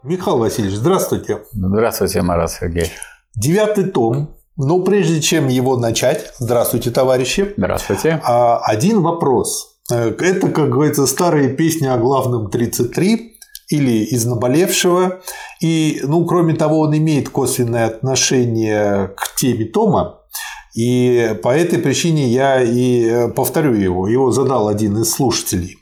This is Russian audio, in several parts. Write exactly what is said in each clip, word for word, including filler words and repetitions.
Михаил Васильевич, здравствуйте. Здравствуйте, Марат Сергеевич. Девятый том. Но прежде чем его начать, здравствуйте, товарищи. Здравствуйте. Один вопрос. Это, как говорится, старая песня о главном тридцать три или из наболевшего. И, ну, кроме того, он имеет косвенное отношение к теме тома. И по этой причине я и повторю его. Его задал один из слушателей.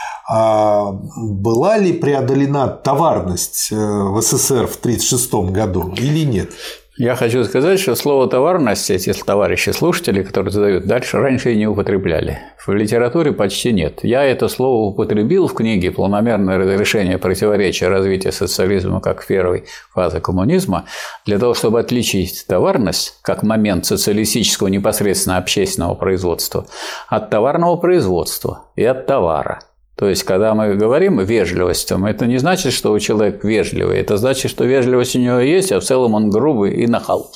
Была ли преодолена товарность в СССР в тридцать шестом году или нет? Я хочу сказать, что слово «товарность» эти товарищи слушатели, которые задают дальше, раньше и не употребляли. В литературе почти нет. Я это слово употребил в книге «Планомерное разрешение противоречия развития социализма как первой фазы коммунизма» для того, чтобы отличить товарность как момент социалистического непосредственно общественного производства от товарного производства и от товара. То есть, когда мы говорим вежливость, это не значит, что у человека вежливый, это значит, что вежливость у него есть, а в целом он грубый и нахал.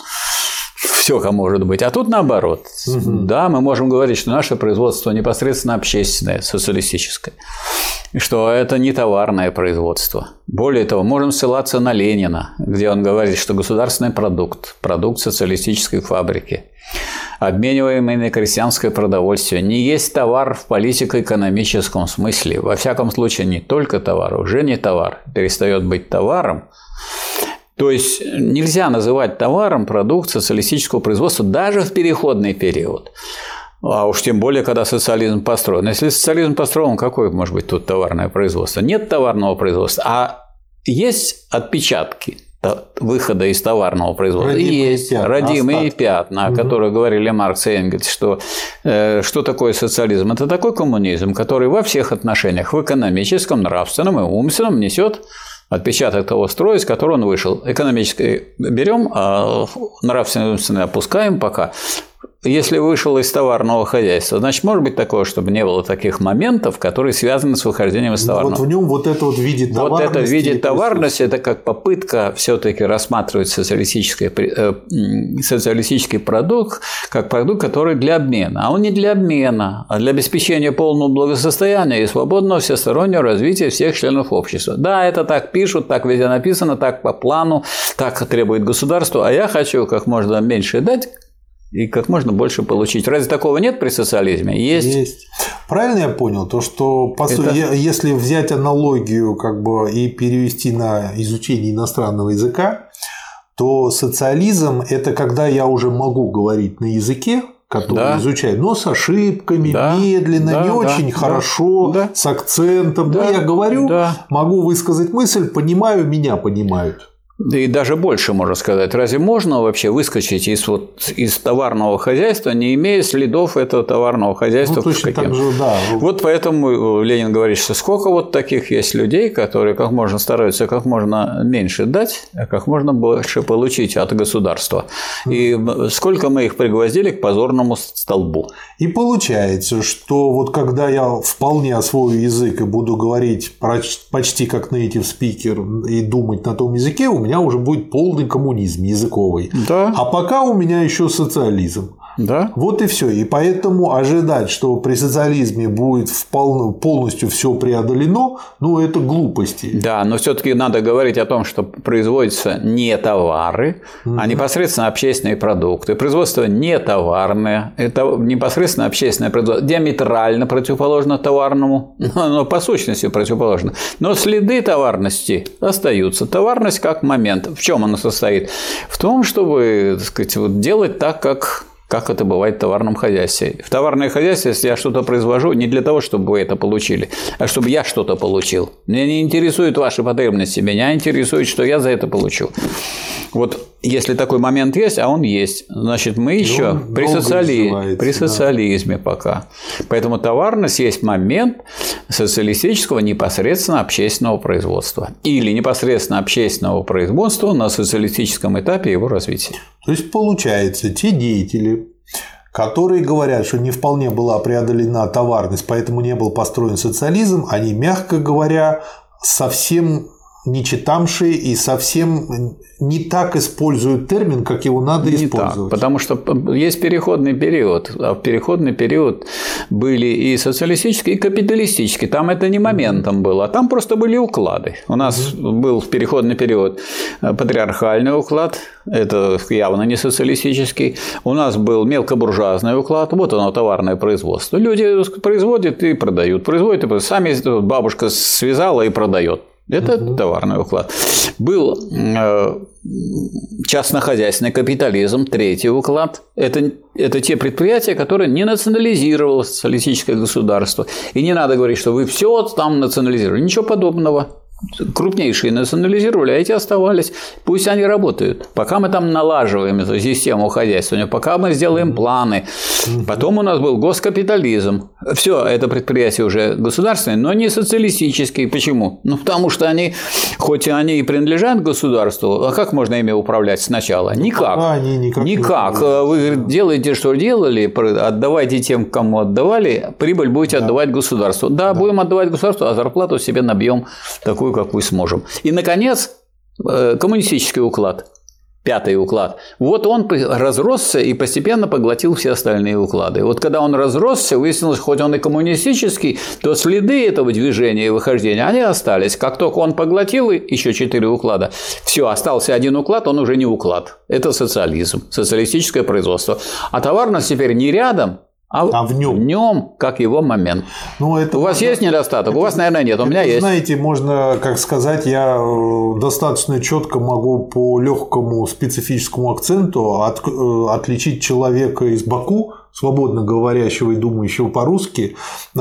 Все может быть. А тут наоборот. Угу. Да, мы можем говорить, что наше производство непосредственно общественное, социалистическое, и что это не товарное производство. Более того, можем ссылаться на Ленина, где он говорит, что государственный продукт, продукт социалистической фабрики, обмениваемый на крестьянское продовольствие, не есть товар в политико-экономическом смысле. Во всяком случае, не только товар, уже не товар, перестает быть товаром. То есть нельзя называть товаром продукт социалистического производства даже в переходный период. А уж тем более, когда социализм построен. Если социализм построен, какое может быть тут товарное производство? Нет товарного производства, а есть отпечатки выхода из товарного производства. Родимые есть пятна, родимые остатки. пятна, о угу. которых говорили Маркс и Энгельс, что, э, что такое социализм? Это такой коммунизм, который во всех отношениях, в экономическом, нравственном и умственном несет отпечаток того строя, из которого он вышел. Экономическое берем, а нравственное и умственное опускаем пока. Если вышел из товарного хозяйства, значит, может быть такое, чтобы не было таких моментов, которые связаны с выхождением из товарного. Вот в нем вот это вот видит товарность. Вот это видит товарность, это как попытка все-таки рассматривать социалистический, социалистический продукт как продукт, который для обмена. А он не для обмена, а для обеспечения полного благосостояния и свободного всестороннего развития всех членов общества. Да, это так пишут, так везде написано, так по плану, так требует государство, а я хочу как можно меньше дать и как можно больше получить. Разве такого нет при социализме? Есть. Есть. Правильно я понял? То, что, по сути, Это... если взять аналогию как бы, и перевести на изучение иностранного языка, то социализм – это когда я уже могу говорить на языке, который да. изучаю, но с ошибками, да. медленно, да, не да, очень да, хорошо, да. с акцентом. Да. Но я говорю, да. могу высказать мысль, понимаю, меня понимают. И даже больше, можно сказать. Разве можно вообще выскочить из, вот, из товарного хозяйства, не имея следов этого товарного хозяйства? Ну, точно так же, да. Вот поэтому Ленин говорит, что сколько вот таких есть людей, которые как можно стараются как можно меньше дать, а как можно больше получить от государства. И сколько мы их пригвоздили к позорному столбу. И получается, что вот когда я вполне освою язык и буду говорить почти как native speaker и думать на том языке, у меня У меня уже будет полный коммунизм языковый. Да. А пока у меня еще социализм. Да. Вот и все. И поэтому ожидать, что при социализме будет полностью все преодолено, ну, это глупости. Да, но все-таки надо говорить о том, что производятся не товары, угу. а непосредственно общественные продукты. Производство не товарное, это непосредственно общественное производство, диаметрально противоположно товарному, но по сущности противоположно. Но следы товарности остаются. Товарность как момент. В чем она состоит? В том, чтобы, так сказать, вот делать так, как Как это бывает в товарном хозяйстве. В товарное хозяйство, если я что-то произвожу, не для того, чтобы вы это получили, а чтобы я что-то получил. Меня не интересуют ваши потребности, меня интересует, что я за это получу. Вот если такой момент есть, а он есть, значит, мы еще ну, при, социали... при социализме да. пока. Поэтому товарность есть момент социалистического непосредственно общественного производства. Или непосредственно общественного производства на социалистическом этапе его развития. То есть, получается, те деятели, которые говорят, что не вполне была преодолена товарность, поэтому не был построен социализм, они, мягко говоря, совсем не читамшие и совсем не так используют термин, как его надо не использовать. Так, потому что есть переходный период. А в переходный период были и социалистические, и капиталистические. Там это не моментом было, а там просто были уклады. У нас угу. был в переходный период патриархальный уклад, это явно не социалистический. У нас был мелкобуржуазный уклад, вот оно, товарное производство. Люди производят и продают. Производят и продают. Сами бабушка связала и продает. Это угу. товарный уклад. Был э, частнохозяйственный капитализм, третий уклад. Это, это те предприятия, которые не национализировало социалистическое государство. И не надо говорить, что вы все там национализировали. Ничего подобного. Крупнейшие национализировали, а эти оставались. Пусть они работают. Пока мы там налаживаем эту систему хозяйствования, пока мы сделаем планы. Потом у нас был госкапитализм. Все, это предприятия уже государственные, но не социалистические. Почему? Ну, потому что они, хоть и они и принадлежат государству, а как можно ими управлять сначала? Никак. А, они никак. Никак. Вы делаете, что делали, отдавайте тем, кому отдавали, прибыль будете да. отдавать государству. Да, да, будем отдавать государству, а зарплату себе набьем такую, какую сможем. И, наконец, коммунистический уклад, пятый уклад. Вот он разросся и постепенно поглотил все остальные уклады. Вот когда он разросся, выяснилось, хоть он и коммунистический, то следы этого движения и выхождения, они остались. Как только он поглотил еще четыре уклада, все, остался один уклад, он уже не уклад. Это социализм, социалистическое производство. А товарность теперь не рядом, А, а в нем. В нем, как его момент. Ну, это у вас можно... есть недостаток? Это... У вас, наверное, нет. У меня это, есть. Знаете, можно, как сказать, я достаточно четко могу по легкому специфическому акценту от... отличить человека из Баку, свободно говорящего и думающего по-русски,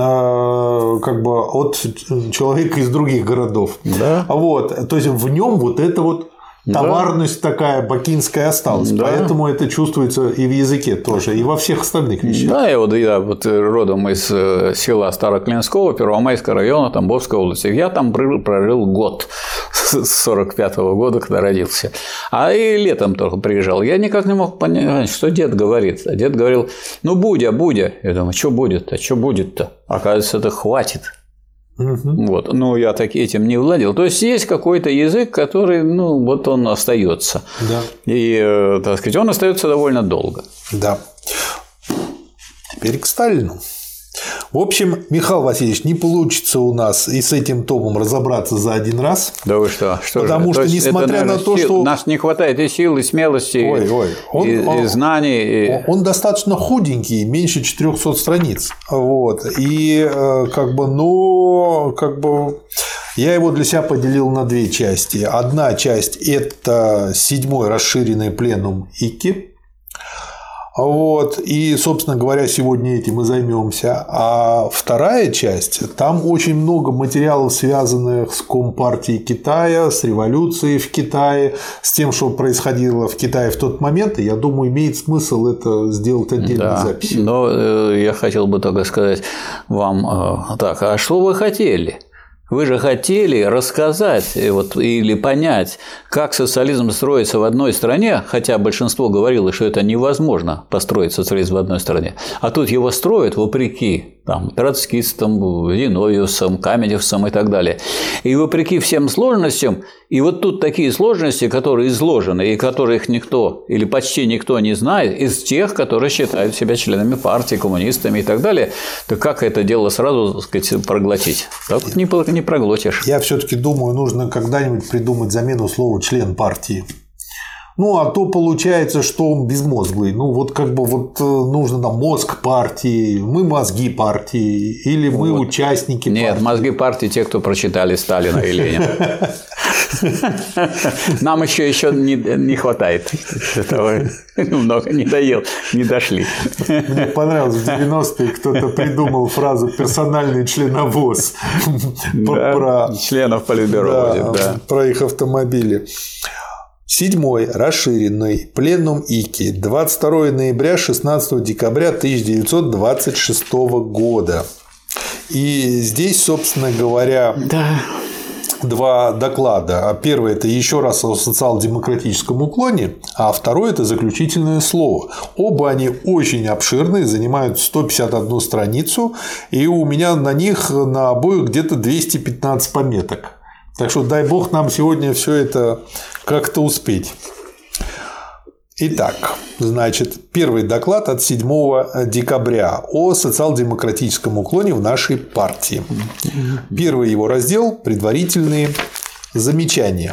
как бы от человека из других городов. Да. Вот. То есть в нем вот это вот. Товарность да. такая бакинская осталась, да. поэтому это чувствуется и в языке тоже, и во всех остальных вещах. Да, я вот, я вот родом из села Староклинского, Первомайского района, Тамбовской области. Я там прожил год с сорок пятого года, когда родился. А и летом только приезжал. Я никак не мог понять, что дед говорит. А дед говорил, ну, Будя, Будя. Я думаю, что будет-то, что будет-то? Оказывается, это хватит. Угу. Вот. Но я так этим не владел. То есть есть какой-то язык, который, ну, вот он остается. Да. И, так сказать, он остается довольно долго. Да. Теперь к Сталину. В общем, Михаил Васильевич, не получится у нас и с этим томом разобраться за один раз. Да вы что? что Потому же? что, то несмотря это, наверное, на то, сил, что… Нас не хватает и сил, и смелости, ой, ой. Он, и, он, и знаний. И... Он достаточно худенький, меньше четырёхсот страниц. Вот. И как бы, ну, как бы… Я его для себя поделил на две части. Одна часть – это седьмой расширенный пленум ИКИ. Вот, и, собственно говоря, сегодня этим и займемся. А вторая часть, там очень много материалов, связанных с Компартией Китая, с революцией в Китае, с тем, что происходило в Китае в тот момент. И я думаю, имеет смысл это сделать отдельной да, записью. Но э, я хотел бы только сказать вам э, так, а что вы хотели? Вы же хотели рассказать вот, или понять, как социализм строится в одной стране, хотя большинство говорило, что это невозможно построить социализм в одной стране, а тут его строят вопреки там, троцкистам, Зиновьевцам, Каменевцам и так далее. И вопреки всем сложностям, и вот тут такие сложности, которые изложены, и которых никто или почти никто не знает, из тех, которые считают себя членами партии, коммунистами и так далее, то как это дело сразу, так сказать, проглотить? Так не не проглотишь. Я все-таки думаю, нужно когда-нибудь придумать замену слова член партии. Ну, а то получается, что он безмозглый. Ну, вот как бы вот нужно там мозг партии, мы мозги партии, или мы вот. Участники Нет, партии. Мозги партии те, кто прочитали Сталина и Ленина. Нам еще еще не, не хватает этого. Много не доел, не дошли. Мне понравилось, в девяностые кто-то придумал фразу «персональный членовоз». Да, про членов политбюро да, будет, да. Про их автомобили. Седьмой расширенный пленум ИКИ двадцать второго ноября шестнадцатого декабря тысяча девятьсот двадцать шестого года. И здесь, собственно говоря, да. два доклада. Первый – это еще раз о социал-демократическом уклоне, а второй – это заключительное слово. Оба они очень обширные, занимают сто пятьдесят одну страницу, и у меня на них на обоих где-то двести пятнадцать пометок. Так что дай бог нам сегодня все это как-то успеть. Итак, значит, первый доклад от седьмого декабря о социал-демократическом уклоне в нашей партии. Первый его раздел – предварительные замечания.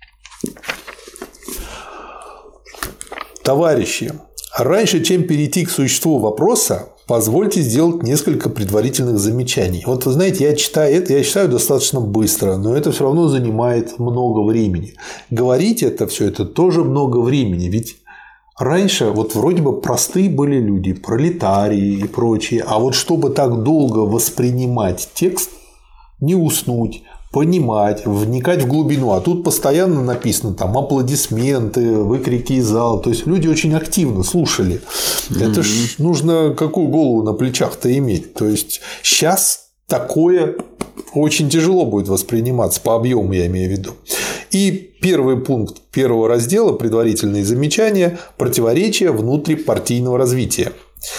Товарищи, раньше, чем перейти к существу вопроса, позвольте сделать несколько предварительных замечаний. Вот вы знаете, я читаю это, я читаю достаточно быстро, но это все равно занимает много времени. Говорить это все это тоже много времени, ведь раньше вот вроде бы простые были люди, пролетарии и прочие, а вот чтобы так долго воспринимать текст, не уснуть, понимать, вникать в глубину, а тут постоянно написано там аплодисменты, выкрики из зала, то есть люди очень активно слушали. Mm-hmm. Это ж нужно какую голову на плечах-то иметь, то есть сейчас такое очень тяжело будет восприниматься по объему, я имею в виду. И первый пункт первого раздела «Предварительные замечания» – противоречия внутрипартийного развития.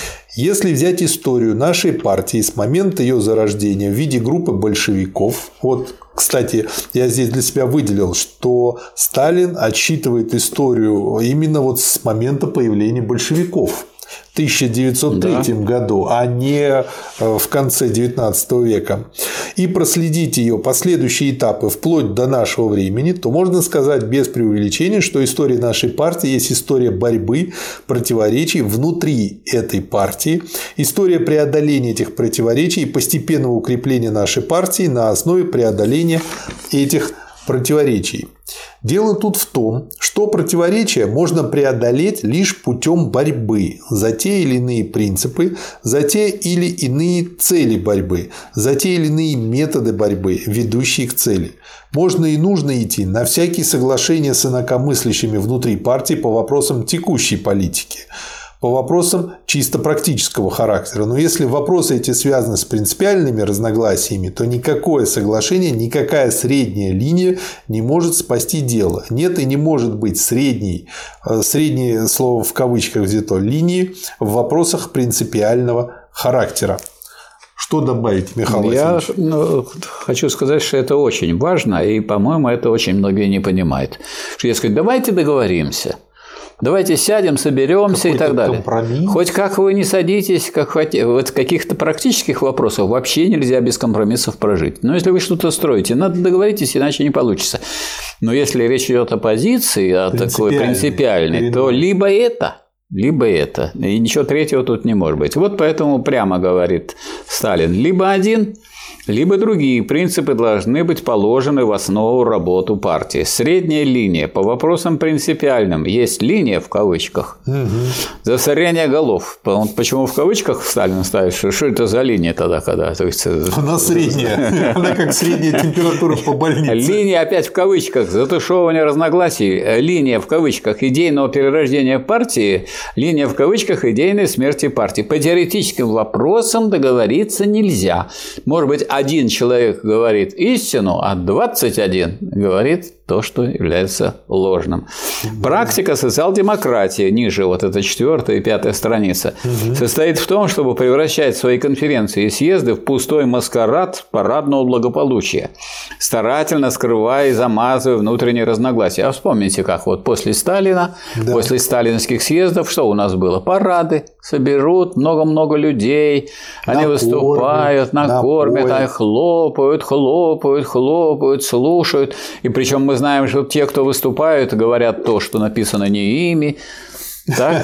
Если взять историю нашей партии с момента ее зарождения в виде группы большевиков, вот, кстати, я здесь для себя выделил, что Сталин отсчитывает историю именно вот с момента появления большевиков в тысяча девятьсот третьем да. году, а не в конце девятнадцатого века, и проследить ее последующие этапы вплоть до нашего времени, то можно сказать без преувеличения, что история нашей партии есть история борьбы, противоречий внутри этой партии, история преодоления этих противоречий и постепенного укрепления нашей партии на основе преодоления этих противоречий. Дело тут в том, что противоречия можно преодолеть лишь путем борьбы за те или иные принципы, за те или иные цели борьбы, за те или иные методы борьбы, ведущие к цели. Можно и нужно идти на всякие соглашения с инакомыслящими внутри партии по вопросам текущей политики, по вопросам чисто практического характера. Но если вопросы эти связаны с принципиальными разногласиями, то никакое соглашение, никакая средняя линия не может спасти дело. Нет и не может быть средней, среднее слово в кавычках взято, линии в вопросах принципиального характера. Что добавить, Михаил Я Васильевич? ну, хочу сказать, что это очень важно, и, по-моему, это очень многие не понимают. Что, дескать, давайте договоримся. Давайте сядем, соберемся и так далее. Компромисс. Хоть как вы не садитесь, как хотите, вот в каких-то практических вопросах вообще нельзя без компромиссов прожить. Но если вы что-то строите, надо договоритесь, иначе не получится. Но если речь идет о позиции, о такой принципиальной, то либо это, либо это. И ничего третьего тут не может быть. Вот поэтому прямо говорит Сталин: либо один, либо другие принципы должны быть положены в основу работы партии. Средняя линия по вопросам принципиальным. Есть линия в кавычках. Угу. Засорение голов. Почему в кавычках Сталин ставит? Что это за линия тогда, когда? То есть... Она средняя. Она как средняя температура по больнице. Линия опять в кавычках. Затушевывание разногласий. Линия в кавычках идейного перерождения партии. Линия в кавычках идейной смерти партии. По теоретическим вопросам договориться нельзя. Может быть, один человек говорит истину, а двадцать один говорит то, что является ложным. Практика социал-демократии, ниже вот эта четвертая и пятая страница, угу. состоит в том, чтобы превращать свои конференции и съезды в пустой маскарад парадного благополучия, старательно скрывая и замазывая внутренние разногласия. А вспомните, как вот после Сталина, да. после сталинских съездов, что у нас было? Парады, соберут много-много людей, они накормят, выступают, накормят, они хлопают, хлопают, хлопают, слушают. И причем мы знаем, что те, кто выступают, говорят то, что написано не ими. Так?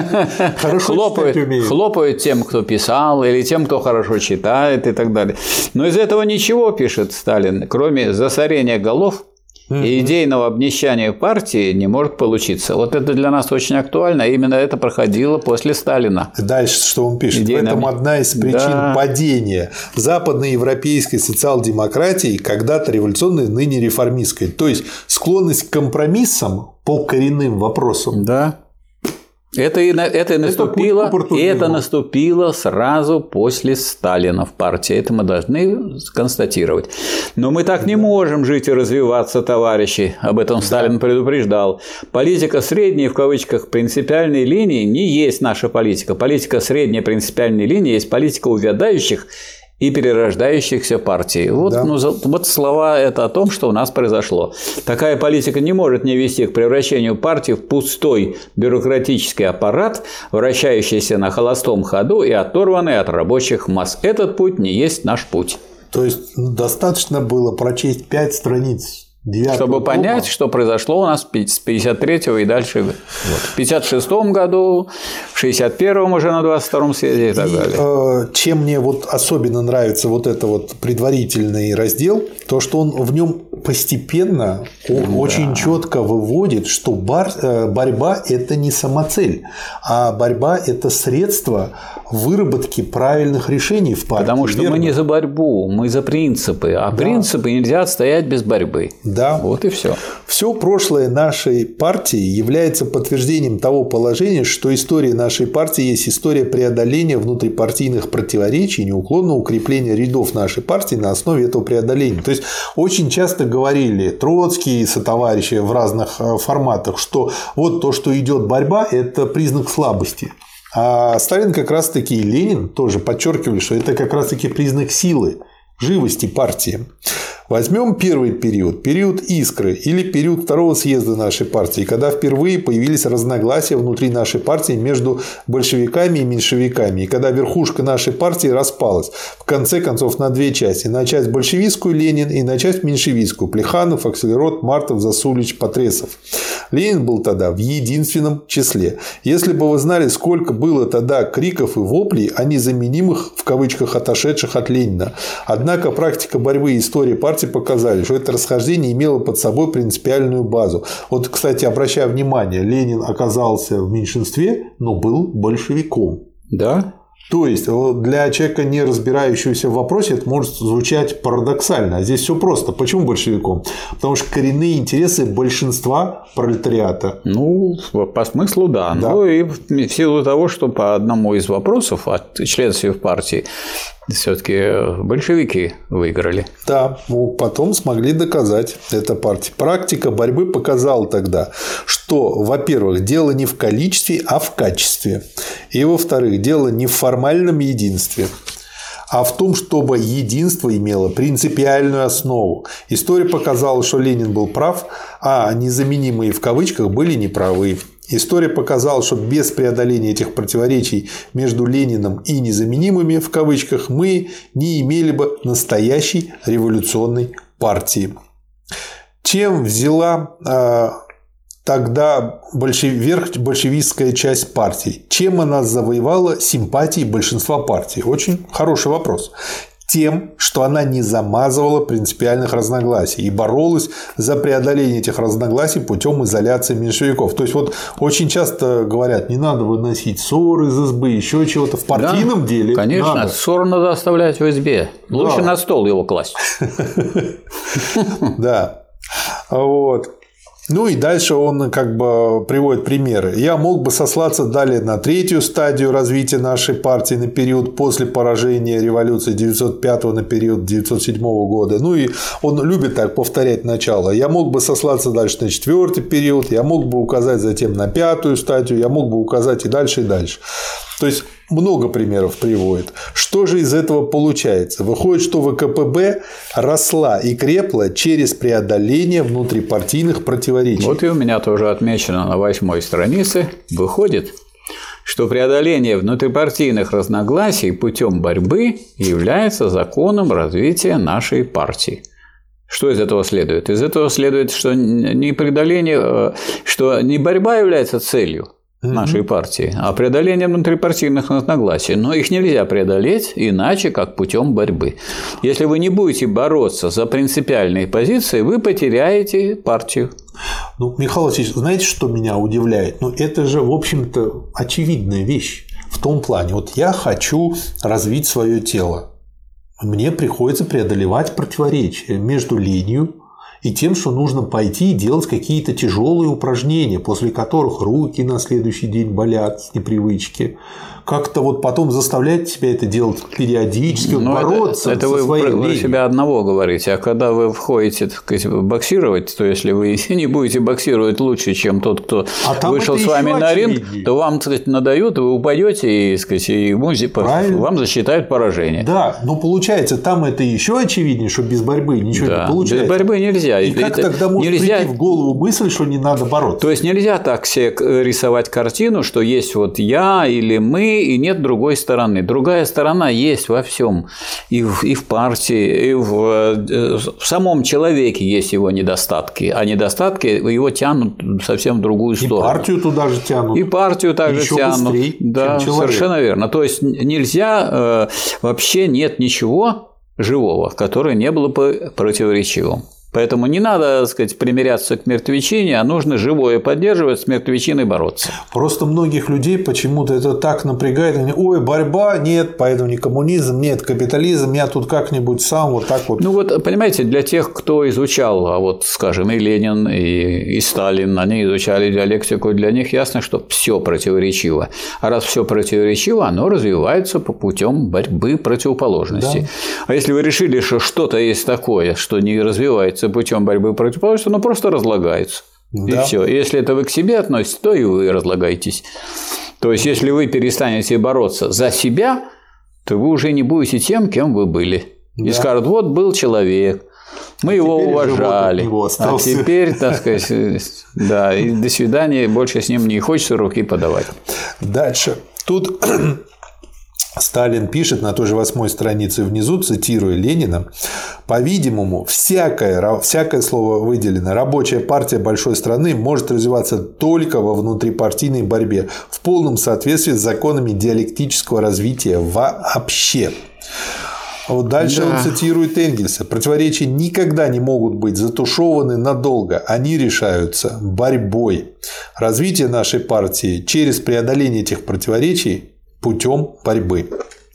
хлопают, хлопают тем, кто писал, или тем, кто хорошо читает и так далее. Но из этого ничего, пишет Сталин, кроме засорения голов и идейного обнищания партии не может получиться. Вот это для нас очень актуально. Именно это проходило после Сталина. Дальше, что он пишет. Идейное... В этом одна из причин да. падения западноевропейской социал-демократии, когда-то революционной, ныне реформистской. То есть склонность к компромиссам по коренным вопросам. Да. Это и, это и наступило, это, и это наступило сразу после Сталина в партии. Это мы должны констатировать. Но мы так не можем жить и развиваться, товарищи. Об этом Сталин предупреждал. Политика средней, в кавычках, принципиальной линии не есть наша политика. Политика средней принципиальной линии есть политика увядающих и перерождающихся партий. Вот, да. ну, вот слова это о том, что у нас произошло. Такая политика не может не вести к превращению партии в пустой бюрократический аппарат, вращающийся на холостом ходу и оторванный от рабочих масс. Этот путь не есть наш путь. То есть достаточно было прочесть пять страниц. Чтобы тома. понять, что произошло у нас с пятьдесят третьего и дальше. Вот. В пятьдесят шестом году, в шестьдесят первом уже на двадцать втором съезде и так и, далее. Э, чем мне вот особенно нравится вот это вот предварительный раздел, то, что он в нем постепенно да. очень четко выводит, что бар, э, борьба – это не самоцель, а борьба – это средство выработки правильных решений в партии. Потому что верно? Мы не за борьбу, мы за принципы, а да. принципы нельзя отстоять без борьбы. Да. Вот и все. Все прошлое нашей партии является подтверждением того положения, что история нашей партии есть история преодоления внутрипартийных противоречий, неуклонного укрепления рядов нашей партии на основе этого преодоления. То есть очень часто говорили Троцкий и сотоварищи в разных форматах, что вот то, что идет борьба, это признак слабости. А Сталин как раз-таки и Ленин тоже подчеркивали, что это как раз-таки признак силы, живости партии. Возьмем первый период, период «Искры» или период второго съезда нашей партии, когда впервые появились разногласия внутри нашей партии между большевиками и меньшевиками, и когда верхушка нашей партии распалась, в конце концов, на две части. На часть большевистскую Ленин и на часть меньшевистскую Плеханов, Аксельрод, Мартов, Засулич, Потресов. Ленин был тогда в единственном числе. Если бы вы знали, сколько было тогда криков и воплей о незаменимых, в кавычках, отошедших от Ленина. Однако практика борьбы и история партии показали, что это расхождение имело под собой принципиальную базу. Вот, кстати, обращая внимание, Ленин оказался в меньшинстве, но был большевиком. Да. То есть для человека, не разбирающегося в вопросе, это может звучать парадоксально. А здесь все просто. Почему большевиком? Потому что коренные интересы большинства пролетариата. Ну, по смыслу, да. да. Ну и в силу того, что по одному из вопросов от членства в партии все-таки большевики выиграли. Да, ну, потом смогли доказать это партии. Практика борьбы показала тогда, что, во-первых, дело не в количестве, а в качестве. И, во-вторых, дело не в формальном единстве, а в том, чтобы единство имело принципиальную основу. История показала, что Ленин был прав, а незаменимые в кавычках были неправы. История показала, что без преодоления этих противоречий между Лениным и незаменимыми в кавычках мы не имели бы настоящей революционной партии. Чем взяла э, тогда большев... верх большевистская часть партии? Чем она завоевала симпатии большинства партий? Очень хороший вопрос. Тем, что она не замазывала принципиальных разногласий и боролась за преодоление этих разногласий путем изоляции меньшевиков. То есть, вот очень часто говорят, не надо выносить ссоры из избы, еще чего-то. В партийном да, деле. Конечно, надо. Ссору надо оставлять в избе. Лучше да. на стол его класть. Да. Вот. Ну и дальше он как бы приводит примеры. Я мог бы сослаться далее на третью стадию развития нашей партии на период после поражения революции девятьсот пятого на период девятьсот седьмого года. Ну и он любит так повторять начало. Я мог бы сослаться дальше на четвертый период, я мог бы указать затем на пятую стадию, я мог бы указать и дальше, и дальше. То есть много примеров приводит. Что же из этого получается? Выходит, что ВКПБ росла и крепла через преодоление внутрипартийных противоречий. Вот и у меня тоже отмечено на восьмой странице. Выходит, что преодоление внутрипартийных разногласий путем борьбы является законом развития нашей партии. Что из этого следует? Из этого следует, что не преодоление, что не борьба является целью нашей партии, а преодоление внутрипартийных разногласий. Но их нельзя преодолеть иначе, как путем борьбы. Если вы не будете бороться за принципиальные позиции, вы потеряете партию. Ну, Михаил Васильевич, знаете, что меня удивляет? Ну, это же, в общем-то, очевидная вещь. В том плане, вот я хочу развить свое тело. Мне приходится преодолевать противоречия между ленью и тем, что нужно пойти и делать какие-то тяжелые упражнения, после которых руки на следующий день болят с непривычки. Как-то вот потом заставлять себя это делать периодически, вот бороться это, это со вы своей про, ленью. себя одного говорите, а когда вы входите, так сказать, боксировать, то если вы не будете боксировать лучше, чем тот, кто а вышел с вами на ринг, то вам, так сказать, надают, вы упадете и, сказать, и вам засчитают поражение. Да, но получается, там это еще очевиднее, что без борьбы ничего да, не получается. Без борьбы нельзя. И как это тогда может нельзя... прийти в голову мысль, что не надо бороться? То есть нельзя так себе рисовать картину, что есть вот я или мы, и нет другой стороны. Другая сторона есть во всем. И в, и в партии, и в, в самом человеке есть его недостатки. А недостатки его тянут совсем в другую сторону. И партию туда же тянут. И партию также еще тянут. Быстрее, да, чем совершенно верно. То есть нельзя, вообще нет ничего живого, которое не было бы противоречивым. Поэтому не надо, так сказать, примиряться к мертвечине, а нужно живое поддерживать, с мертвечиной бороться. Просто многих людей почему-то это так напрягает. Они, ой, борьба, нет, поэтому не коммунизм, нет, капитализм, я тут как-нибудь сам вот так вот. Ну вот, понимаете, для тех, кто изучал, а вот, скажем, и Ленин, и, и Сталин, они изучали диалектику, для них ясно, что все противоречиво. А раз все противоречиво, оно развивается по путем борьбы противоположностей. Да. А если вы решили, что что-то есть такое, что не развивается путем борьбы противоположности, оно просто разлагается. Да. И все. Если это вы к себе относитесь, то и вы разлагаетесь. То есть, если вы перестанете бороться за себя, то вы уже не будете тем, кем вы были. Да. И скажут, вот был человек, мы а его уважали, а теперь, так сказать, да, и до свидания, больше с ним не хочется руки подавать. Дальше. Тут Сталин пишет на той же восьмой странице внизу, цитируя Ленина, по-видимому, всякое, всякое слово выделено, рабочая партия большой страны может развиваться только во внутрипартийной борьбе в полном соответствии с законами диалектического развития вообще. Вот дальше да. он цитирует Энгельса. Противоречия никогда не могут быть затушеваны надолго. Они решаются борьбой. Развитие нашей партии через преодоление этих противоречий путем борьбы.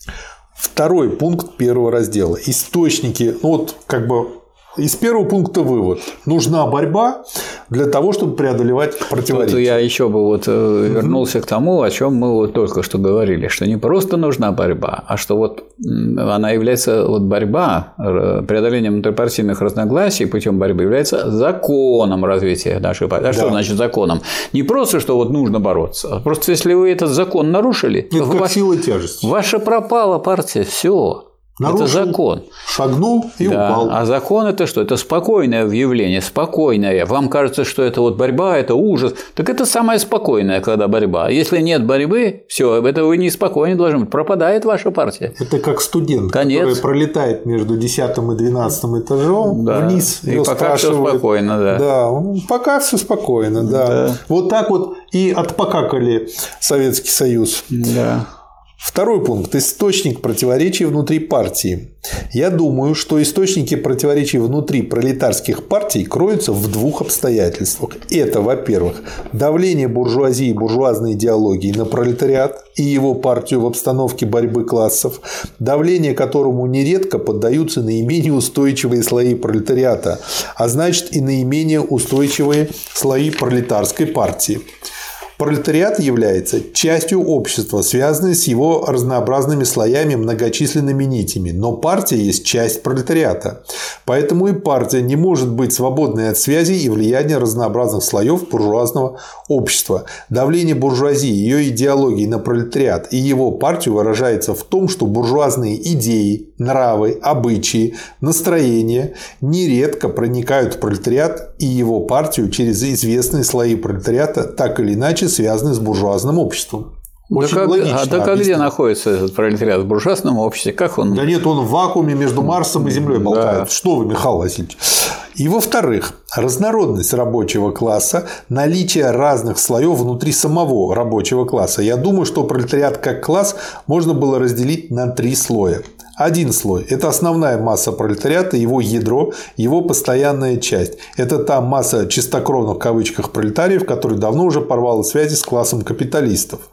Второй пункт первого раздела. Источники. Ну, вот как бы из первого пункта вывод. Нужна борьба для того, чтобы преодолевать противоречия. Тут я еще бы вот вернулся угу. к тому, о чем мы вот только что говорили, что не просто нужна борьба, а что вот она является вот борьба, преодолением внутрипартийных разногласий путем борьбы является законом развития нашей партии. А да. что значит законом? Не просто, что вот нужно бороться, а просто если вы этот закон нарушили, это как ваш... сила тяжести. Ваша пропала партия, все. Нарушил, это закон. Шагнул и да. упал. А закон – это что? Это спокойное явление, спокойное. Вам кажется, что это вот борьба, это ужас. Так это самое спокойное, когда борьба. Если нет борьбы, все, это вы неспокойны должны быть. Пропадает ваша партия. Это как студент, Конец. который пролетает между десятым и двенадцатым этажом да. вниз. И пока все спокойно, да. Да, пока все спокойно, да. да. Вот так вот и отпокакали Советский Союз. Да. Второй пункт. Источник противоречий внутри партии. Я думаю, что источники противоречий внутри пролетарских партий кроются в двух обстоятельствах. Это, во-первых, давление буржуазии и буржуазной идеологии на пролетариат и его партию в обстановке борьбы классов, давление которому нередко поддаются наименее устойчивые слои пролетариата, а значит и наименее устойчивые слои пролетарской партии. Пролетариат является частью общества, связанной с его разнообразными слоями, многочисленными нитями, но партия есть часть пролетариата. Поэтому и партия не может быть свободной от связей и влияния разнообразных слоев буржуазного общества. Давление буржуазии, ее идеологии на пролетариат и его партию выражается в том, что буржуазные идеи, нравы, обычаи, настроения нередко проникают в пролетариат и его партию через известные слои пролетариата, так или иначе связаны с буржуазным обществом. Очень да как, логично. А так а где находится этот пролетариат в буржуазном обществе? Как он? Да нет, он в вакууме между Марсом и Землей болтает. Да. Что вы, Михаил Васильевич? И во-вторых, разнородность рабочего класса, наличие разных слоев внутри самого рабочего класса. Я думаю, что пролетариат как класс можно было разделить на три слоя. Один слой – это основная масса пролетариата, его ядро, его постоянная часть. Это та масса чистокровных в кавычках пролетариев, которая давно уже порвала связи с классом капиталистов.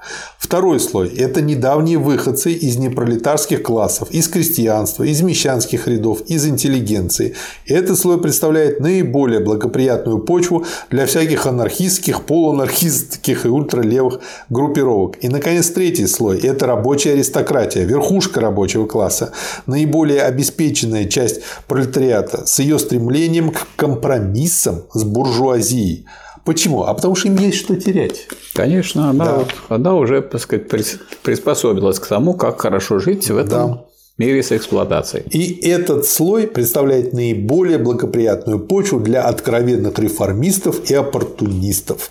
Второй слой – это недавние выходцы из непролетарских классов, из крестьянства, из мещанских рядов, из интеллигенции. Этот слой представляет наиболее благоприятную почву для всяких анархистских, полуанархистских и ультралевых группировок. И, наконец, третий слой – это рабочая аристократия, верхушка рабочего класса, наиболее обеспеченная часть пролетариата с ее стремлением к компромиссам с буржуазией. Почему? А потому что им есть что терять. Конечно, она, да. вот, она уже, так сказать, приспособилась к тому, как хорошо жить в этом да. мире с эксплуатацией. И этот слой представляет наиболее благоприятную почву для откровенных реформистов и оппортунистов.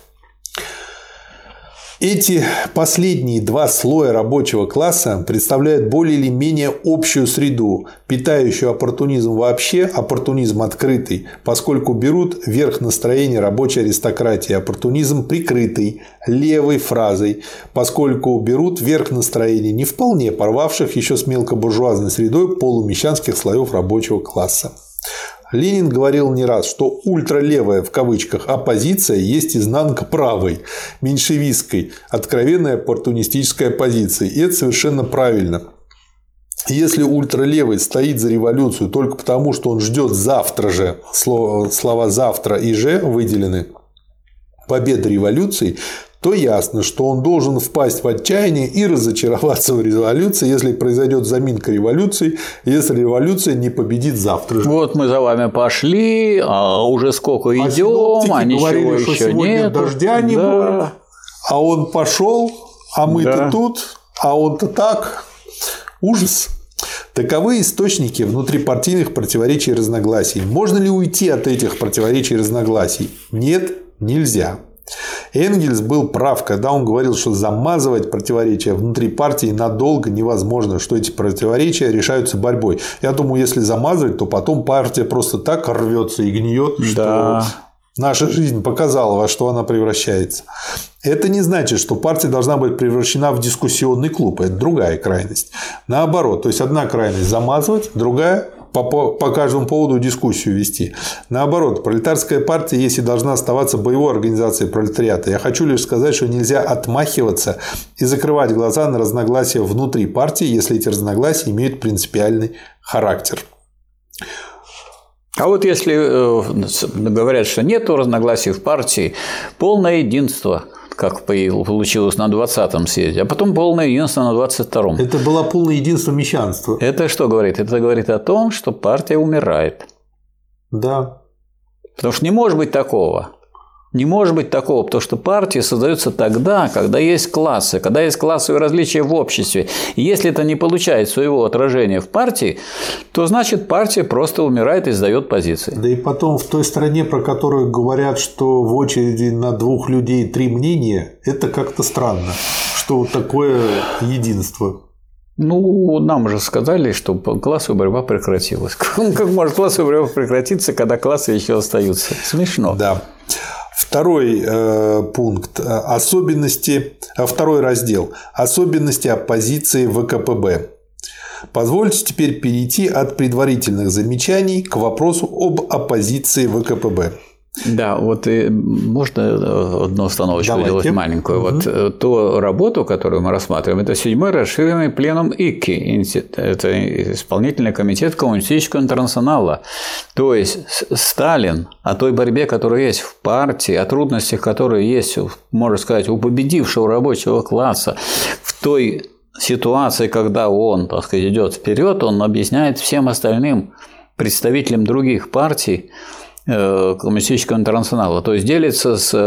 Эти последние два слоя рабочего класса представляют более или менее общую среду, питающую оппортунизм вообще, оппортунизм открытый, поскольку берут верх настроения рабочей аристократии, оппортунизм прикрытый, левой фразой, поскольку берут верх настроения не вполне порвавших еще с мелкобуржуазной средой полумещанских слоев рабочего класса. Ленин говорил не раз, что ультралевая в кавычках оппозиция есть изнанка правой, меньшевистской, откровенной оппортунистической оппозиции. И это совершенно правильно. Если ультралевый стоит за революцию только потому, что он ждет завтра же, слова «завтра» и «же» выделены, победы революции, то ясно, что он должен впасть в отчаяние и разочароваться в революции, если произойдет заминка революции, если революция не победит завтра же. Вот мы за вами пошли, а уже сколько а идем, а ничего говорили, еще что нет. Дождя не да. будет, а он пошел, а мы-то да. тут, а он-то так. Ужас. Таковы источники внутрипартийных противоречий и разногласий. Можно ли уйти от этих противоречий и разногласий? Нет, нельзя. Энгельс был прав, когда он говорил, что замазывать противоречия внутри партии надолго невозможно, что эти противоречия решаются борьбой. Я думаю, если замазывать, то потом партия просто так рвется и гниет, да. что наша жизнь показала, во что она превращается. Это не значит, что партия должна быть превращена в дискуссионный клуб. Это другая крайность. Наоборот, то есть одна крайность замазывать, другая по, по каждому поводу дискуссию вести. Наоборот, пролетарская партия, если должна оставаться боевой организацией пролетариата, я хочу лишь сказать, что нельзя отмахиваться и закрывать глаза на разногласия внутри партии, если эти разногласия имеют принципиальный характер. А вот если говорят, что нет разногласий в партии, полное единство, как получилось на двадцатом съезде, а потом полное единство на двадцать втором. Это было полное единство мещанства. Это что говорит? Это говорит о том, что партия умирает. Да. Потому что не может быть такого. Не может быть такого, потому что партии создаются тогда, когда есть классы, когда есть классовые различия в обществе. И если это не получает своего отражения в партии, то значит партия просто умирает и сдает позиции. Да и потом в той стране, про которую говорят, что в очереди на двух людей три мнения, это как-то странно, что вот такое единство. Ну, нам уже сказали, что классовая борьба прекратилась. Как может классовая борьба прекратиться, когда классы еще остаются? Смешно. Да. Второй э, пункт – особенности, второй раздел – особенности оппозиции ВКПБ. Позвольте теперь перейти от предварительных замечаний к вопросу об оппозиции ВКПБ. Да, вот можно одну остановочку Давайте. сделать маленькую. Угу. Вот ту работу, которую мы рассматриваем, это седьмой расширенный пленум ИККИ, это исполнительный комитет Коммунистического интернационала. То есть Сталин о той борьбе, которая есть в партии, о трудностях, которые есть, можно сказать, у победившего рабочего класса, в той ситуации, когда он, так сказать, идет вперед, он объясняет всем остальным представителям других партий Коммунистического интернационала, то есть делится с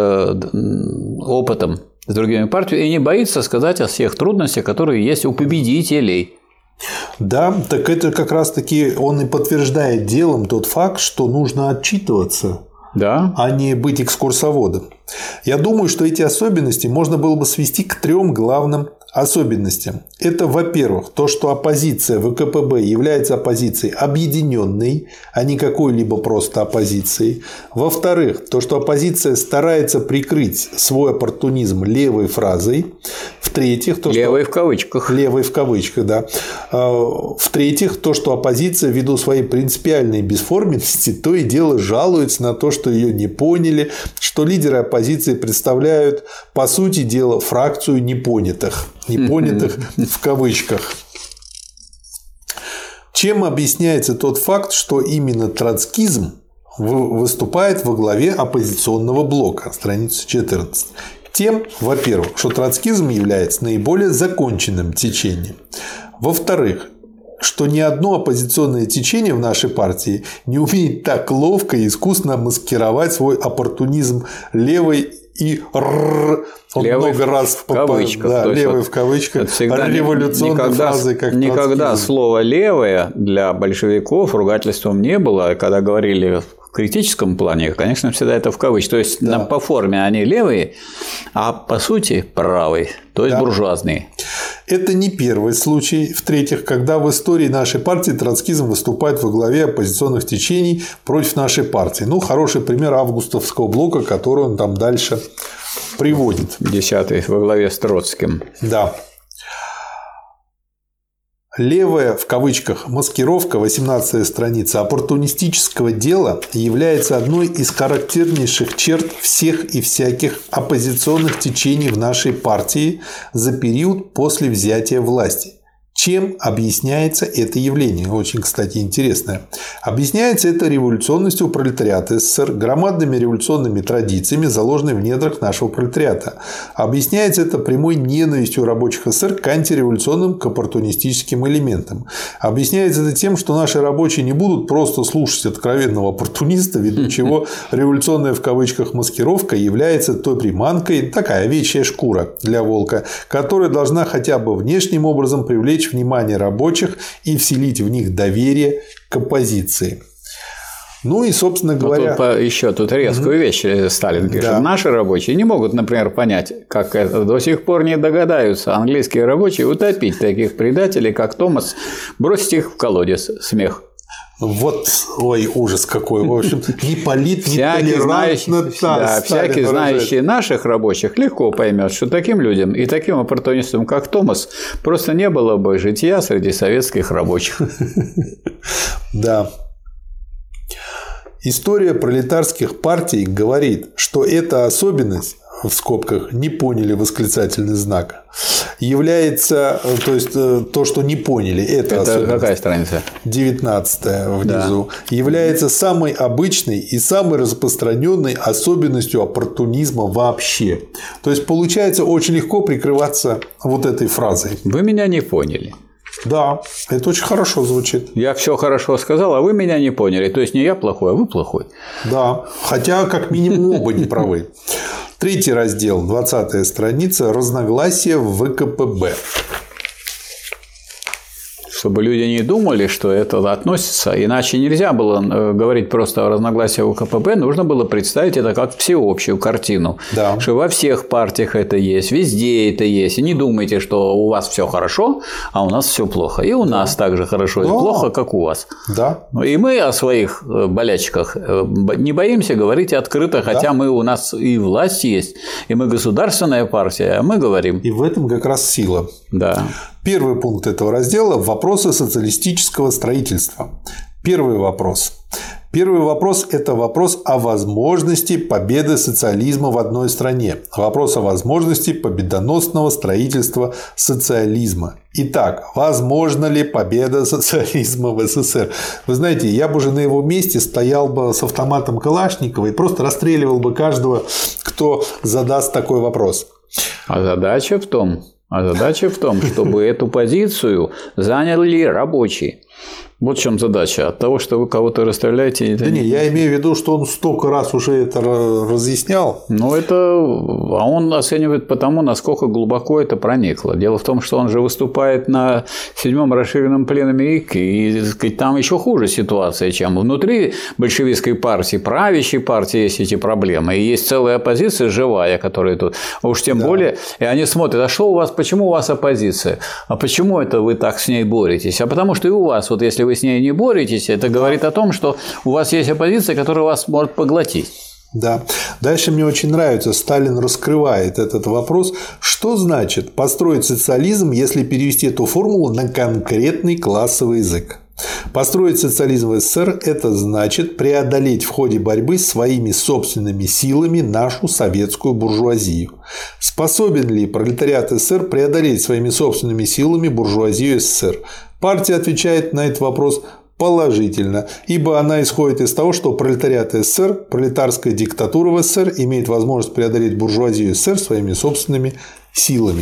опытом с другими партиями и не боится сказать о всех трудностях, которые есть у победителей. Да, так это как раз-таки он и подтверждает делом тот факт, что нужно отчитываться, да. а не быть экскурсоводом. Я думаю, что эти особенности можно было бы свести к трем главным особенности. Это, во-первых, то, что оппозиция ВКПБ является оппозицией объединенной, а не какой-либо просто оппозицией. Во-вторых, то, что оппозиция старается прикрыть свой оппортунизм левой фразой. В-третьих, то, левой что... в кавычках. Левой в кавычках, да. В-третьих, то, что оппозиция ввиду своей принципиальной бесформенности то и дело жалуется на то, что ее не поняли, что лидеры оппозиции представляют, по сути дела, фракцию непонятых. Непонятых в кавычках. Чем объясняется тот факт, что именно троцкизм выступает во главе оппозиционного блока, страница четырнадцать? Тем, во-первых, что троцкизм является наиболее законченным течением. Во-вторых, что ни одно оппозиционное течение в нашей партии не умеет так ловко и искусно маскировать свой оппортунизм левой и р. Он левый много раз в кавычках. Да, левый вот в кавычках. Революционной никогда, фразой, как никогда троцкизм. слова «левое» для большевиков ругательством не было. Когда говорили в критическом плане, конечно, всегда это в кавычках. То есть да. по форме они левые, а по сути правые, то есть да. буржуазные. Это не первый случай. В-третьих, когда в истории нашей партии троцкизм выступает во главе оппозиционных течений против нашей партии. Ну, хороший пример августовского блока, который он там дальше приводит. Десятый во главе с Троцким. Да. Левая, в кавычках, маскировка, восемнадцатая страница, оппортунистического дела является одной из характернейших черт всех и всяких оппозиционных течений в нашей партии за период после взятия власти. Чем объясняется это явление? Очень, кстати, интересное. Объясняется это революционностью пролетариата СССР, громадными революционными традициями, заложенными в недрах нашего пролетариата. Объясняется это прямой ненавистью рабочих СССР к антиреволюционным, к оппортунистическим элементам. Объясняется это тем, что наши рабочие не будут просто слушать откровенного оппортуниста, ввиду чего революционная в кавычках маскировка является той приманкой, такая овечья шкура для волка, которая должна хотя бы внешним образом привлечь внимание рабочих и вселить в них доверие к оппозиции. Ну и, собственно говоря... Тут еще тут резкую mm-hmm. вещь Сталин пишет. Да. Наши рабочие не могут, например, понять, как это до сих пор не догадаются английские рабочие утопить таких предателей, как Томас, бросить их в колодец. Смех. Вот, ой, ужас какой. В общем, ни полит, ни толерантно. Да, всякий знающий наших рабочих легко поймет, что таким людям и таким оппортунистам, как Томас, просто не было бы житья среди советских рабочих. Да. История пролетарских партий говорит, что эта особенность, в скобках не поняли восклицательный знак, является, то есть то, что не поняли, это, это какая страница? девятнадцатая внизу, да. является самой обычной и самой распространенной особенностью оппортунизма вообще. То есть получается очень легко прикрываться вот этой фразой. Вы меня не поняли. Да, это очень хорошо звучит. Я все хорошо сказал, а вы меня не поняли. То есть не я плохой, а вы плохой. Да, хотя как минимум оба не правы. Третий раздел, двадцатая страница, разногласия в ВКПБ. Чтобы люди не думали, что это относится, иначе нельзя было говорить просто о разногласиях в ВКПБ, нужно было представить это как всеобщую картину, да. что во всех партиях это есть, везде это есть, и не думайте, что у вас все хорошо, а у нас все плохо, и у да. нас так же хорошо да. и плохо, как у вас. Да. И мы о своих болячках не боимся говорить открыто, хотя да. мы у нас и власть есть, и мы государственная партия, а мы говорим. И в этом как раз сила. Да. Первый пункт этого раздела – вопросы социалистического строительства. Первый вопрос. Первый вопрос – это вопрос о возможности победы социализма в одной стране. Вопрос о возможности победоносного строительства социализма. Итак, возможна ли победа социализма в СССР? Вы знаете, я бы уже на его месте стоял бы с автоматом Калашникова и просто расстреливал бы каждого, кто задаст такой вопрос. А задача в том… А задача в том, чтобы эту позицию заняли рабочие. Вот в чем задача. От того, что вы кого-то расстреляете... Да не, я имею в виду, что он столько раз уже это разъяснял. Ну, это... А он оценивает по тому, насколько глубоко это проникло. Дело в том, что он же выступает на седьмом расширенном пленуме ИК, и, так сказать, там еще хуже ситуация, чем внутри большевистской партии, правящей партии есть эти проблемы. И есть целая оппозиция живая, которая тут... Уж тем да. более... И они смотрят, а что у вас, почему у вас оппозиция? А почему это вы так с ней боретесь? А потому что и у вас, вот если вы с ней не боретесь, это говорит о том, что у вас есть оппозиция, которая вас может поглотить. Да. Дальше мне очень нравится, Сталин раскрывает этот вопрос. Что значит построить социализм, если перевести эту формулу на конкретный классовый язык? Построить социализм в СССР – это значит преодолеть в ходе борьбы своими собственными силами нашу советскую буржуазию. Способен ли пролетариат СССР преодолеть своими собственными силами буржуазию СССР? Партия отвечает на этот вопрос положительно, ибо она исходит из того, что пролетариат СССР, пролетарская диктатура в СССР имеет возможность преодолеть буржуазию СССР своими собственными силами.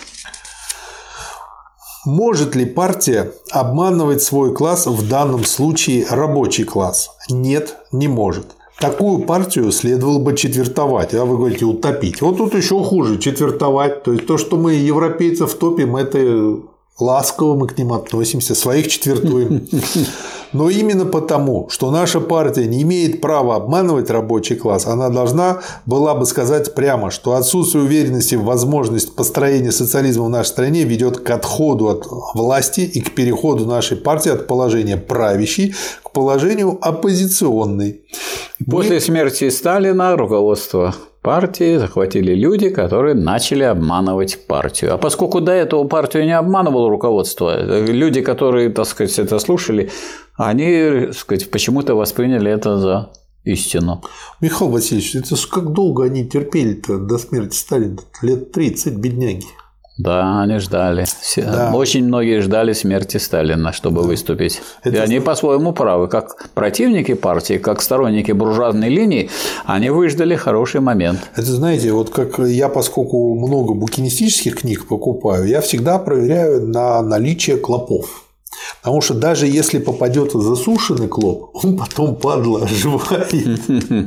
Может ли партия обманывать свой класс, в данном случае рабочий класс? Нет, не может. Такую партию следовало бы четвертовать, а вы говорите утопить. Вот тут еще хуже четвертовать. То есть то, что мы европейцев топим, это ласково мы к ним относимся, своих четвертуем. Но именно потому, что наша партия не имеет права обманывать рабочий класс, она должна была бы сказать прямо, что отсутствие уверенности в возможность построения социализма в нашей стране ведет к отходу от власти и к переходу нашей партии от положения правящей к положению оппозиционной. После Мы... смерти Сталина руководство партии захватили люди, которые начали обманывать партию. А поскольку до этого партию не обманывало руководство, люди, которые, так сказать, это слушали, они, так сказать, почему-то восприняли это за истину. Михаил Васильевич, это ж как долго они терпели-то до смерти Сталина? Лет тридцать, бедняги. Да, они ждали. Да. Очень многие ждали смерти Сталина, чтобы да. выступить. Это... И они по-своему правы. Как противники партии, как сторонники буржуазной линии, они выждали хороший момент. Это, знаете, вот как я, поскольку много букинистических книг покупаю, я всегда проверяю на наличие клопов. Потому что даже если попадет засушенный клоп, он потом, падла, оживает.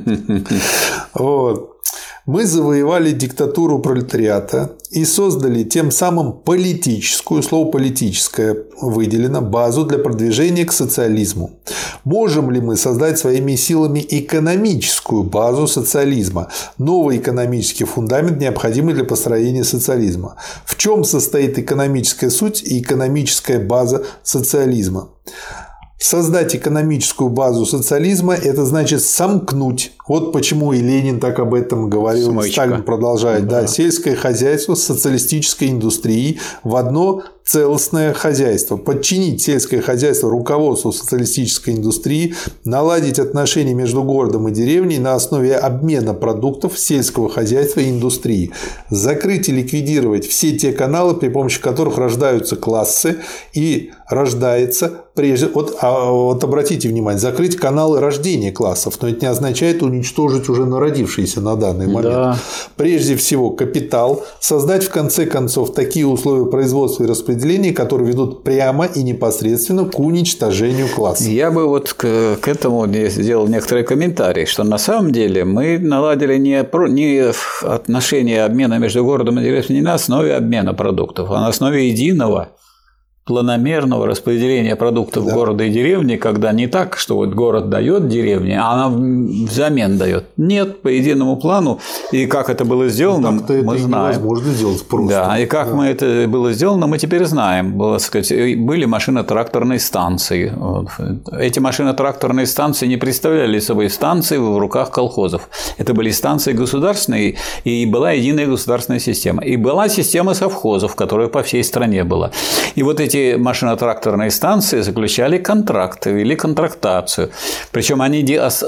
Вот. Мы завоевали диктатуру пролетариата и создали тем самым политическую, слово «политическое» выделено, базу для продвижения к социализму. Можем ли мы создать своими силами экономическую базу социализма, новый экономический фундамент, необходимый для построения социализма? В чем состоит экономическая суть и экономическая база социализма? Создать экономическую базу социализма – это значит сомкнуть. Вот почему и Ленин так об этом говорил, Смычка. Сталин продолжает. Да. Да, сельское хозяйство с социалистической индустрией в одно целостное хозяйство. Подчинить сельское хозяйство руководству социалистической индустрии, наладить отношения между городом и деревней на основе обмена продуктов сельского хозяйства и индустрии. Закрыть и ликвидировать все те каналы, при помощи которых рождаются классы и рождается прежде... Вот, а, вот обратите внимание, закрыть каналы рождения классов, но это не означает уничтожить уже народившиеся на данный момент. Да. Прежде всего капитал, создать в конце концов такие условия производства и распределения, которые ведут прямо и непосредственно к уничтожению класса. Я бы вот к, к этому сделал некоторые комментарии, что на самом деле мы наладили не, не отношения обмена между городом и деревней не на основе обмена продуктов, а на основе единого планомерного распределения продуктов да. города и деревни, когда не так, что вот город дает деревне, а она взамен дает. Нет, по единому плану. И как это было сделано, ну, мы это знаем. Невозможно сделать просто. Да, и как да. мы это было сделано, мы теперь знаем. Было, сказать, были машино-тракторные станции. Эти машино-тракторные станции не представляли собой станции в руках колхозов. Это были станции государственные, и была единая государственная система. И была система совхозов, которая по всей стране была. И вот эти машино-тракторные станции заключали контракты, вели контрактацию. Причем они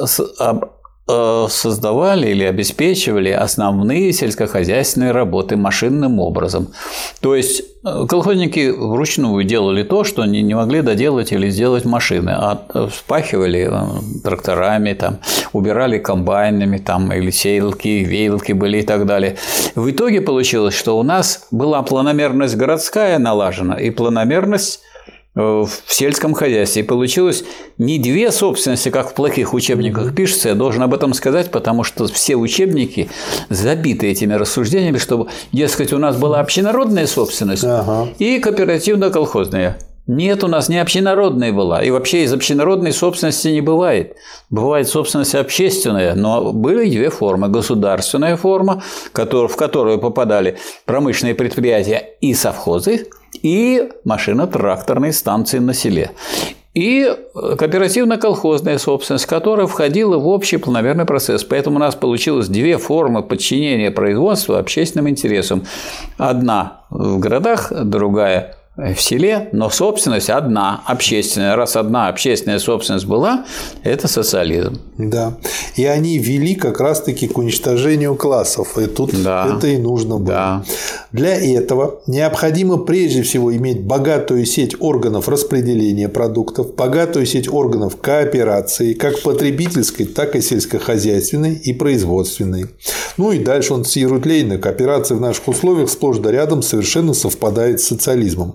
создавали или обеспечивали основные сельскохозяйственные работы машинным образом. То есть колхозники вручную делали то, что они не могли доделать или сделать машины, а вспахивали тракторами, там, убирали комбайнами, там, или сеялки, веялки были и так далее. В итоге получилось, что у нас была планомерность городская налажена и планомерность в сельском хозяйстве. И получилось не две собственности, как в плохих учебниках пишется, я должен об этом сказать, потому что все учебники забиты этими рассуждениями, чтобы, дескать, у нас была общенародная собственность ага. и кооперативно-колхозная. Нет, у нас не общенародная была. И вообще из общенародной собственности не бывает. Бывает собственность общественная, но были две формы. Государственная форма, в которую попадали промышленные предприятия и совхозы, и машино-тракторные станции на селе. И кооперативно-колхозная собственность, которая входила в общий планомерный процесс. Поэтому у нас получилось две формы подчинения производства общественным интересам. Одна в городах, другая в селе, но собственность одна, общественная. Раз одна общественная собственность была, это социализм. Да. И они вели как раз-таки к уничтожению классов. И тут да. это и нужно было. Да. Для этого необходимо прежде всего иметь богатую сеть органов распределения продуктов, богатую сеть органов кооперации, как потребительской, так и сельскохозяйственной и производственной. Ну и дальше он цитирует Ленина: кооперация в наших условиях сплошь да рядом совершенно совпадает с социализмом.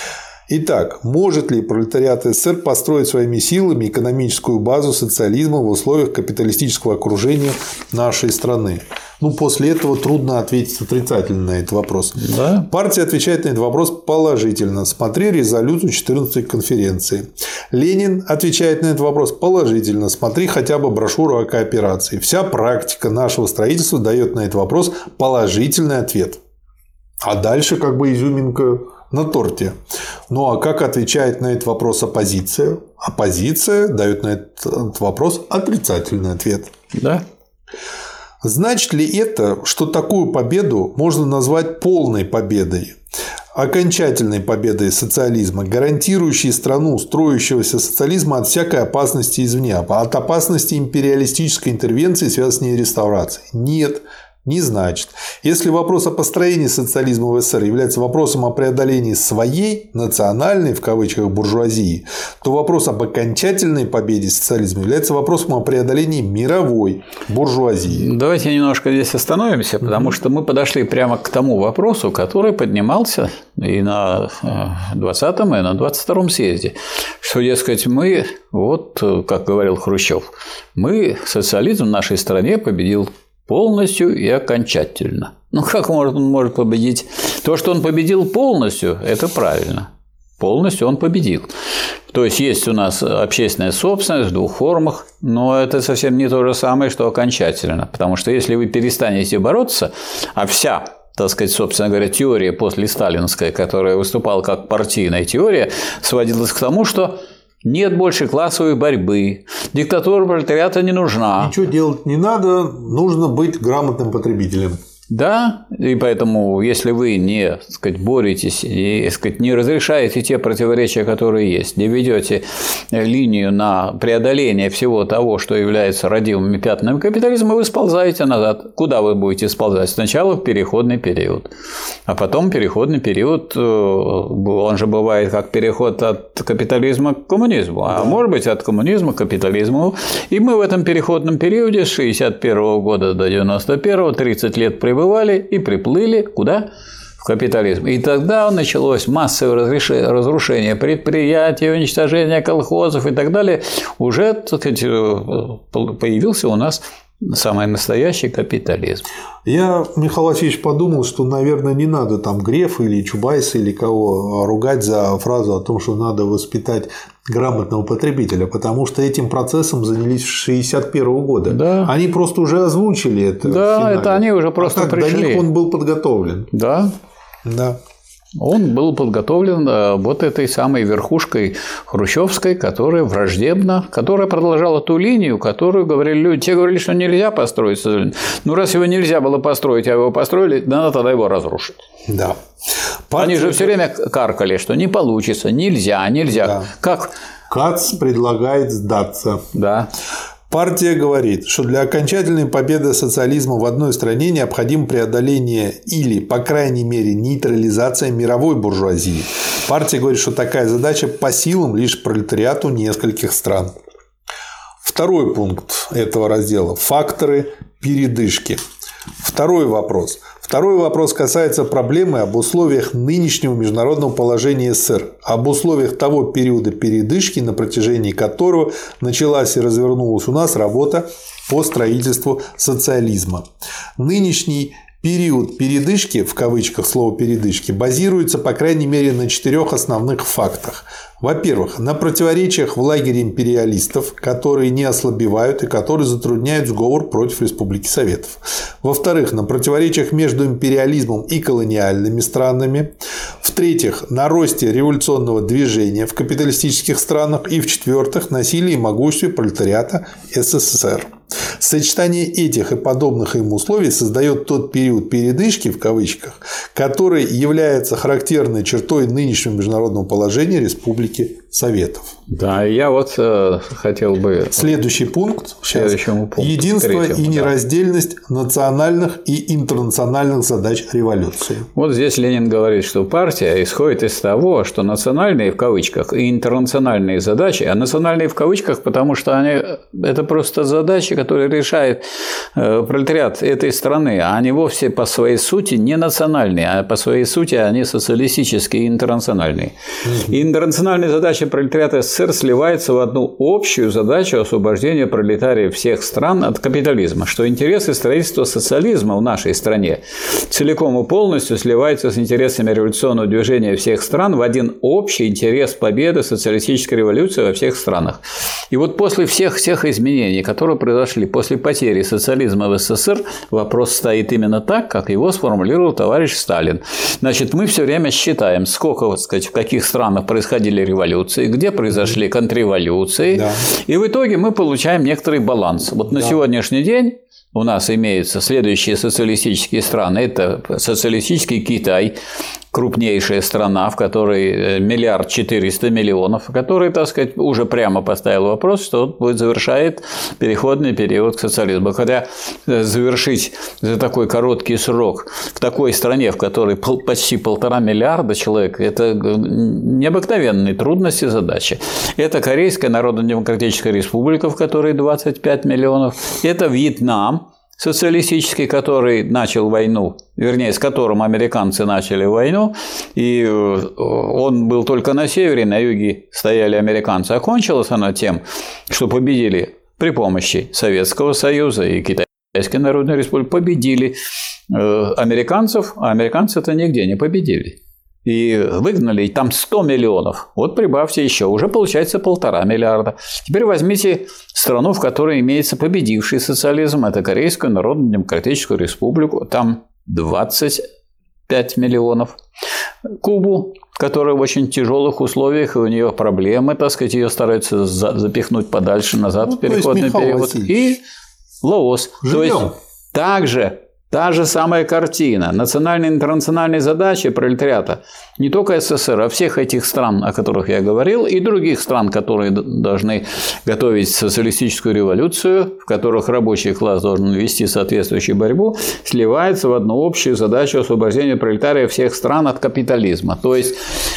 Итак, может ли пролетариат СССР построить своими силами экономическую базу социализма в условиях капиталистического окружения нашей страны? Ну, после этого трудно ответить отрицательно на этот вопрос. Да. Партия отвечает на этот вопрос положительно. Смотри резолюцию четырнадцатой конференции. Ленин отвечает на этот вопрос положительно. Смотри хотя бы брошюру о кооперации. Вся практика нашего строительства дает на этот вопрос положительный ответ. А дальше как бы изюминка на торте. Ну а как отвечает на этот вопрос оппозиция? Оппозиция дает на этот вопрос отрицательный ответ. Да. Значит ли это, что такую победу можно назвать полной победой? Окончательной победой социализма, гарантирующей страну строящегося социализма от всякой опасности извне, от опасности империалистической интервенции, связанной с ней реставрацией? Нет. Не значит. Если вопрос о построении социализма в СССР является вопросом о преодолении своей национальной, в кавычках, буржуазии, то вопрос об окончательной победе социализма является вопросом о преодолении мировой буржуазии. Давайте немножко здесь остановимся, потому что мы подошли прямо к тому вопросу, который поднимался и на двадцатом, и на двадцать втором съезде, что, дескать, мы, вот как говорил Хрущев, мы социализм в нашей стране победил полностью и окончательно. Ну, как может, он может победить? То, что он победил полностью, это правильно. Полностью он победил. То есть, есть у нас общественная собственность в двух формах, но это совсем не то же самое, что окончательно. Потому что если вы перестанете бороться, а вся, так сказать, собственно говоря, теория после сталинская, которая выступала как партийная теория, сводилась к тому, что нет больше классовой борьбы, диктатура пролетариата не нужна. Ничего делать не надо, нужно быть грамотным потребителем. Да, и поэтому, если вы не, так сказать, боретесь и, так сказать, не разрешаете те противоречия, которые есть, не ведете линию на преодоление всего того, что является родимыми пятнами капитализма, вы сползаете назад. Куда вы будете сползать? Сначала в переходный период, а потом переходный период, он же бывает как переход от капитализма к коммунизму, а да. может быть от коммунизма к капитализму. И мы в этом переходном периоде с шестьдесят первого года до девяносто первого тридцать лет пребывали и приплыли куда? В капитализм. И тогда началось массовое разрушение предприятий, уничтожение колхозов и так далее. Уже, так сказать, появился у нас самый настоящий капитализм. Я, Михаил Васильевич, подумал, что, наверное, не надо там Грефа или Чубайса или кого ругать за фразу о том, что надо воспитать грамотного потребителя, потому что этим процессом занялись с шестьдесят первого года. Да. Они просто уже озвучили это. Да, это они уже просто а так, пришли. До них он был подготовлен. Да. Да. Он был подготовлен вот этой самой верхушкой хрущевской, которая враждебна, которая продолжала ту линию, которую говорили люди. Те говорили, что нельзя построить социализм. Ну, раз его нельзя было построить, а его построили, надо тогда его разрушить. Да. Партия... Они же все время каркали, что не получится, нельзя, нельзя. Да. Как? Кац предлагает сдаться. Да. Партия говорит, что для окончательной победы социализма в одной стране необходимо преодоление или, по крайней мере, нейтрализация мировой буржуазии. Партия говорит, что такая задача по силам лишь пролетариату нескольких стран. Второй пункт этого раздела – факторы передышки. Второй вопрос. Второй вопрос касается проблемы об условиях нынешнего международного положения СССР, об условиях того периода передышки, на протяжении которого началась и развернулась у нас работа по строительству социализма. Нынешний период передышки, в кавычках слово передышки, базируется, по крайней мере, на четырех основных фактах. Во-первых, на противоречиях в лагере империалистов, которые не ослабевают и которые затрудняют сговор против Республики Советов. Во-вторых, на противоречиях между империализмом и колониальными странами. В-третьих, на росте революционного движения в капиталистических странах. И в-четвертых, на силе и могуществе пролетариата СССР. Сочетание этих и подобных им условий создает тот период передышки, в кавычках, который является характерной чертой нынешнего международного положения Республики Советов. Да, я вот э, хотел бы... Следующий пункт. Следующему пункту. Единство Третьему, и нераздельность да. национальных и интернациональных задач революции. Вот здесь Ленин говорит, что партия исходит из того, что национальные в кавычках и интернациональные задачи, а национальные в кавычках, потому что они это просто задачи, которые решает пролетариат этой страны, а они вовсе по своей сути не национальные, а по своей сути они социалистические и интернациональные. И интернациональные задачи пролетариата СССР сливаются в одну общую задачу освобождения пролетариев всех стран от капитализма, что интересы строительства социализма в нашей стране целиком и полностью сливаются с интересами революционного движения всех стран в один общий интерес победы социалистической революции во всех странах. И вот после всех всех изменений, которые произошли после потери социализма в СССР, вопрос стоит именно так, как его сформулировал товарищ Сталин. Значит, мы все время считаем, сколько, вот сказать, в каких странах происходили революции, где произошли контрреволюции, да. И в итоге мы получаем некоторый баланс. Вот на да. сегодняшний день у нас имеются следующие социалистические страны. Это социалистический Китай, крупнейшая страна, в которой миллиард четыреста миллионов, который, так сказать, уже прямо поставил вопрос, что он будет завершает переходный период к социализму. Хотя завершить за такой короткий срок в такой стране, в которой почти полтора миллиарда человек, это необыкновенные трудности, задачи. Это Корейская Народно-Демократическая Республика, в которой двадцать пять миллионов. Это Вьетнам социалистический, который начал войну, вернее, с которым американцы начали войну, и он был только на севере, на юге стояли американцы. Окончилась она тем, что победили при помощи Советского Союза и Китайской Народной Республики, победили американцев, а американцы-то нигде не победили. И выгнали там сто миллионов. Вот прибавьте еще, уже получается полтора миллиарда. Теперь возьмите страну, в которой имеется победивший социализм, это Корейскую Народно-Демократическую Республику, там двадцать пять миллионов. Кубу, которая в очень тяжелых условиях, и у нее проблемы, так сказать, ее стараются запихнуть подальше назад ну, в переходный период. Васильевич. И Лаос. Живем. То есть также та же самая картина. Национальные и интернациональные задачи пролетариата не только СССР, а всех этих стран, о которых я говорил, и других стран, которые должны готовить социалистическую революцию, в которых рабочий класс должен вести соответствующую борьбу, сливается в одну общую задачу освобождения пролетария всех стран от капитализма. То есть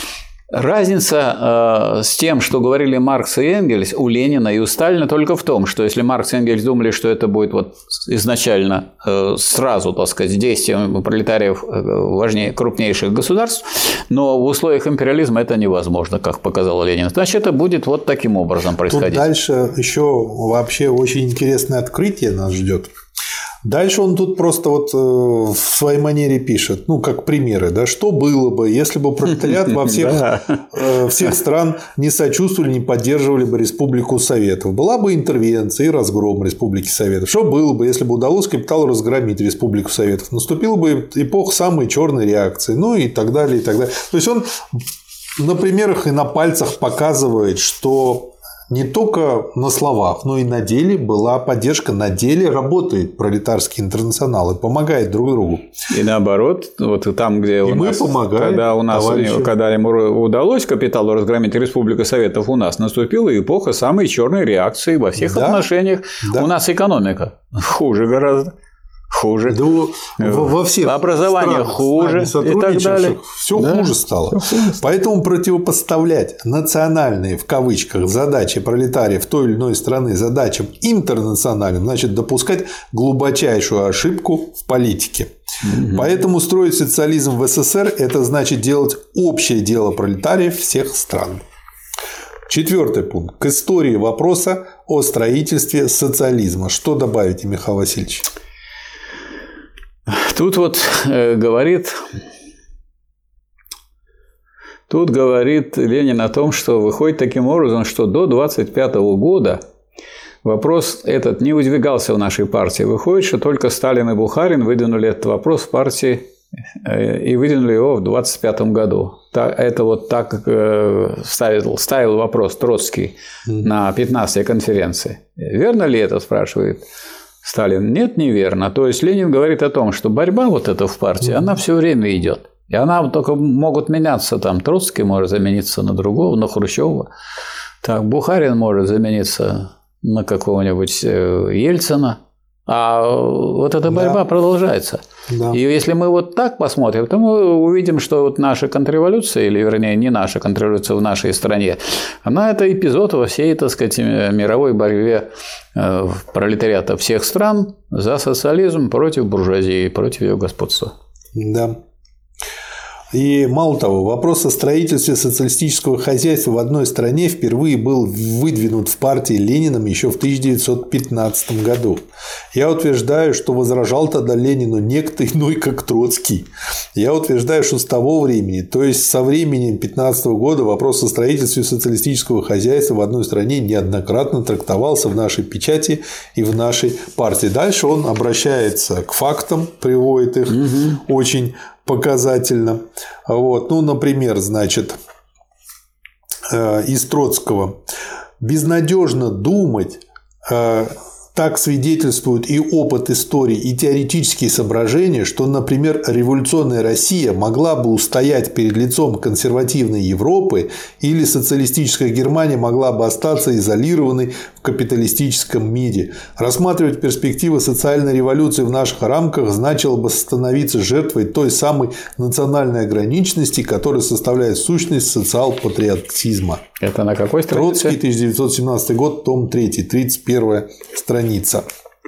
разница э, с тем, что говорили Маркс и Энгельс у Ленина и у Сталина, только в том, что если Маркс и Энгельс думали, что это будет вот изначально э, сразу, так сказать, действием пролетариев э, важнее крупнейших государств, но в условиях империализма это невозможно, как показал Ленин. Значит, это будет вот таким образом происходить. Тут дальше еще вообще очень интересное открытие нас ждет. Дальше он тут просто вот в своей манере пишет, ну, как примеры, да, что было бы, если бы пролетариат во всех, всех стран не сочувствовали, не поддерживали бы Республику Советов. Была бы интервенция и разгром Республики Советов. Что было бы, если бы удалось капиталу разгромить Республику Советов? Наступила бы эпоха самой черной реакции, ну и так далее, и так далее. То есть он на примерах и на пальцах показывает, что не только на словах, но и на деле была поддержка, на деле работает пролетарский интернационал и помогает друг другу. И наоборот, вот там, где и у мы нас, помогаем, когда у нас, товарищи. Когда ему удалось капиталу разгромить Республику Советов, у нас наступила эпоха самой черной реакции во всех да, отношениях. Да. У нас экономика хуже гораздо. хуже. Да, во всех образование хуже и так далее. Все да? хуже стало. Все хуже. Поэтому противопоставлять национальные, в кавычках, задачи пролетариев той или иной страны задачам интернациональным, значит допускать глубочайшую ошибку в политике. Угу. Поэтому строить социализм в СССР – это значит делать общее дело пролетариев всех стран. Четвертый пункт. К истории вопроса о строительстве социализма. Что добавите, Михаил Васильевич? Тут вот э, говорит, тут говорит Ленин о том, что выходит таким образом, что до двадцать пятого года вопрос этот не выдвигался в нашей партии. Выходит, что только Сталин и Бухарин выдвинули этот вопрос в партии и выдвинули его в двадцать пятом году. Это вот так ставил, ставил вопрос Троцкий на пятнадцатой конференции. Верно ли это, спрашивает Сталин? Нет, неверно. То есть Ленин говорит о том, что борьба вот эта в партии, она все время идет. И она только могут меняться. Там Троцкий может замениться на другого, на Хрущева. Так, Бухарин может замениться на какого-нибудь Ельцина. А вот эта борьба да. продолжается. Да. И если мы вот так посмотрим, то мы увидим, что вот наша контрреволюция, или вернее не наша контрреволюция в нашей стране, она это эпизод во всей, так сказать, мировой борьбе пролетариата всех стран за социализм против буржуазии, против ее господства. Да. И мало того, вопрос о строительстве социалистического хозяйства в одной стране впервые был выдвинут в партии Лениным еще в тысяча девятьсот пятнадцатом году. Я утверждаю, что возражал тогда Ленину некто иной, как Троцкий. Я утверждаю, что с того времени, то есть со временем пятнадцатого года, вопрос о строительстве социалистического хозяйства в одной стране неоднократно трактовался в нашей печати и в нашей партии. Дальше он обращается к фактам, приводит их угу. очень показательно. Вот. Ну, например, значит, из Троцкого. Безнадежно думать, так свидетельствует и опыт истории, и теоретические соображения, что, например, революционная Россия могла бы устоять перед лицом консервативной Европы, или социалистическая Германия могла бы остаться изолированной в капиталистическом мире. Рассматривать перспективы социальной революции в наших рамках значило бы становиться жертвой той самой национальной ограниченности, которая составляет сущность социал-патриотизма. Это на какой странице? Троцкий, тысяча девятьсот семнадцатый год, том три, тридцать первая страница.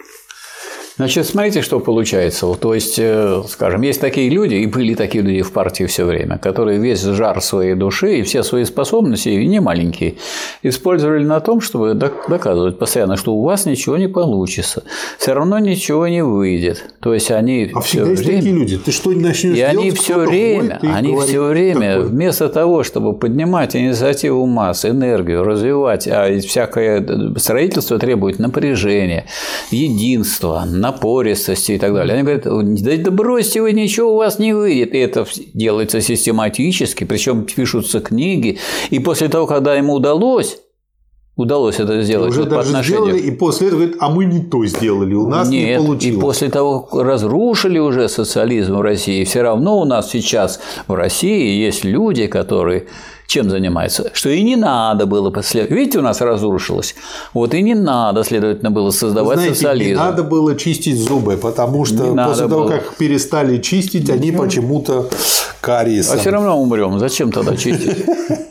Значит, смотрите, что получается. То есть, скажем, есть такие люди, и были такие люди в партии все время, которые весь жар своей души и все свои способности, и не маленькие, использовали на том, чтобы доказывать постоянно, что у вас ничего не получится, все равно ничего не выйдет. То есть они а всегда есть время... такие люди. Ты что не начнешь и делать? они все время, они все время, такое. Вместо того, чтобы поднимать инициативу масс, энергию, развивать, а всякое строительство требует напряжения, единства, напористости и так далее. Они говорят, да, да бросьте вы, ничего у вас не выйдет. И это делается систематически, причем пишутся книги. И после того, когда ему удалось, удалось это сделать уже вот даже по отношению... сделали, и после этого говорят, а мы не то сделали, у нас Нет, не получилось. И после того, как разрушили уже социализм в России, все равно у нас сейчас в России есть люди, которые чем занимаются? Что и не надо было последовать. Видите, у нас разрушилось. Вот и не надо, следовательно, было создавать Знаете, социализм. Не надо было чистить зубы, потому что не после того, было. Как перестали чистить, они ну, почему-то кариесом. А все равно умрем. Зачем тогда чистить?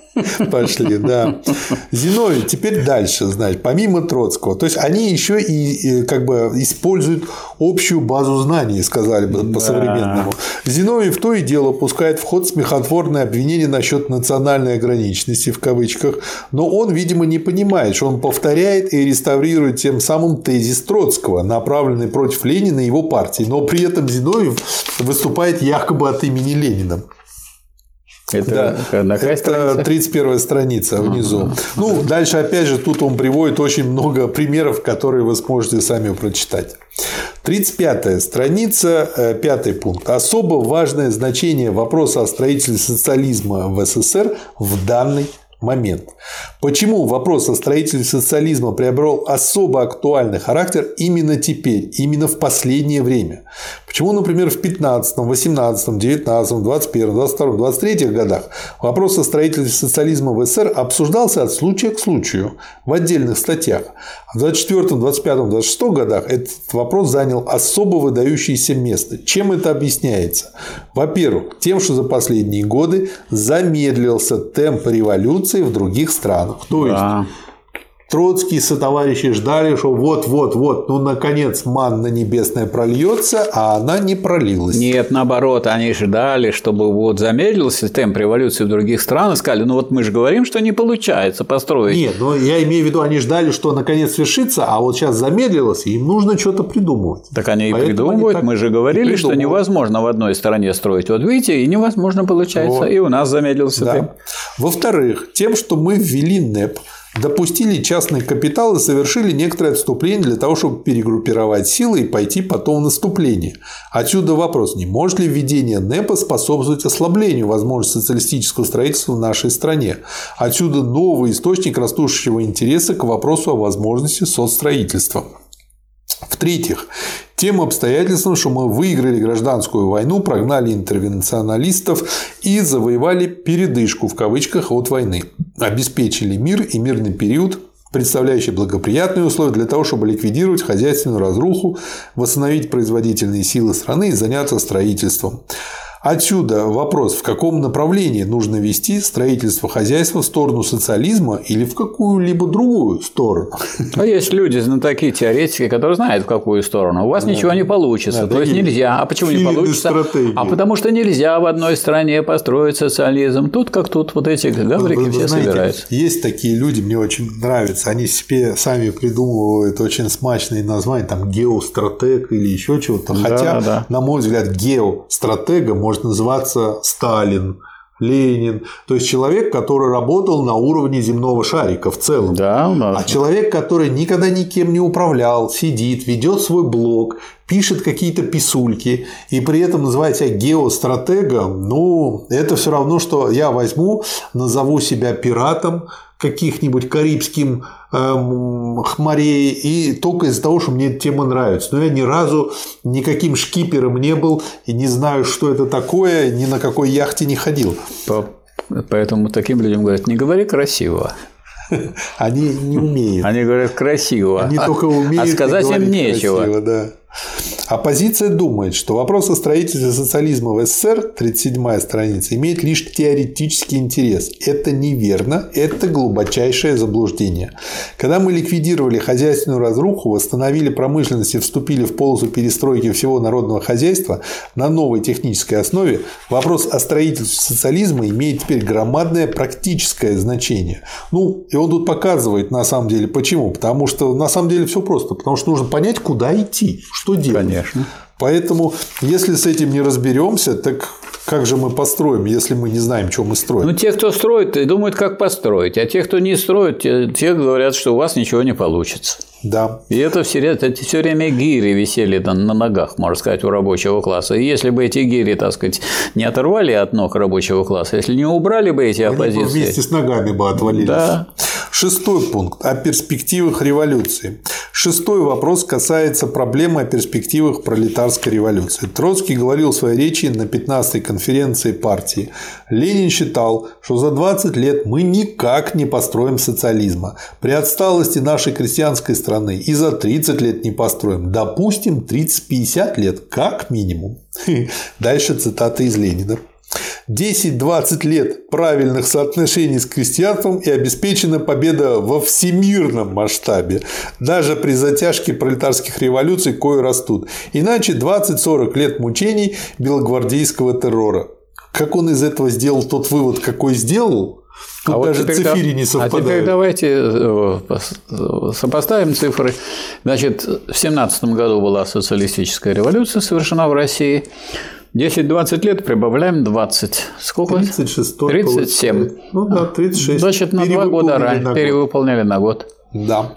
Пошли, да. Зиновий, теперь дальше, значит, помимо Троцкого. То есть они еще и как бы используют общую базу знаний, сказали бы по-современному. Да. Зиновий в то и дело пускает в ход смехотворное обвинение насчет национальной ограниченности в кавычках, но он, видимо, не понимает, что он повторяет и реставрирует тем самым тезис Троцкого, направленный против Ленина и его партии, но при этом Зиновий выступает якобы от имени Ленина. Это, да, это тридцать первая страница внизу. Ага. Ну, дальше, опять же, тут он приводит очень много примеров, которые вы сможете сами прочитать. тридцать пятая страница, пятый пункт. Особо важное значение вопроса о строительстве социализма в СССР в данный момент. Почему вопрос о строительстве социализма приобрел особо актуальный характер именно теперь, именно в последнее время? Почему, например, в пятнадцатом, восемнадцатом, девятнадцатом, двадцать первом, двадцать втором, двадцать третьем годах вопрос о строительстве социализма в СССР обсуждался от случая к случаю в отдельных статьях. А в двадцать четвёртом, двадцать пятом, двадцать шестом годах этот вопрос занял особо выдающееся место. Чем это объясняется? Во-первых, тем, что за последние годы замедлился темп революции в других странах. То есть да. Троцкий со товарищи ждали, что вот-вот-вот, ну, наконец, манна небесная прольется, а она не пролилась. Нет, наоборот, они ждали, чтобы вот замедлился темп революции в других странах, сказали, ну, вот мы же говорим, что не получается построить. Нет, но я имею в виду, они ждали, что наконец свершится, а вот сейчас замедлилось, и им нужно что-то придумывать. Так они и Поэтому придумывают, они мы же говорили, что невозможно в одной стране строить. Вот видите, и невозможно получается, вот. И у нас замедлился да. темп. Во-вторых, тем, что мы ввели НЭП, допустили частный капитал и совершили некоторые отступления для того, чтобы перегруппировать силы и пойти потом в наступление. Отсюда вопрос, не может ли введение НЭПа способствовать ослаблению возможности социалистического строительства в нашей стране. Отсюда новый источник растущего интереса к вопросу о возможности соцстроительства. В-третьих, тем обстоятельством, что мы выиграли гражданскую войну, прогнали интервенционалистов и завоевали «передышку» в кавычках от войны, обеспечили мир и мирный период, представляющий благоприятные условия для того, чтобы ликвидировать хозяйственную разруху, восстановить производительные силы страны и заняться строительством. Отсюда вопрос, в каком направлении нужно вести строительство хозяйства в сторону социализма или в какую-либо другую сторону. А есть люди, знатоки, теоретики, которые знают, в какую сторону. У вас да. ничего не получится. Да, То есть нельзя. А почему не получится? Стратегии. А потому что нельзя в одной стране построить социализм. Тут как тут вот эти гаврики вы, все знаете, собираются. Есть такие люди, мне очень нравятся. Они себе сами придумывают очень смачные названия, там геостратег или еще чего-то. Хотя, да, да. на мой взгляд, геостратегом может называться Сталин, Ленин. То есть человек, который работал на уровне земного шарика в целом. Да, да. А человек, который никогда никем не управлял, сидит, ведет свой блог, пишет какие-то писульки и при этом называет себя геостратегом, ну, это все равно, что я возьму, назову себя пиратом каких-нибудь карибским эм, хмарей и только из-за того, что мне эта тема нравится. Но я ни разу никаким шкипером не был и не знаю, что это такое, ни на какой яхте не ходил. Поэтому таким людям говорят, не говори красиво. Они не умеют. Они говорят красиво. Они только умеют а сказать им нечего. Красиво, да. Оппозиция думает, что вопрос о строительстве социализма в СССР, тридцать седьмая страница, имеет лишь теоретический интерес. Это неверно, это глубочайшее заблуждение. Когда мы ликвидировали хозяйственную разруху, восстановили промышленность и вступили в полосу перестройки всего народного хозяйства на новой технической основе, вопрос о строительстве социализма имеет теперь громадное практическое значение. Ну, и он тут показывает, на самом деле, почему. Потому что, на самом деле, все просто. Потому что нужно понять, куда идти, что делать. Конечно. Поэтому, если с этим не разберемся, так как же мы построим, если мы не знаем, что мы строим? Ну, те, кто строит, думают, как построить. А те, кто не строит, те, те говорят, что у вас ничего не получится. Да. И это все, это все время гири висели на, на ногах, можно сказать, у рабочего класса. И если бы эти гири, так сказать, не оторвали от ног рабочего класса, если не убрали бы эти оппозиции… Они бы вместе с ногами бы отвалились. Да. Шестой пункт о перспективах революции. Шестой вопрос касается проблемы о перспективах пролетарской революции. Троцкий говорил в своей речи на пятнадцатой конференции партии. Ленин считал, что за двадцать лет мы никак не построим социализма. При отсталости нашей крестьянской страны и за тридцать лет не построим. Допустим, тридцать-пятьдесят лет как минимум. Дальше цитата из Ленина. десять-двадцать лет правильных соотношений с крестьянством и обеспечена победа во всемирном масштабе, даже при затяжке пролетарских революций, кои растут. Иначе двадцать-сорок лет мучений белогвардейского террора. Как он из этого сделал тот вывод, какой сделал? Тут а даже вот цифири не совпадают. А теперь давайте сопоставим цифры. Значит, в семнадцатом году была социалистическая революция совершена в России. десять-двадцать лет прибавляем двадцать. Сколько? тридцать шесть. тридцать семь. Ну да, тридцать шесть. Значит, на два года раньше перевыполняли на год. Да.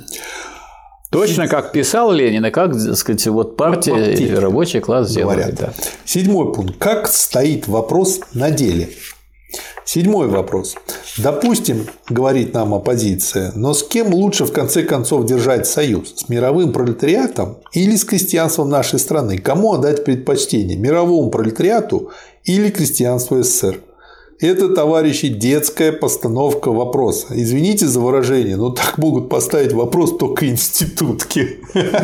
Точно как писал Ленин, и как, так сказать, вот партия и рабочий класс сделали. Да. Седьмой пункт. Как стоит вопрос на деле? Седьмой вопрос. Допустим, говорит нам оппозиция, но с кем лучше в конце концов держать союз? С мировым пролетариатом или с крестьянством нашей страны? Кому отдать предпочтение? Мировому пролетариату или крестьянству СССР? Это, товарищи, детская постановка вопроса. Извините за выражение, но так могут поставить вопрос только институтки.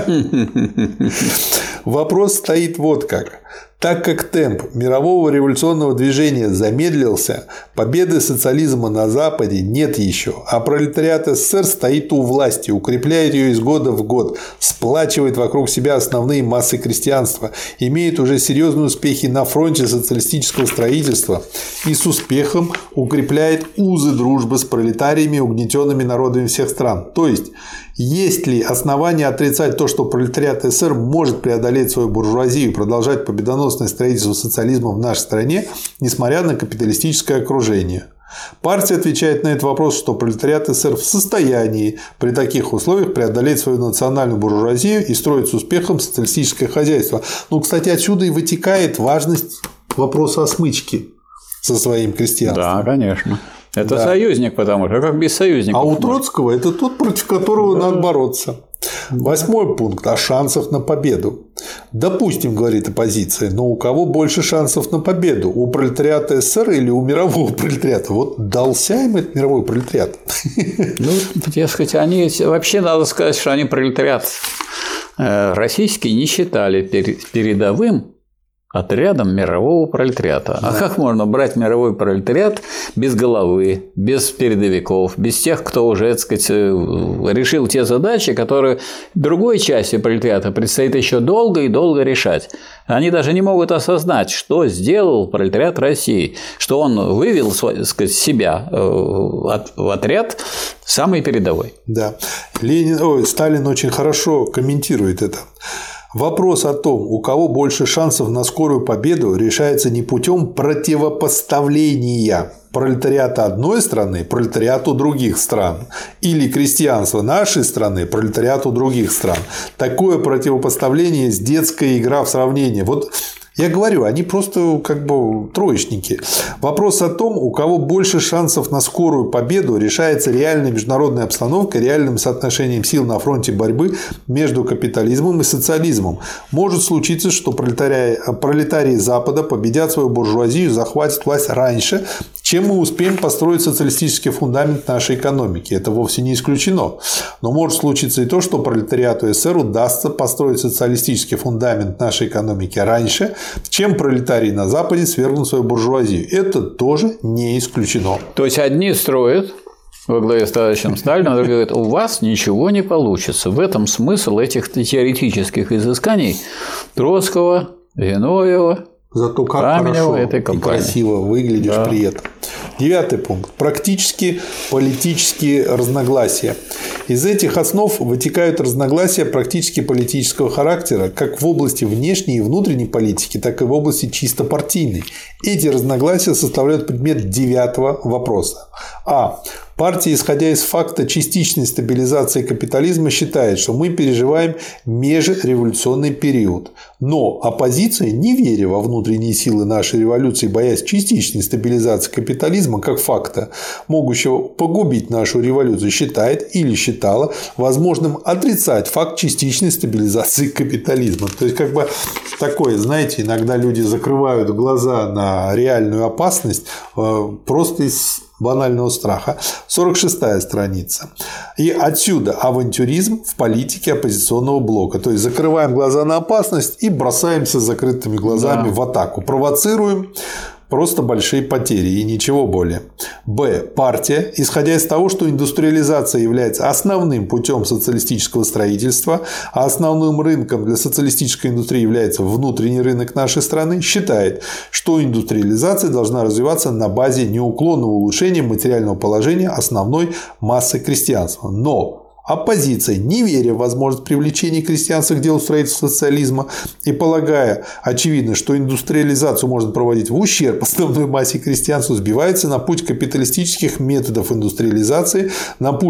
Вопрос стоит вот как. Так как темп мирового революционного движения замедлился, победы социализма на Западе нет еще, а пролетариат СССР стоит у власти, укрепляет ее из года в год, сплачивает вокруг себя основные массы крестьянства, имеет уже серьезные успехи на фронте социалистического строительства и с успехом укрепляет узы дружбы с пролетариями и угнетенными народами всех стран. То есть, есть ли основания отрицать то, что пролетариат СССР может преодолеть свою буржуазию и продолжать победоносное строительство социализма в нашей стране, несмотря на капиталистическое окружение? Партия отвечает на этот вопрос, что пролетариат СССР в состоянии при таких условиях преодолеть свою национальную буржуазию и строить с успехом социалистическое хозяйство. Ну, кстати, отсюда и вытекает важность вопроса о смычке со своим крестьянством. Да, конечно. Это да. Союзник, потому что как без союзников. А у Троцкого это тот, против которого да. надо бороться. Восьмой пункт о шансах на победу. Допустим, говорит оппозиция, но у кого больше шансов на победу? У пролетариата СССР или у мирового пролетариата? Вот дался им этот мировой пролетариат. Ну, дескать, они вообще надо сказать, что они пролетариат российский не считали передовым отрядом мирового пролетариата. Да. А как можно брать мировой пролетариат без головы, без передовиков, без тех, кто уже, так сказать, решил те задачи, которые другой части пролетариата предстоит еще долго и долго решать. Они даже не могут осознать, что сделал пролетариат России, что он вывел, так сказать, себя в отряд самый передовой. Да. Ленин, ой, Сталин очень хорошо комментирует это. Вопрос о том, у кого больше шансов на скорую победу, решается не путем противопоставления пролетариата одной страны пролетариату других стран или крестьянства нашей страны пролетариату других стран. Такое противопоставление есть детская игра в сравнение. Вот я говорю, они просто как бы троечники. Вопрос о том, у кого больше шансов на скорую победу, решается реальной международной обстановкой, реальным соотношением сил на фронте борьбы между капитализмом и социализмом. Может случиться, что пролетарии, пролетарии Запада победят свою буржуазию и захватят власть раньше, чем мы успеем построить социалистический фундамент нашей экономики. Это вовсе не исключено. Но может случиться и то, что пролетариату СССР удастся построить социалистический фундамент нашей экономики раньше, чем пролетарии на Западе свергнут свою буржуазию. Это тоже не исключено. То есть одни строят во главе с товарищем Сталином, другие говорят, у вас ничего не получится. В этом смысл этих теоретических изысканий Троцкого, Зиновьева, Зато как Каменева, хорошо этой и красиво выглядишь да. при этом. Девятый пункт. Практически политические разногласия. Из этих основ вытекают разногласия практически политического характера как в области внешней и внутренней политики, так и в области чисто партийной. Эти разногласия составляют предмет девятого вопроса. А. Партия, исходя из факта частичной стабилизации капитализма, считает, что мы переживаем межреволюционный период. Но оппозиция, не веря во внутренние силы нашей революции, боясь частичной стабилизации капитализма как факта, могущего погубить нашу революцию, считает или считала возможным отрицать факт частичной стабилизации капитализма. То есть, как бы такое, знаете, иногда люди закрывают глаза на реальную опасность просто из банального страха. сорок шестая страница. И отсюда авантюризм в политике оппозиционного блока. То есть, закрываем глаза на опасность и бросаемся с закрытыми глазами да. в атаку. Провоцируем просто большие потери и ничего более. Б. Партия, исходя из того, что индустриализация является основным путем социалистического строительства, а основным рынком для социалистической индустрии является внутренний рынок нашей страны, считает, что индустриализация должна развиваться на базе неуклонного улучшения материального положения основной массы крестьянства. Но оппозиция, не веря в возможность привлечения крестьянства к делу строительства социализма и полагая, очевидно, что индустриализацию можно проводить в ущерб основной массе крестьянства, сбивается на путь капиталистических методов индустриализации, на путь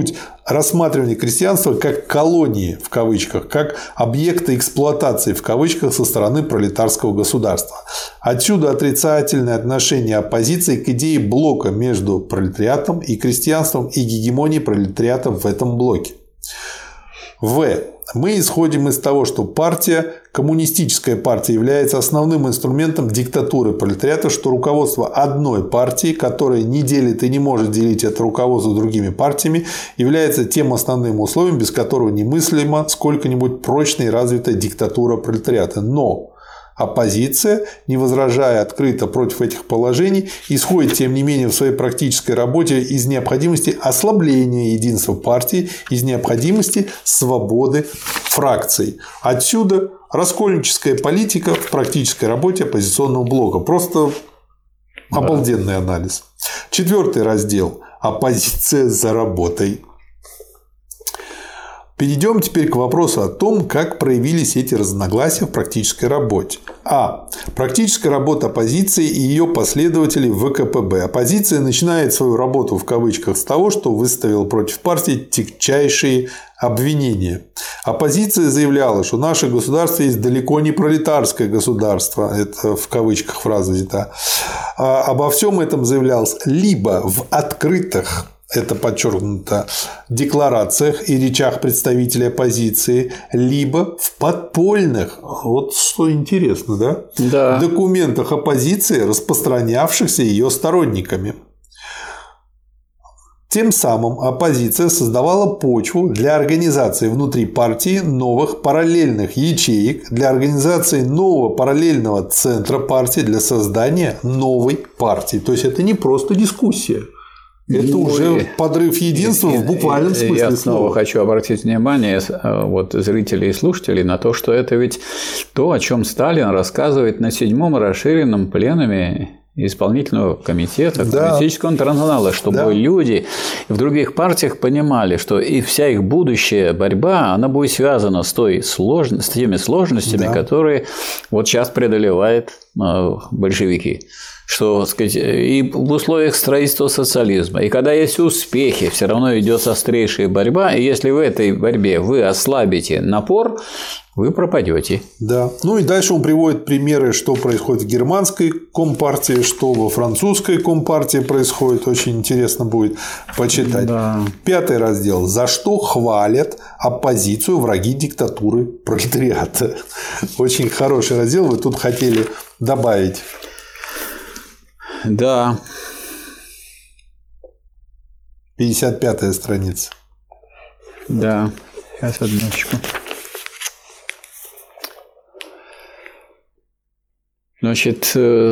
рассматривание крестьянства как колонии, в кавычках, как объекта эксплуатации, в кавычках, со стороны пролетарского государства. Отсюда отрицательное отношение оппозиции к идее блока между пролетариатом и крестьянством и гегемонией пролетариата в этом блоке. В. Мы исходим из того, что партия, коммунистическая партия, является основным инструментом диктатуры пролетариата, что руководство одной партии, которая не делит и не может делить это руководство другими партиями, является тем основным условием, без которого немыслима сколько-нибудь прочная и развитая диктатура пролетариата. Но оппозиция, не возражая открыто против этих положений, исходит, тем не менее, в своей практической работе из необходимости ослабления единства партии, из необходимости свободы фракций. Отсюда раскольническая политика в практической работе оппозиционного блока. Просто обалденный анализ. Четвертый раздел. Оппозиция за работой. Перейдем теперь к вопросу о том, как проявились эти разногласия в практической работе. А. Практическая работа оппозиции и ее последователей в вэ ка пэ бэ. Оппозиция начинает свою работу в кавычках с того, что выставила против партии тягчайшие обвинения. Оппозиция заявляла, что наше государство есть далеко не пролетарское государство. Это в кавычках фраза взята. А обо всем этом заявлялось либо в открытых, это подчеркнуто, декларациях и речах представителей оппозиции, либо в подпольных, вот что интересно, да? Да. Документах оппозиции, распространявшихся ее сторонниками. Тем самым оппозиция создавала почву для организации внутри партии новых параллельных ячеек, для организации нового параллельного центра партии, для создания новой партии. То есть это не просто дискуссия. Это ну, уже подрыв единства и, в буквальном смысле я слова. снова хочу обратить внимание вот, зрителей и слушателей на то, что это ведь то, о чем Сталин рассказывает на седьмом расширенном пленуме исполнительного комитета коммунистического да. интернационала, чтобы да. люди в других партиях понимали, что и вся их будущая борьба, она будет связана с, той слож... с теми сложностями, да. которые вот сейчас преодолевают большевики. Что, сказать, и в условиях строительства социализма, и когда есть успехи, все равно идет острейшая борьба, и если в этой борьбе вы ослабите напор, вы пропадете. Да. Ну и дальше он приводит примеры, что происходит в германской компартии, что во французской компартии происходит. Очень интересно будет почитать. Да. Пятый раздел. За что хвалят оппозицию враги диктатуры пролетариата. Очень хороший раздел. Вы тут хотели добавить. Да. пятьдесят пятая страница. Да. Сейчас, одночку. Значит,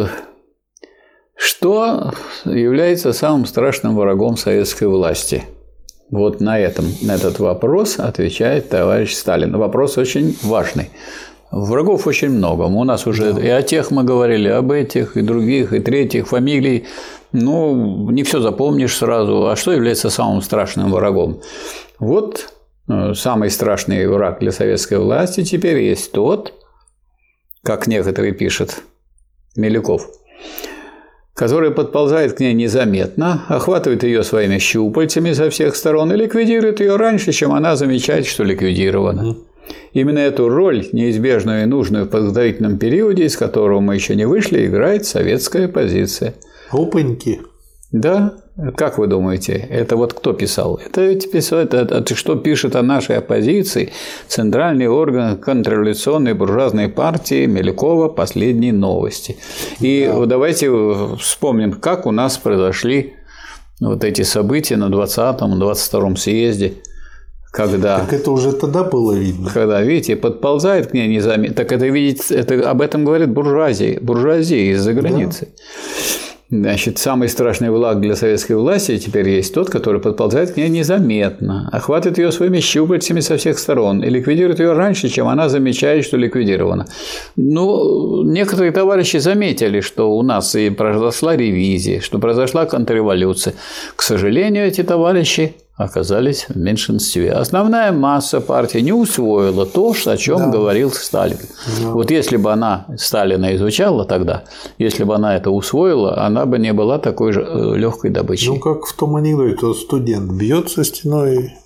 что является самым страшным врагом советской власти? Вот на, этом, на этот вопрос отвечает товарищ Сталин. Вопрос очень важный. Врагов очень много. У нас уже да. и о тех мы говорили, об этих, и других, и третьих фамилий. Ну, не все запомнишь сразу. А что является самым страшным врагом? Вот самый страшный враг для советской власти теперь есть тот, как некоторые пишут, Милюков, который подползает к ней незаметно, охватывает ее своими щупальцами со всех сторон и ликвидирует ее раньше, чем она замечает, что ликвидирована. Именно эту роль, неизбежную и нужную в подготовительном периоде, из которого мы еще не вышли, играет советская оппозиция. Опаньки. Да? Как вы думаете, это вот кто писал? Это ведь писал, это, это что пишет о нашей оппозиции центральный орган контрреволюционной буржуазной партии Милюкова «Последние новости». И да. давайте вспомним, как у нас произошли вот эти события на двадцатом — двадцать втором съезде. Когда, так это уже тогда было видно. Когда, видите, подползает к ней незаметно. Так это, видите, это, об этом говорит буржуазия, буржуазия из-за границы. Да. Значит, самый страшный враг для советской власти теперь есть тот, который подползает к ней незаметно, охватывает ее своими щупальцами со всех сторон и ликвидирует ее раньше, чем она замечает, что ликвидирована. Ну, некоторые товарищи заметили, что у нас и произошла ревизия, что произошла контрреволюция. К сожалению, эти товарищи оказались в меньшинстве. Основная масса партии не усвоила то, о чем да. говорил Сталин. Да. Вот если бы она Сталина изучала тогда, если бы она это усвоила, она бы не была такой же легкой добычей. Ну, как в том анекдоте, тот студент бьется стеной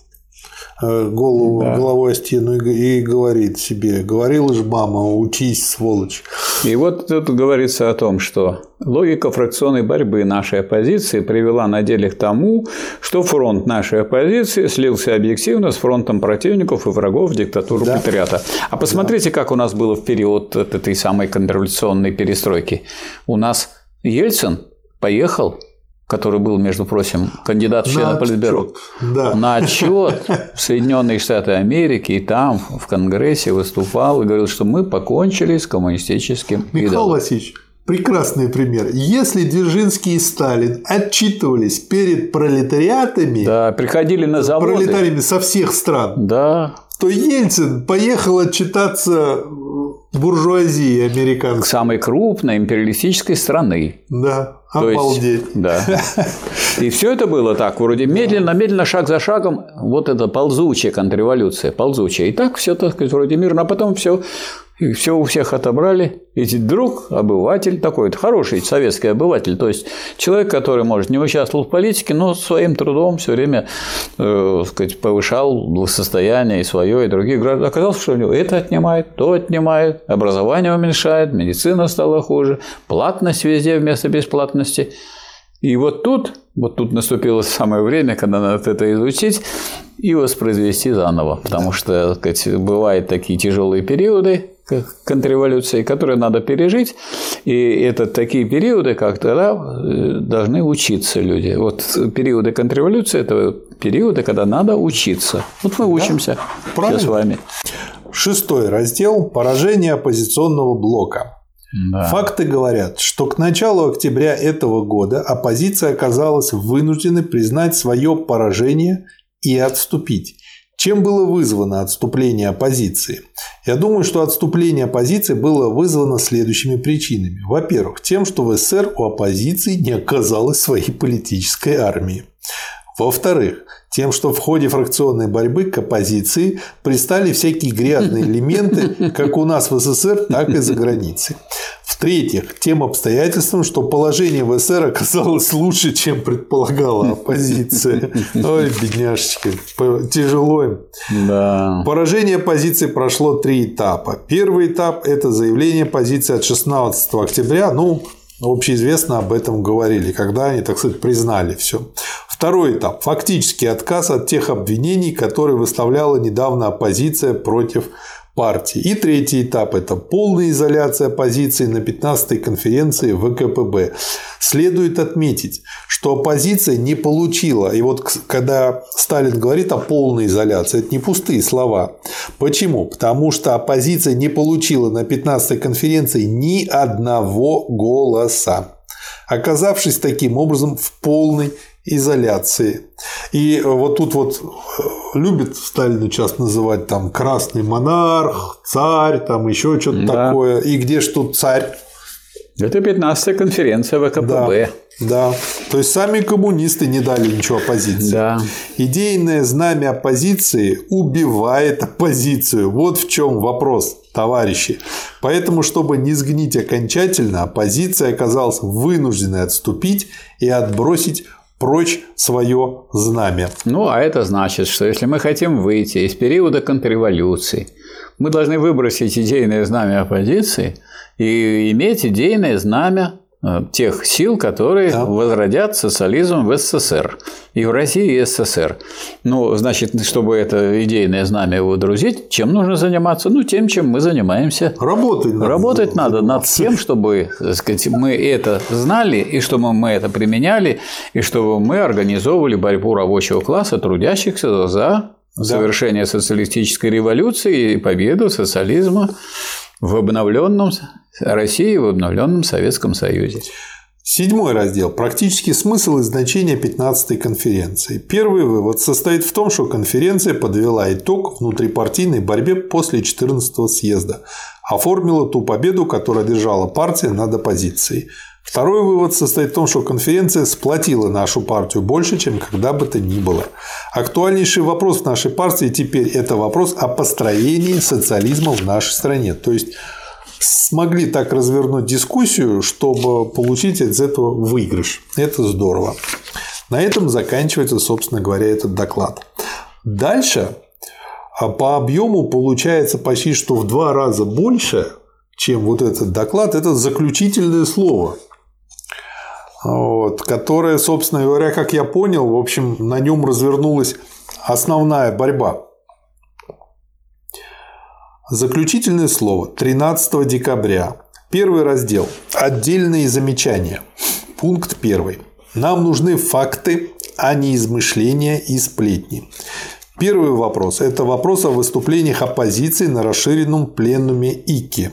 голову, да. головой о стену и говорит себе: говорила же мама, учись, сволочь. И вот тут говорится о том, что логика фракционной борьбы нашей оппозиции привела на деле к тому, что фронт нашей оппозиции слился объективно с фронтом противников и врагов диктатуры да. пролетариата. А посмотрите, да. как у нас было в период этой самой контрреволюционной перестройки. У нас Ельцин поехал, который был, между прочим, кандидат в члены Политбюро, да. на отчет в Соединенные Штаты Америки, и там в Конгрессе выступал и говорил, что мы покончили с коммунистическим Михаил идолом. Васильевич, прекрасный пример. Если Дзержинский и Сталин отчитывались перед пролетариатами, да, приходили на заводы, пролетариями со всех стран, да. то Ельцин поехал отчитаться буржуазии американской. К самой крупной империалистической страны. Да, то обалдеть. Есть, да. И все это было так, вроде медленно, медленно, шаг за шагом, вот это ползучая контрреволюция, ползучая. И так все, так сказать, вроде мирно, а потом все. И все у всех отобрали. И вдруг обыватель такой, хороший советский обыватель, то есть человек, который, может, не участвовал в политике, но своим трудом все время э, сказать, повышал благосостояние и свое, и других граждан. Оказалось, что у него это отнимает, то отнимает, образование уменьшает, медицина стала хуже, платность везде вместо бесплатности. И вот тут, вот тут наступило самое время, когда надо это изучить и воспроизвести заново, потому что, так сказать, бывают такие тяжелые периоды контрреволюции, которые надо пережить, и это такие периоды, как тогда должны учиться люди. Вот периоды контрреволюции – это периоды, когда надо учиться. Вот мы учимся да, все с вами. Шестой раздел – поражение оппозиционного блока. Да. Факты говорят, что к началу октября этого года оппозиция оказалась вынуждена признать свое поражение и отступить. Чем было вызвано отступление оппозиции? Я думаю, что отступление оппозиции было вызвано следующими причинами. Во-первых, тем, что в СССР у оппозиции не оказалось своей политической армии. Во-вторых, тем, что в ходе фракционной борьбы к оппозиции пристали всякие грязные элементы, как у нас в СССР, так и за границей. В-третьих, тем обстоятельством, что положение в СССР оказалось лучше, чем предполагала оппозиция. Ой, бедняжечки, тяжело им. Да. Поражение оппозиции прошло три этапа. Первый этап – это заявление позиции от шестнадцатого октября. Ну, общеизвестно об этом говорили, когда они, так сказать, признали все. Второй этап – фактический отказ от тех обвинений, которые выставляла недавно оппозиция против партии. И третий этап – это полная изоляция оппозиции на пятнадцатой конференции ВКПБ. Следует отметить, что оппозиция не получила, и вот когда Сталин говорит о полной изоляции, это не пустые слова. Почему? Потому что оппозиция не получила на пятнадцатой конференции ни одного голоса, оказавшись таким образом в полной изоляции. И вот тут вот любит Сталину часто называть там красный монарх, царь, там еще что-то да. такое. И где ж тут царь? Это пятнадцатая конференция ВКПБ. Да, да. То есть сами коммунисты не дали ничего оппозиции. Да. Идейное знамя оппозиции убивает оппозицию. Вот в чем вопрос, товарищи. Поэтому, чтобы не сгнить окончательно, оппозиция оказалась вынужденной отступить и отбросить прочь свое знамя. Ну, а это значит, что если мы хотим выйти из периода контрреволюции, мы должны выбросить идейное знамя оппозиции и иметь идейное знамя тех сил, которые да. возродят социализм в СССР. И в России, и СССР. Ну, значит, чтобы это идейное знамя водрузить, чем нужно заниматься? Ну, тем, чем мы занимаемся. Работать надо. Работать надо над тем, чтобы, так сказать, мы это знали, и чтобы мы это применяли, и чтобы мы организовывали борьбу рабочего класса, трудящихся за да. совершение социалистической революции и победу социализма в обновленном России, в обновленном Советском Союзе. Седьмой раздел. Практический смысл и значение пятнадцатой конференции. Первый вывод состоит в том, что конференция подвела итог внутрипартийной борьбе после четырнадцатого съезда, оформила ту победу, которую одержала партия над оппозицией. Второй вывод состоит в том, что конференция сплотила нашу партию больше, чем когда бы то ни было. Актуальнейший вопрос в нашей партии теперь – это вопрос о построении социализма в нашей стране. То есть смогли так развернуть дискуссию, чтобы получить из этого выигрыш. Это здорово. На этом заканчивается, собственно говоря, этот доклад. Дальше по объему получается почти что в два раза больше, чем вот этот доклад. Это заключительное слово, вот, которое, собственно говоря, как я понял, в общем, на нем развернулась основная борьба. Заключительное слово тринадцатого декабря. Первый раздел. Отдельные замечания. Пункт первый. Нам нужны факты, а не измышления и сплетни. Первый вопрос – это вопрос о выступлениях оппозиции на расширенном пленуме ИКИ.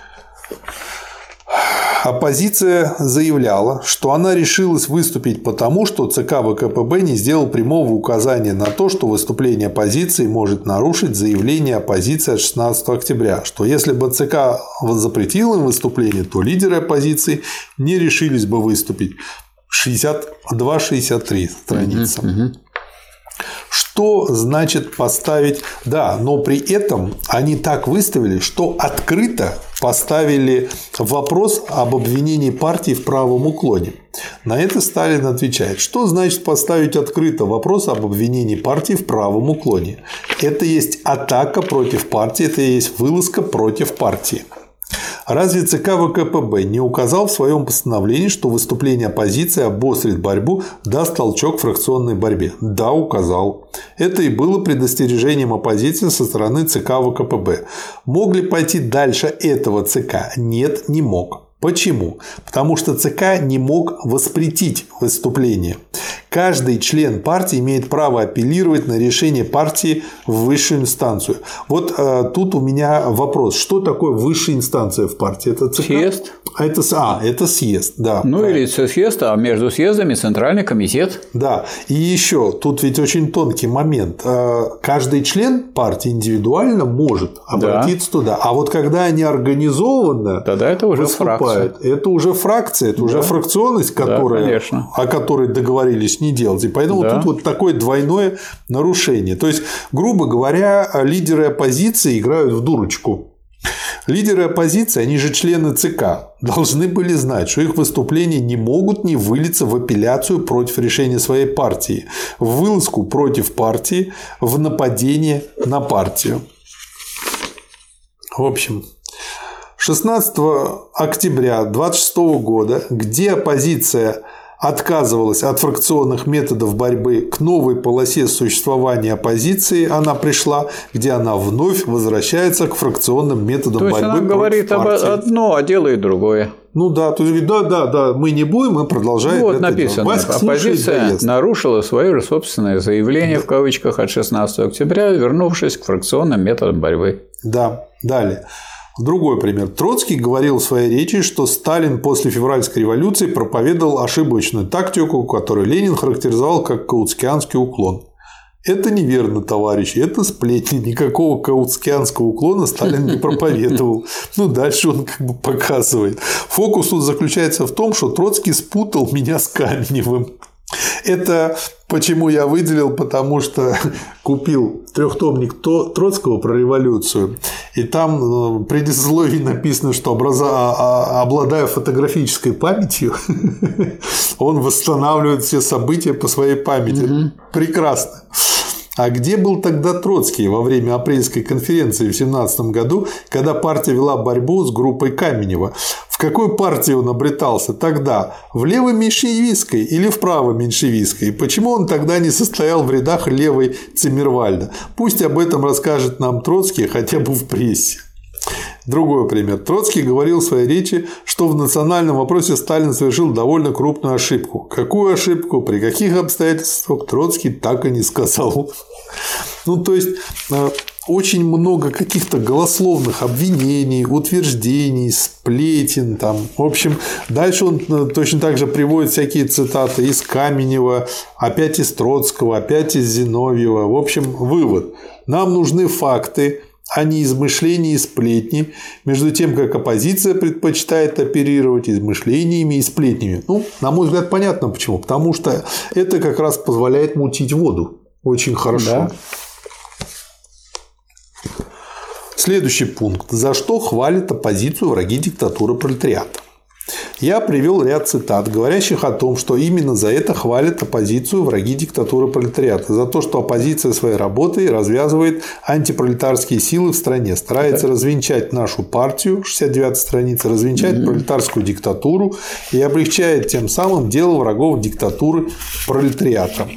Оппозиция заявляла, что она решилась выступить потому, что ЦК ВКПБ не сделал прямого указания на то, что выступление оппозиции может нарушить заявление оппозиции от шестнадцатого октября, что если бы ЦК запретил им выступление, то лидеры оппозиции не решились бы выступить. шестьдесят два шестьдесят три страница. Uh-huh, uh-huh. Что значит поставить? Да, но при этом они так выставили, что открыто поставили вопрос об обвинении партии в правом уклоне. На это Сталин отвечает, что значит поставить открыто вопрос об обвинении партии в правом уклоне. Это есть атака против партии, это есть вылазка против партии. Разве ЦК ВКПБ не указал в своем постановлении, что выступление оппозиции обострит борьбу, даст толчок фракционной борьбе? Да, указал. Это и было предостережением оппозиции со стороны ЦК ВКПБ. Мог ли пойти дальше этого ЦК? Нет, не мог. Почему? Потому что ЦК не мог воспретить выступление. Каждый член партии имеет право апеллировать на решение партии в высшую инстанцию. Вот э, тут у меня вопрос. Что такое высшая инстанция в партии? Это ЦК? Съезд. А, это, а, это съезд, да. Ну, правильно. Или съезд, а между съездами центральный комитет. Да. И еще, тут ведь очень тонкий момент. Каждый член партии индивидуально может обратиться да. туда. А вот когда они организованно тогда это уже фракция. Это уже фракция, это да. уже фракционность, которая, да, о которой договорились не делать. И поэтому да. тут вот такое двойное нарушение. То есть, грубо говоря, лидеры оппозиции играют в дурочку. Лидеры оппозиции, они же члены ЦК, должны были знать, что их выступления не могут не вылиться в апелляцию против решения своей партии, в вылазку против партии, в нападение на партию. В общем, шестнадцатого октября две тысячи двадцать шестого года, где оппозиция отказывалась от фракционных методов борьбы к новой полосе существования оппозиции, она пришла, где она вновь возвращается к фракционным методам борьбы. То есть она говорит об одно, а делает другое. Ну да, то есть да, да, да, мы не будем, мы продолжаем. Вот это написано, оппозиция нарушила свое же собственное заявление да. в кавычках от шестнадцатого октября, вернувшись к фракционным методам борьбы. Да, далее. Другой пример. Троцкий говорил в своей речи, что Сталин после февральской революции проповедовал ошибочную тактику, которую Ленин характеризовал как каутскианский уклон. Это неверно, товарищи, это сплетни. Никакого каутскианского уклона Сталин не проповедовал. Ну, дальше он как бы показывает. Фокус тут заключается в том, что Троцкий спутал меня с Каменевым. Это почему я выделил, потому что купил трехтомник Троцкого про революцию, и там в предисловии написано, что обладая фотографической памятью, он восстанавливает все события по своей памяти. Угу. Прекрасно. А где был тогда Троцкий во время апрельской конференции в семнадцатом году, когда партия вела борьбу с группой Каменева? В какой партии он обретался тогда? В лево-меньшевистской или в право-меньшевистской? Почему он тогда не состоял в рядах левой Циммервальда? Пусть об этом расскажет нам Троцкий хотя бы в прессе. Другой пример. Троцкий говорил в своей речи, что в национальном вопросе Сталин совершил довольно крупную ошибку. Какую ошибку, при каких обстоятельствах, Троцкий так и не сказал. Ну, то есть, очень много каких-то голословных обвинений, утверждений, сплетен. Там. В общем, дальше он точно так же приводит всякие цитаты из Каменева, опять из Троцкого, опять из Зиновьева. В общем, вывод. Нам нужны факты, а не измышления и сплетни, между тем, как оппозиция предпочитает оперировать измышлениями и сплетнями. Ну, на мой взгляд, понятно почему. Потому что это как раз позволяет мутить воду. Очень хорошо. Да. Следующий пункт. За что хвалят оппозицию враги диктатуры пролетариата? Я привел ряд цитат, говорящих о том, что именно за это хвалят оппозицию враги диктатуры пролетариата. За то, что оппозиция своей работой развязывает антипролетарские силы в стране, старается да. развенчать нашу партию, шестьдесят девятая страница, развенчать mm-hmm. пролетарскую диктатуру и облегчает тем самым дело врагов диктатуры пролетариата.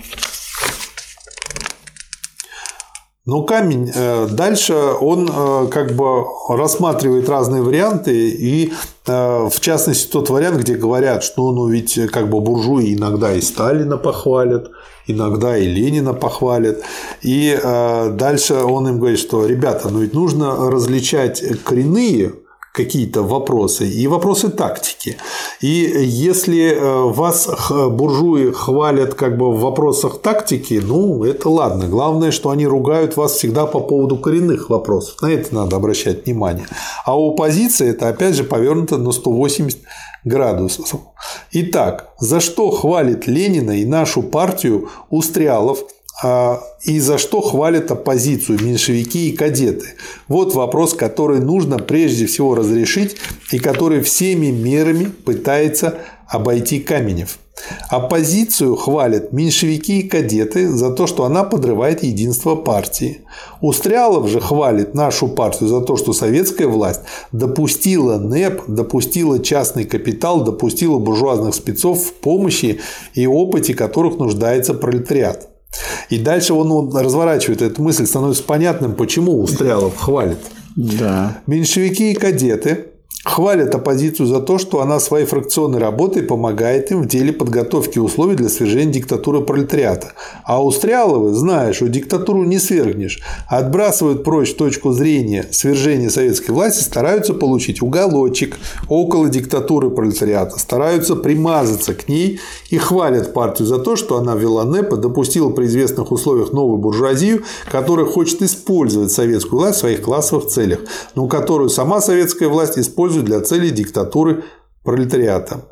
Но камень дальше он как бы рассматривает разные варианты, и в частности тот вариант, где говорят, что ну ведь как бы буржуи иногда и Сталина похвалят, иногда и Ленина похвалят, и дальше он им говорит, что ребята, ну ведь нужно различать коренные какие-то вопросы и вопросы тактики. И если вас буржуи хвалят как бы в вопросах тактики, ну, это ладно. Главное, что они ругают вас всегда по поводу коренных вопросов. На это надо обращать внимание. А у оппозиции это, опять же, повернуто на сто восемьдесят градусов. Итак, за что хвалит Ленина и нашу партию Устрялов, и за что хвалят оппозицию меньшевики и кадеты? Вот вопрос, который нужно прежде всего разрешить и который всеми мерами пытается обойти Каменев. Оппозицию хвалят меньшевики и кадеты за то, что она подрывает единство партии. Устрялов же хвалит нашу партию за то, что советская власть допустила НЭП, допустила частный капитал, допустила буржуазных спецов в помощи и опыте которых нуждается пролетариат. И дальше он разворачивает эту мысль, становится понятным, почему Устрялов хвалит. Да. Меньшевики и кадеты хвалят оппозицию за то, что она своей фракционной работой помогает им в деле подготовки условий для свержения диктатуры пролетариата. А Устряловы, зная, что диктатуру не свергнешь, отбрасывают прочь точку зрения свержения советской власти, стараются получить уголочек около диктатуры пролетариата, стараются примазаться к ней и хвалят партию за то, что она ввела НЭП и допустила при известных условиях новую буржуазию, которая хочет использовать советскую власть в своих классовых целях, но которую сама советская власть использует для целей диктатуры пролетариата.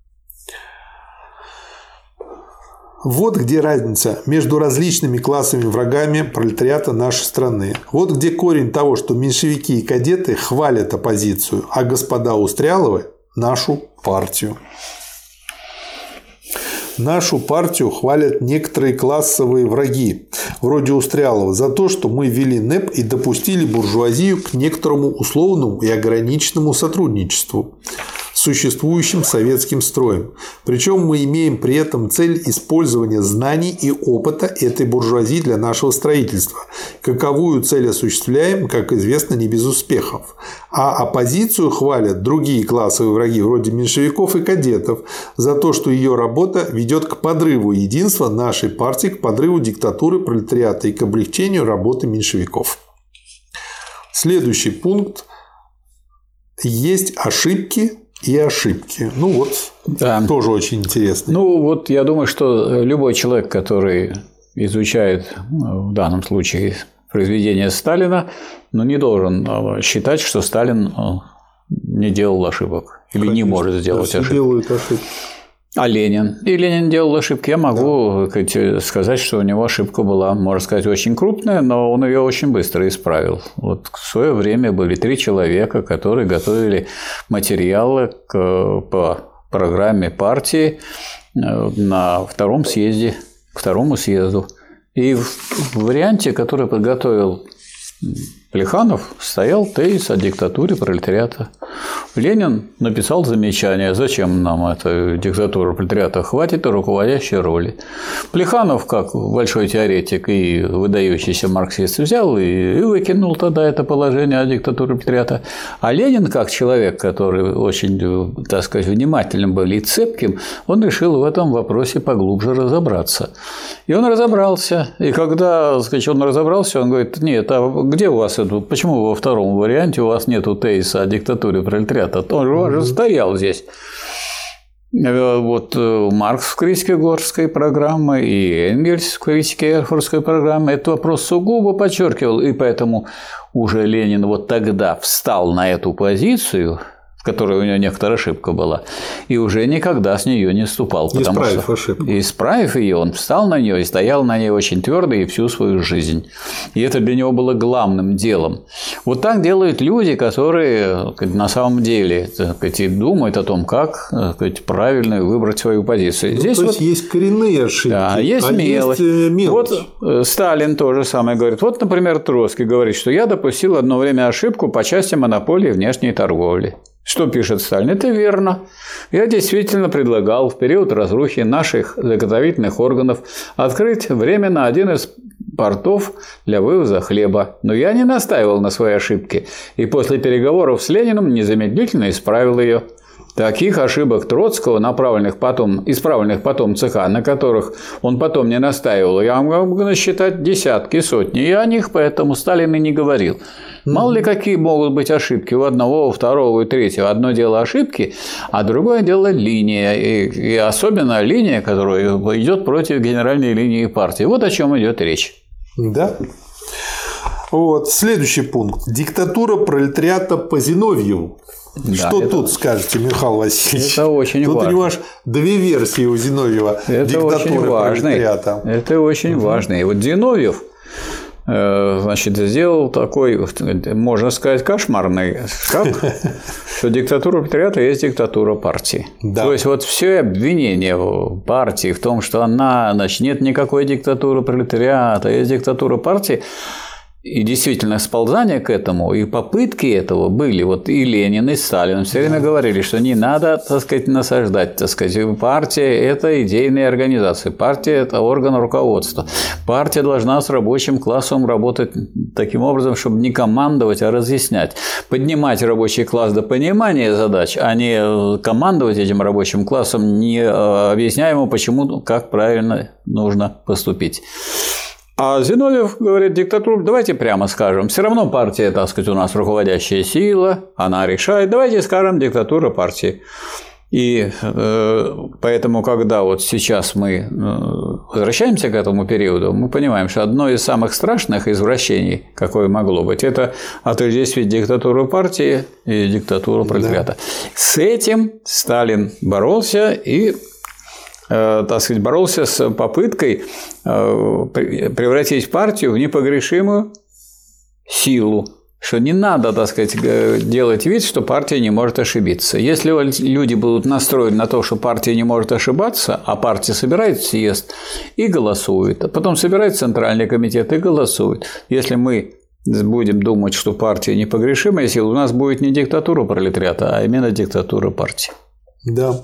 Вот где разница между различными классовыми врагами пролетариата нашей страны. Вот где корень того, что меньшевики и кадеты хвалят оппозицию, а господа Устряловы – нашу партию. Нашу партию хвалят некоторые классовые враги, вроде Устрялова, за то, что мы ввели НЭП и допустили буржуазию к некоторому условному и ограниченному сотрудничеству с существующим советским строем. Причем мы имеем при этом цель использования знаний и опыта этой буржуазии для нашего строительства. Каковую цель осуществляем, как известно, не без успехов. А оппозицию хвалят другие классовые враги, вроде меньшевиков и кадетов, за то, что ее работа ведет к подрыву единства нашей партии, к подрыву диктатуры пролетариата и к облегчению работы меньшевиков. Следующий пункт. Есть ошибки и ошибки. Ну вот, да. Тоже очень интересно. Ну вот я думаю, что любой человек, который изучает в данном случае произведение Сталина, ну, не должен считать, что Сталин не делал ошибок или Конечно, не может сделать все ошибки. Делают ошибки. А Ленин? И Ленин делал ошибки. Я могу да. сказать, что у него ошибка была, можно сказать, очень крупная, но он ее очень быстро исправил. Вот в свое время были три человека, которые готовили материалы к, по программе партии на втором съезде, к второму съезду. И в варианте, который подготовил Плеханов, стоял тезис о диктатуре пролетариата. Ленин написал замечание, зачем нам эта диктатура пролетариата, хватит и руководящей роли. Плеханов, как большой теоретик и выдающийся марксист, взял и выкинул тогда это положение о диктатуре пролетариата. А Ленин, как человек, который очень, так сказать, внимательным был и цепким, он решил в этом вопросе поглубже разобраться. И он разобрался. И когда, так сказать, он разобрался, он говорит: нет, а где у вас это, почему во втором варианте у вас нету тезиса о диктатуре пролетариата? Он же, он же стоял здесь. Вот Маркс в критике Горской программы и Энгельс в критике Эрфуртской программы этот вопрос сугубо подчеркивал, и поэтому уже Ленин вот тогда встал на эту позицию, в которой у него некоторая ошибка была, и уже никогда с нее не ступал. Исправив что, ошибку. Исправив ее, он встал на нее и стоял на ней очень твердо и всю свою жизнь. И это для него было главным делом. Вот так делают люди, которые на самом деле так сказать, думают о том, как так сказать, правильно выбрать свою позицию. Ну, Здесь то вот, есть есть коренные ошибки, да, есть а мелочь. есть мелочь. Вот Сталин тоже самое говорит. Вот, например, Троцкий говорит, что я допустил одно время ошибку по части монополии внешней торговли. Что пишет Сталин? Это верно. Я действительно предлагал в период разрухи наших заготовительных органов открыть временно один из портов для вывоза хлеба. Но я не настаивал на своей ошибке и после переговоров с Лениным незамедлительно исправил ее. Таких ошибок Троцкого, направленных потом, исправленных потом ЦК, на которых он потом не настаивал, я могу насчитать десятки, сотни, и о них поэтому Сталин и не говорил. Мало ли какие могут быть ошибки у одного, у второго и третьего. Одно дело ошибки, а другое дело линия, и, и особенно линия, которая идет против генеральной линии партии. Вот о чем идет речь. Да. Вот. Следующий пункт. Диктатура пролетариата по Зиновьеву. Да, что это... тут скажете, Михаил Васильевич? Это очень тут важно. У него аж две версии у Зиновьева. Это диктатуры очень важно. пролетариата. Это очень угу. важно. И вот Зиновьев, значит, сделал такой, можно сказать, кошмарный шаг, что диктатура пролетариата есть диктатура партии. Да. То есть вот все обвинения в партии в том, что она, значит, нет никакой диктатуры пролетариата, есть диктатура партии. И действительно, сползание к этому и попытки этого были. Вот и Ленин, и Сталин все время говорили, что не надо, так сказать, насаждать. Так сказать, партия – это идейная организация, партия – это орган руководства. Партия должна с рабочим классом работать таким образом, чтобы не командовать, а разъяснять. Поднимать рабочий класс до понимания задач, а не командовать этим рабочим классом, не объясняя ему, почему, как правильно нужно поступить. А Зиновьев говорит, диктатуру, давайте прямо скажем, все равно партия, так сказать, у нас руководящая сила, она решает, давайте скажем, диктатура партии. И э, поэтому, когда вот сейчас мы э, возвращаемся к этому периоду, мы понимаем, что одно из самых страшных извращений, какое могло быть, это отождествить диктатуру партии и диктатуру пролетариата. Да. С этим Сталин боролся и так сказать, боролся с попыткой превратить партию в непогрешимую силу, что не надо, так сказать, делать вид, что партия не может ошибиться. Если люди будут настроены на то, что партия не может ошибаться, а партия собирает съезд и голосует, а потом собирает центральный комитет и голосует. Если мы будем думать, что партия непогрешимая сила, у нас будет не диктатура пролетариата, а именно диктатура партии. Да.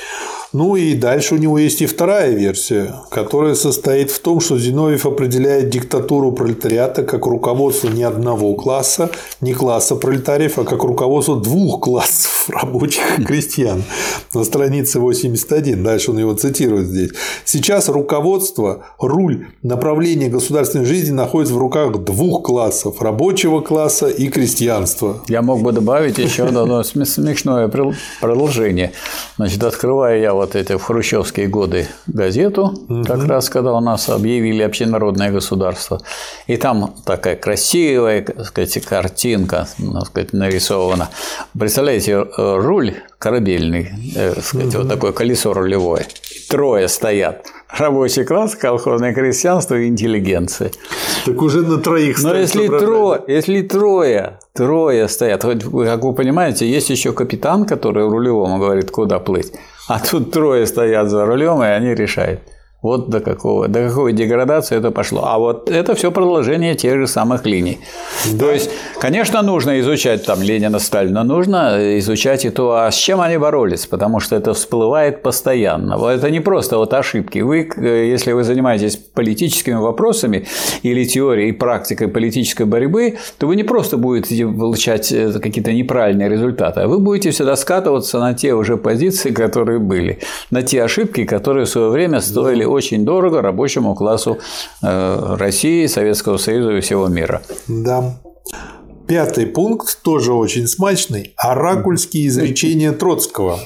Ну и дальше у него есть и вторая версия, которая состоит в том, что Зиновьев определяет диктатуру пролетариата как руководство не одного класса, не класса пролетариев, а как руководство двух классов рабочих и крестьян. На странице восемьдесят один, дальше он его цитирует здесь. Сейчас руководство, руль, направление государственной жизни находится в руках двух классов – рабочего класса и крестьянства. Я мог бы добавить еще одно смешное продолжение. Значит, открывая я вот эти в хрущевские годы газету, угу. как раз когда у нас объявили общенародное государство, и там такая красивая, так сказать, картинка, так сказать, нарисована. Представляете, руль корабельный, так сказать, угу. вот такое колесо рулевое, трое стоят. Рабочий класс, колхозное крестьянство и интеллигенция. Так уже на троих стоят. Но если трое, если трое, трое стоят, как вы понимаете, есть еще капитан, который рулевому говорит, куда плыть, а тут трое стоят за рулем, и они решают. Вот до какого, до какой деградации это пошло. А вот это все продолжение тех же самых линий. Да. То есть, конечно, нужно изучать там Ленина, Сталина, нужно изучать и то, а с чем они боролись, потому что это всплывает постоянно. Это не просто вот ошибки. Вы, если вы занимаетесь политическими вопросами или теорией и практикой политической борьбы, то вы не просто будете получать какие-то неправильные результаты, а вы будете всегда скатываться на те уже позиции, которые были, на те ошибки, которые в свое время стоили очень дорого рабочему классу России, Советского Союза и всего мира. Да. Пятый пункт, тоже очень смачный. Оракульские изречения Троцкого.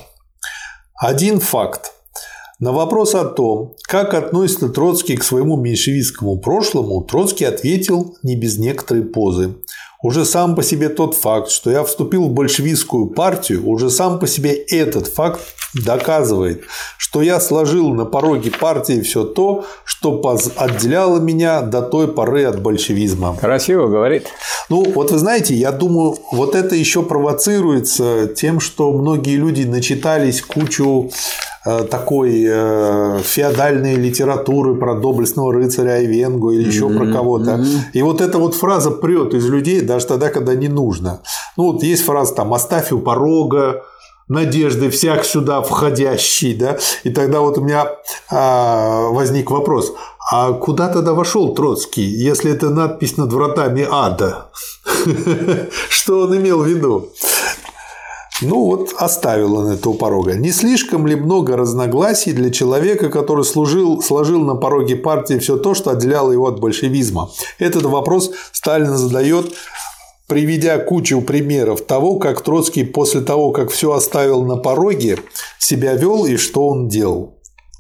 Один факт. На вопрос о том, как относится Троцкий к своему меньшевистскому прошлому, Троцкий ответил не без некоторой позы. Уже сам по себе тот факт, что я вступил в большевистскую партию, уже сам по себе этот факт доказывает, что я сложил на пороге партии все то, что отделяло меня до той поры от большевизма. Красиво говорит. Ну, вот вы знаете, я думаю, вот это еще провоцируется тем, что многие люди начитались кучу такой э, феодальной литературы про доблестного рыцаря Айвенгу или еще mm-hmm. про кого-то. Mm-hmm. И вот эта вот фраза прет из людей даже тогда, когда не нужно. Ну, вот есть фраза там «оставь у порога надежды всяк сюда входящий», да, и тогда вот у меня а, возник вопрос: а куда тогда вошел Троцкий, если это надпись над вратами ада? Что он имел в виду? Ну вот, оставил он это у порога. Не слишком ли много разногласий для человека, который служил, сложил на пороге партии все то, что отделяло его от большевизма? Этот вопрос Сталин задает, приведя кучу примеров того, как Троцкий после того, как все оставил на пороге, себя вел и что он делал.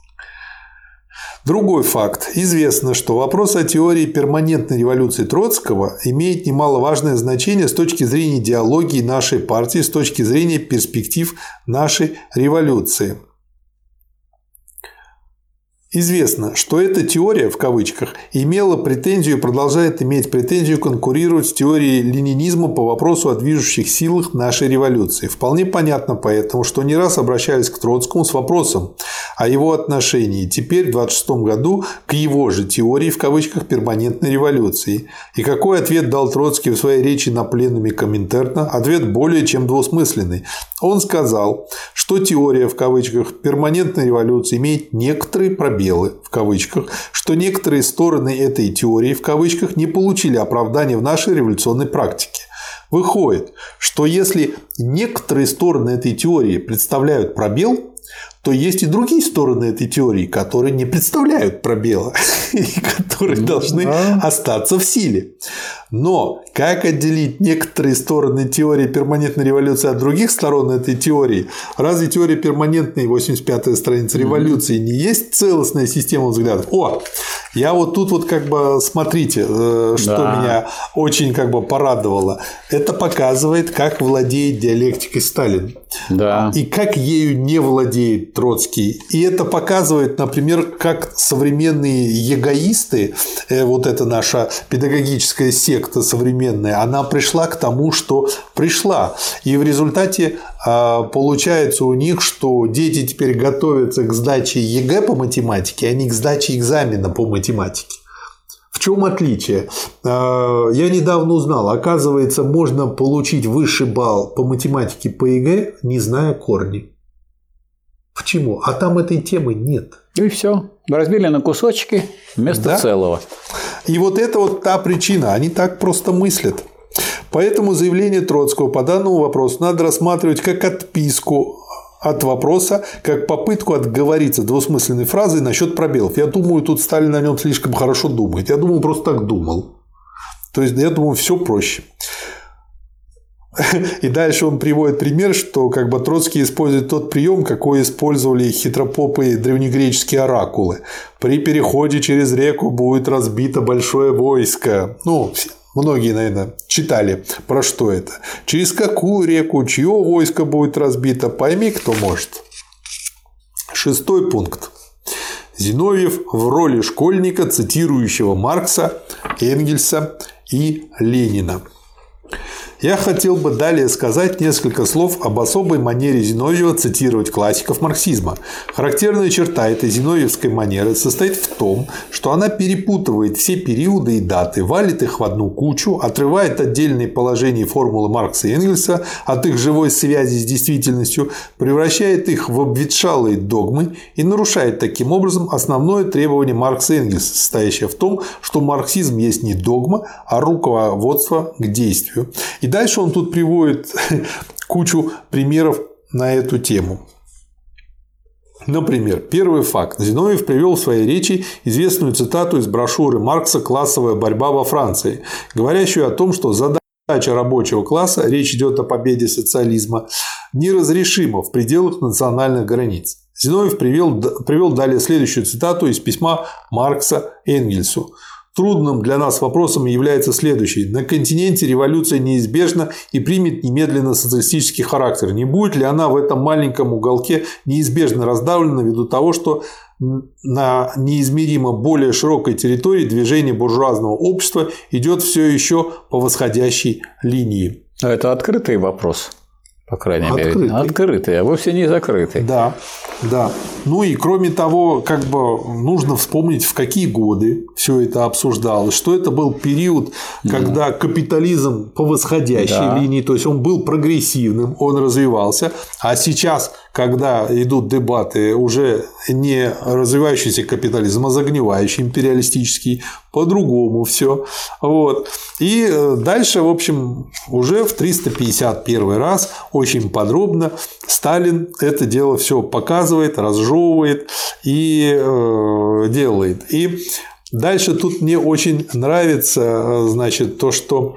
Другой факт. Известно, что вопрос о теории перманентной революции Троцкого имеет немаловажное значение с точки зрения идеологии нашей партии, с точки зрения перспектив нашей революции. Известно, что эта теория, в кавычках, имела претензию и продолжает иметь претензию конкурировать с теорией ленинизма по вопросу о движущих силах нашей революции. Вполне понятно поэтому, что не раз обращались к Троцкому с вопросом о его отношении теперь, в двадцать шестом году, к его же теории, в кавычках, перманентной революции. И какой ответ дал Троцкий в своей речи на пленуме Коминтерна? Ответ более чем двусмысленный. Он сказал, что теория, в кавычках, перманентной революции имеет некоторые пробелы, в кавычках, что некоторые стороны этой теории, в кавычках, не получили оправдания в нашей революционной практике. Выходит, что если некоторые стороны этой теории представляют пробел, то есть и другие стороны этой теории, которые не представляют пробела и которые должны остаться в силе. Но как отделить некоторые стороны теории перманентной революции от других сторон этой теории? Разве теория перманентной, восемьдесят пятая страница, революции не есть целостная система взглядов? О, я вот тут вот как бы, смотрите, что да. меня очень как бы порадовало. Это показывает, как владеет диалектикой Сталин. Да. И как ею не владеет Троцкий. И это показывает, например, как современные эгоисты, вот эта наша педагогическая секта современная, она пришла к тому, что пришла. И в результате получается у них, что дети теперь готовятся к сдаче ЕГЭ по математике, а не к сдаче экзамена по математике. В чем отличие? Я недавно узнал, оказывается, можно получить высший балл по математике по ЕГЭ, не зная корни. Почему? А там этой темы нет. И все. Разбили на кусочки вместо да? целого. И вот это вот та причина. Они так просто мыслят. Поэтому заявление Троцкого по данному вопросу надо рассматривать как отписку от вопроса, как попытку отговориться двусмысленной фразой насчет пробелов. Я думаю, тут Сталин о нем слишком хорошо думает. Я думаю, он просто так думал. То есть, я думаю, все проще. И дальше он приводит пример, что как бы Троцкий использует тот прием, какой использовали хитропопые древнегреческие оракулы. При переходе через реку будет разбито большое войско. Ну, многие, наверное, читали, про что это. Через какую реку, чье войско будет разбито, пойми, кто может. Шестой пункт. Зиновьев в роли школьника, цитирующего Маркса, Энгельса и Ленина. Я хотел бы далее сказать несколько слов об особой манере Зиновьева цитировать классиков марксизма. Характерная черта этой зиновьевской манеры состоит в том, что она перепутывает все периоды и даты, валит их в одну кучу, отрывает отдельные положения и формулы Маркса и Энгельса от их живой связи с действительностью, превращает их в обветшалые догмы и нарушает таким образом основное требование Маркса и Энгельса, состоящее в том, что марксизм есть не догма, а руководство к действию. И дальше он тут приводит кучу примеров на эту тему. Например, первый факт. Зиновьев привел в своей речи известную цитату из брошюры Маркса «Классовая борьба во Франции», говорящую о том, что задача рабочего класса, речь идет о победе социализма, неразрешима в пределах национальных границ. Зиновьев привел, привел далее следующую цитату из письма Маркса Энгельсу. Трудным для нас вопросом является следующий. На континенте революция неизбежна и примет немедленно социалистический характер. Не будет ли она в этом маленьком уголке неизбежно раздавлена ввиду того, что на неизмеримо более широкой территории движение буржуазного общества идет все еще по восходящей линии? Это открытый вопрос. По крайней открытый. мере, открытый, а вовсе не закрытый. Да, да. Ну и кроме того, как бы нужно вспомнить, в какие годы все это обсуждалось, что это был период, когда капитализм по восходящей да. линии, то есть он был прогрессивным, он развивался, а сейчас, когда идут дебаты, уже не развивающийся капитализм, а загнивающий империалистический, по-другому все. Вот. И дальше, в общем, уже в триста пятьдесят первый раз очень подробно Сталин это дело все показывает, разжевывает и э, делает. И дальше тут мне очень нравится, значит, то, что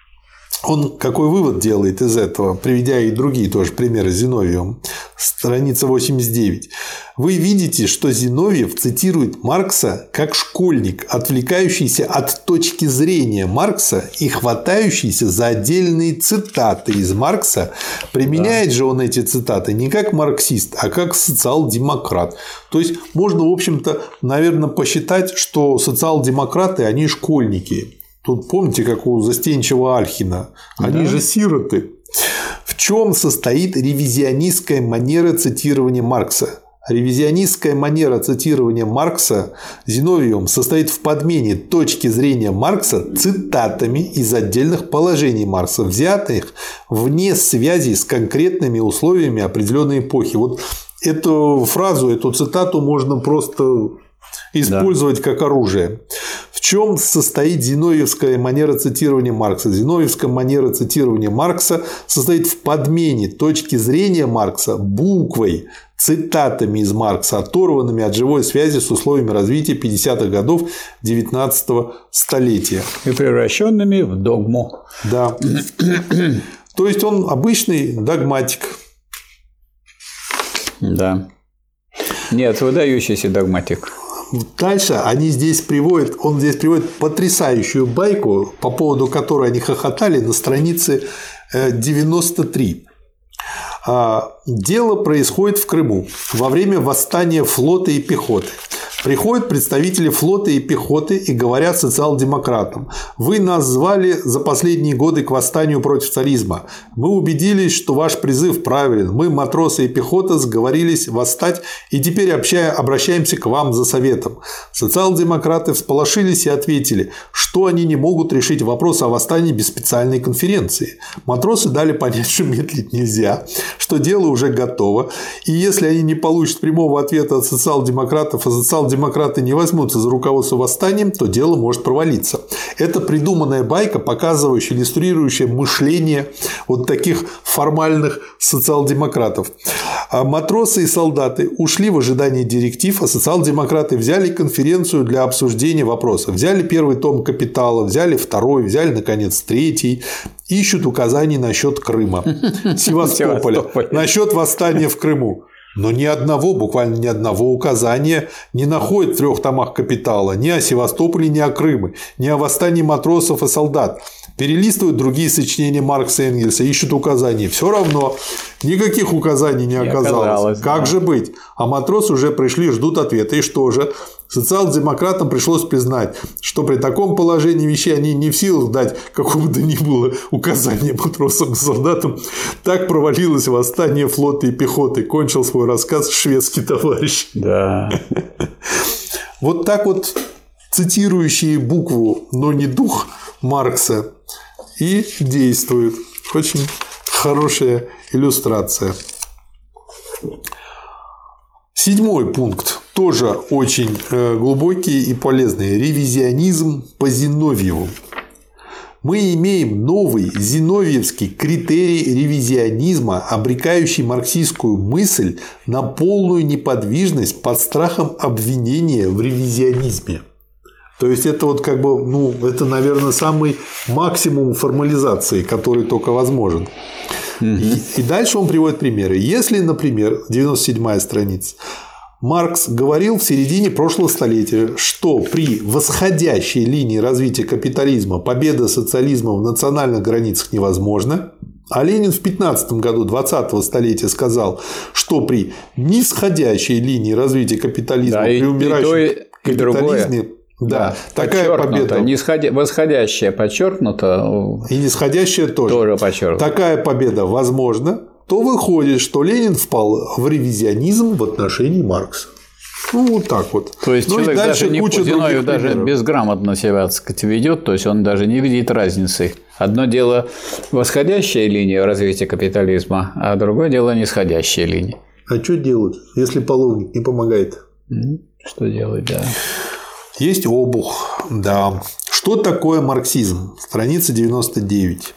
он какой вывод делает из этого, приведя и другие тоже примеры Зиновьевым. Страница восемьдесят девять. Вы видите, что Зиновьев цитирует Маркса как школьник, отвлекающийся от точки зрения Маркса и хватающийся за отдельные цитаты из Маркса. Применяет да. же он эти цитаты не как марксист, а как социал-демократ. То есть можно, в общем-то, наверное, посчитать, что социал-демократы, они школьники. Тут помните, как у застенчивого Альхина? Они да. же сироты. В чем состоит ревизионистская манера цитирования Маркса? Ревизионистская манера цитирования Маркса Зиновьевым состоит в подмене точки зрения Маркса цитатами из отдельных положений Маркса, взятых вне связи с конкретными условиями определенной эпохи. Вот эту фразу, эту цитату можно просто использовать да. как оружие. В чем состоит зиновьевская манера цитирования Маркса? Зиновьевская манера цитирования Маркса состоит в подмене точки зрения Маркса буквой, цитатами из Маркса, оторванными от живой связи с условиями развития пятидесятых годов девятнадцатого столетия. И превращенными в догму. Да. То есть он обычный догматик. Да. Нет, выдающийся догматик. Дальше они здесь приводят, он здесь приводит потрясающую байку, по поводу которой они хохотали на странице девяносто три. Дело происходит в Крыму во время восстания флота и пехоты. Приходят представители флота и пехоты и говорят социал-демократам: вы нас звали за последние годы к восстанию против царизма. Мы убедились, что ваш призыв правилен. Мы, матросы и пехота, сговорились восстать и теперь общая, обращаемся к вам за советом. Социал-демократы всполошились и ответили, что они не могут решить вопрос о восстании без специальной конференции. Матросы дали понять, что медлить нельзя, что дело уже готово, и если они не получат прямого ответа от социал-демократов, а социал-демократы демократы не возьмутся за руководство восстанием, то дело может провалиться. Это придуманная байка, показывающая, иллюстрирующая мышление вот таких формальных социал-демократов. А матросы и солдаты ушли в ожидании директив, а социал-демократы взяли конференцию для обсуждения вопроса. Взяли первый том «Капитала», взяли второй, взяли, наконец, третий. Ищут указаний насчет Крыма, Севастополя, насчет восстания в Крыму. Но ни одного, буквально ни одного указания не находят в трех томах «Капитала» ни о Севастополе, ни о Крыме, ни о восстании матросов и солдат. Перелистывают другие сочинения Маркса и Энгельса, ищут указания. Все равно никаких указаний не оказалось. Не оказалось как да. же быть? А матросы уже пришли, ждут ответа. И что же? Социал-демократам пришлось признать, что при таком положении вещей они не в силах дать какого бы то ни было указания матросам и солдатам. Так провалилось восстание флота и пехоты. Кончил свой рассказ шведский товарищ. Да. Вот так вот цитирующие букву, но не дух Маркса и действуют. Очень хорошая иллюстрация. Седьмой пункт. Тоже очень глубокий и полезный. Ревизионизм по Зиновьеву. Мы имеем новый зиновьевский критерий ревизионизма, обрекающий марксистскую мысль на полную неподвижность под страхом обвинения в ревизионизме. То есть это вот как бы, ну, это, наверное, самый максимум формализации, который только возможен. И, и дальше он приводит примеры. Если, например, девяносто седьмая страница, Маркс говорил в середине прошлого столетия, что при восходящей линии развития капитализма победа социализма в национальных границах невозможна. А Ленин в пятнадцатом году двадцатого столетия сказал, что при нисходящей линии развития капитализма, да, при и, умирающем и то, и капитализме, да, да, такая победа. Нисходя... Восходящая подчеркнуто. И нисходящая тоже. Тоже подчеркнуто. Такая победа возможна. То выходит, что Ленин впал в ревизионизм в отношении Маркса. Ну, вот так вот. То есть, ну, человек даже не Зиновьев даже примеров. Безграмотно себя, так сказать, ведет, то есть он даже не видит разницы. Одно дело восходящая линия развития капитализма, а другое дело нисходящая линия. А что делать, если половник не помогает? Что делать, да. Есть обух, да. Что такое марксизм? Страница девяносто девять.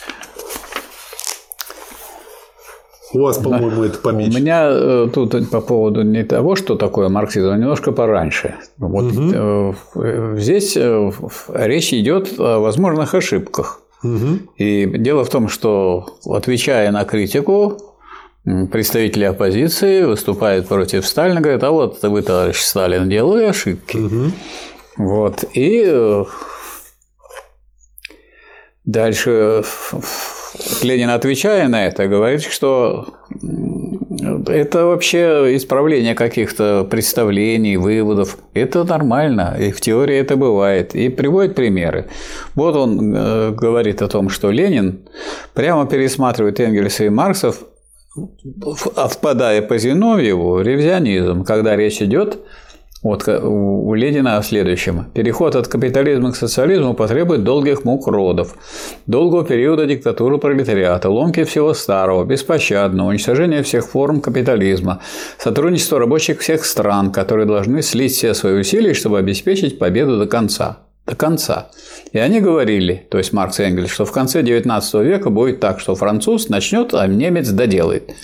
У вас, по-моему, это поменьше. У меня тут по поводу не того, что такое марксизм, а немножко пораньше. Вот угу. Здесь речь идет о возможных ошибках. Угу. И дело в том, что, отвечая на критику, представители оппозиции выступают против Сталина, говорят: а вот вы, товарищ Сталин, делали ошибки. Угу. Вот. И дальше Ленин, отвечая на это, говорит, что это вообще исправление каких-то представлений, выводов. Это нормально, и в теории это бывает. И приводит примеры. Вот он говорит о том, что Ленин прямо пересматривает Энгельса и Маркса, впадая по Зиновьеву в ревизионизм, когда речь идет вот у Ленина о следующем. Переход от капитализма к социализму потребует долгих мук родов, долгого периода диктатуры пролетариата, ломки всего старого, беспощадного, уничтожения всех форм капитализма, сотрудничество рабочих всех стран, которые должны слить все свои усилия, чтобы обеспечить победу до конца. До конца. И они говорили, то есть Маркс и Энгельс, что в конце девятнадцатого века будет так, что француз начнет, а немец доделает.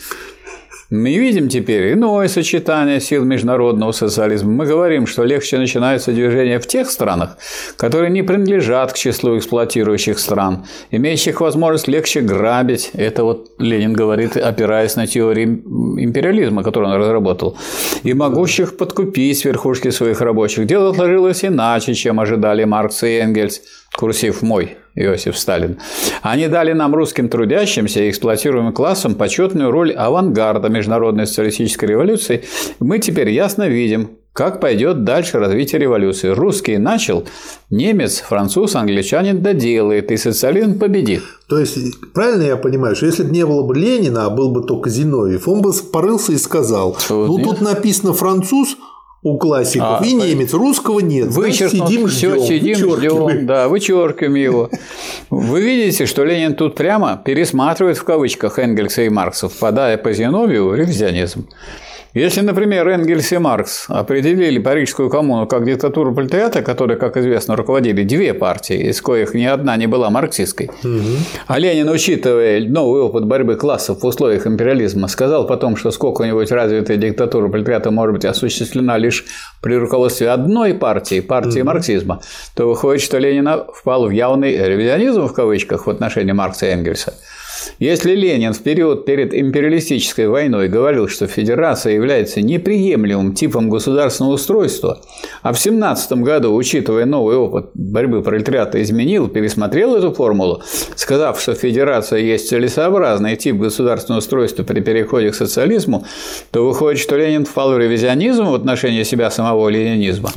Мы видим теперь иное сочетание сил международного социализма. Мы говорим, что легче начинается движение в тех странах, которые не принадлежат к числу эксплуатирующих стран, имеющих возможность легче грабить. Это вот Ленин говорит, опираясь на теорию империализма, которую он разработал, и могущих подкупить с верхушки своих рабочих. Дело сложилось иначе, чем ожидали Маркс и Энгельс. Курсив мой, Иосиф Сталин. Они дали нам, русским трудящимся и эксплуатируемым классам, почетную роль авангарда международной социалистической революции. Мы теперь ясно видим, как пойдет дальше развитие революции. Русский начал, немец, француз, англичанин доделает, и социализм победит. То есть, правильно я понимаю, что если бы не было бы Ленина, а был бы только Зиновьев, он бы порылся и сказал: что ну, нет? Тут написано француз у классиков, а, и немец, русского нет. Вычеркнут, сидим, ждем, сидим, ждем, да, вычеркиваем его. Вы видите, что Ленин тут прямо пересматривает в кавычках Энгельса и Маркса, впадая по Зиновьеву в ревизионизм. Если, например, Энгельс и Маркс определили Парижскую коммуну как диктатуру пролетариата, которой, как известно, руководили две партии, из коих ни одна не была марксистской, угу. а Ленин, учитывая новый опыт борьбы классов в условиях империализма, сказал потом, что сколько-нибудь развитая диктатура пролетариата может быть осуществлена лишь при руководстве одной партии, партии угу. марксизма, то выходит, что Ленин впал в явный ревизионизм, в кавычках, в отношении Маркса и Энгельса. Если Ленин в период перед империалистической войной говорил, что федерация является неприемлемым типом государственного устройства, а в семнадцатом году, учитывая новый опыт борьбы пролетариата, изменил, пересмотрел эту формулу, сказав, что федерация есть целесообразный тип государственного устройства при переходе к социализму, то выходит, что Ленин впал в ревизионизм в отношении себя самого ленинизма.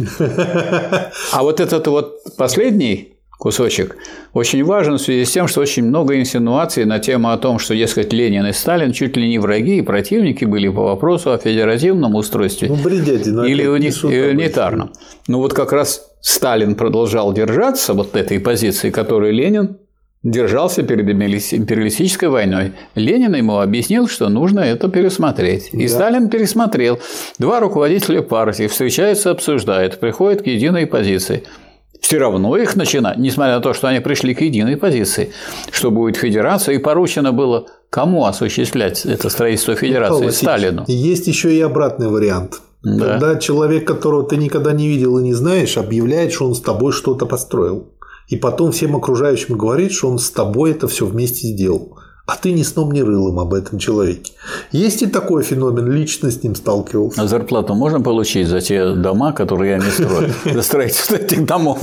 А вот этот вот последний кусочек очень важен в связи с тем, что очень много инсинуаций на тему о том, что, дескать, Ленин и Сталин чуть ли не враги и противники были по вопросу о федеративном устройстве ну, бредятина, или унитарном. Ну вот как раз Сталин продолжал держаться вот этой позиции, которой Ленин держался перед империалистической войной. Ленин ему объяснил, что нужно это пересмотреть. И да. Сталин пересмотрел. Два руководителя партии встречаются, обсуждают, приходят к единой позиции. Все равно их начинать, несмотря на то, что они пришли к единой позиции, что будет федерация, и поручено было кому осуществлять это строительство федерации? Михаил Сталину. Есть еще и обратный вариант. Да. Когда человек, которого ты никогда не видел и не знаешь, объявляет, что он с тобой что-то построил. И потом всем окружающим говорит, что он с тобой это все вместе сделал. а ты ни сном, ни рылом об этом человеке. Есть и такой феномен, лично с ним сталкивался. А зарплату можно получить за те дома, которые я не строю? За строительство этих домов?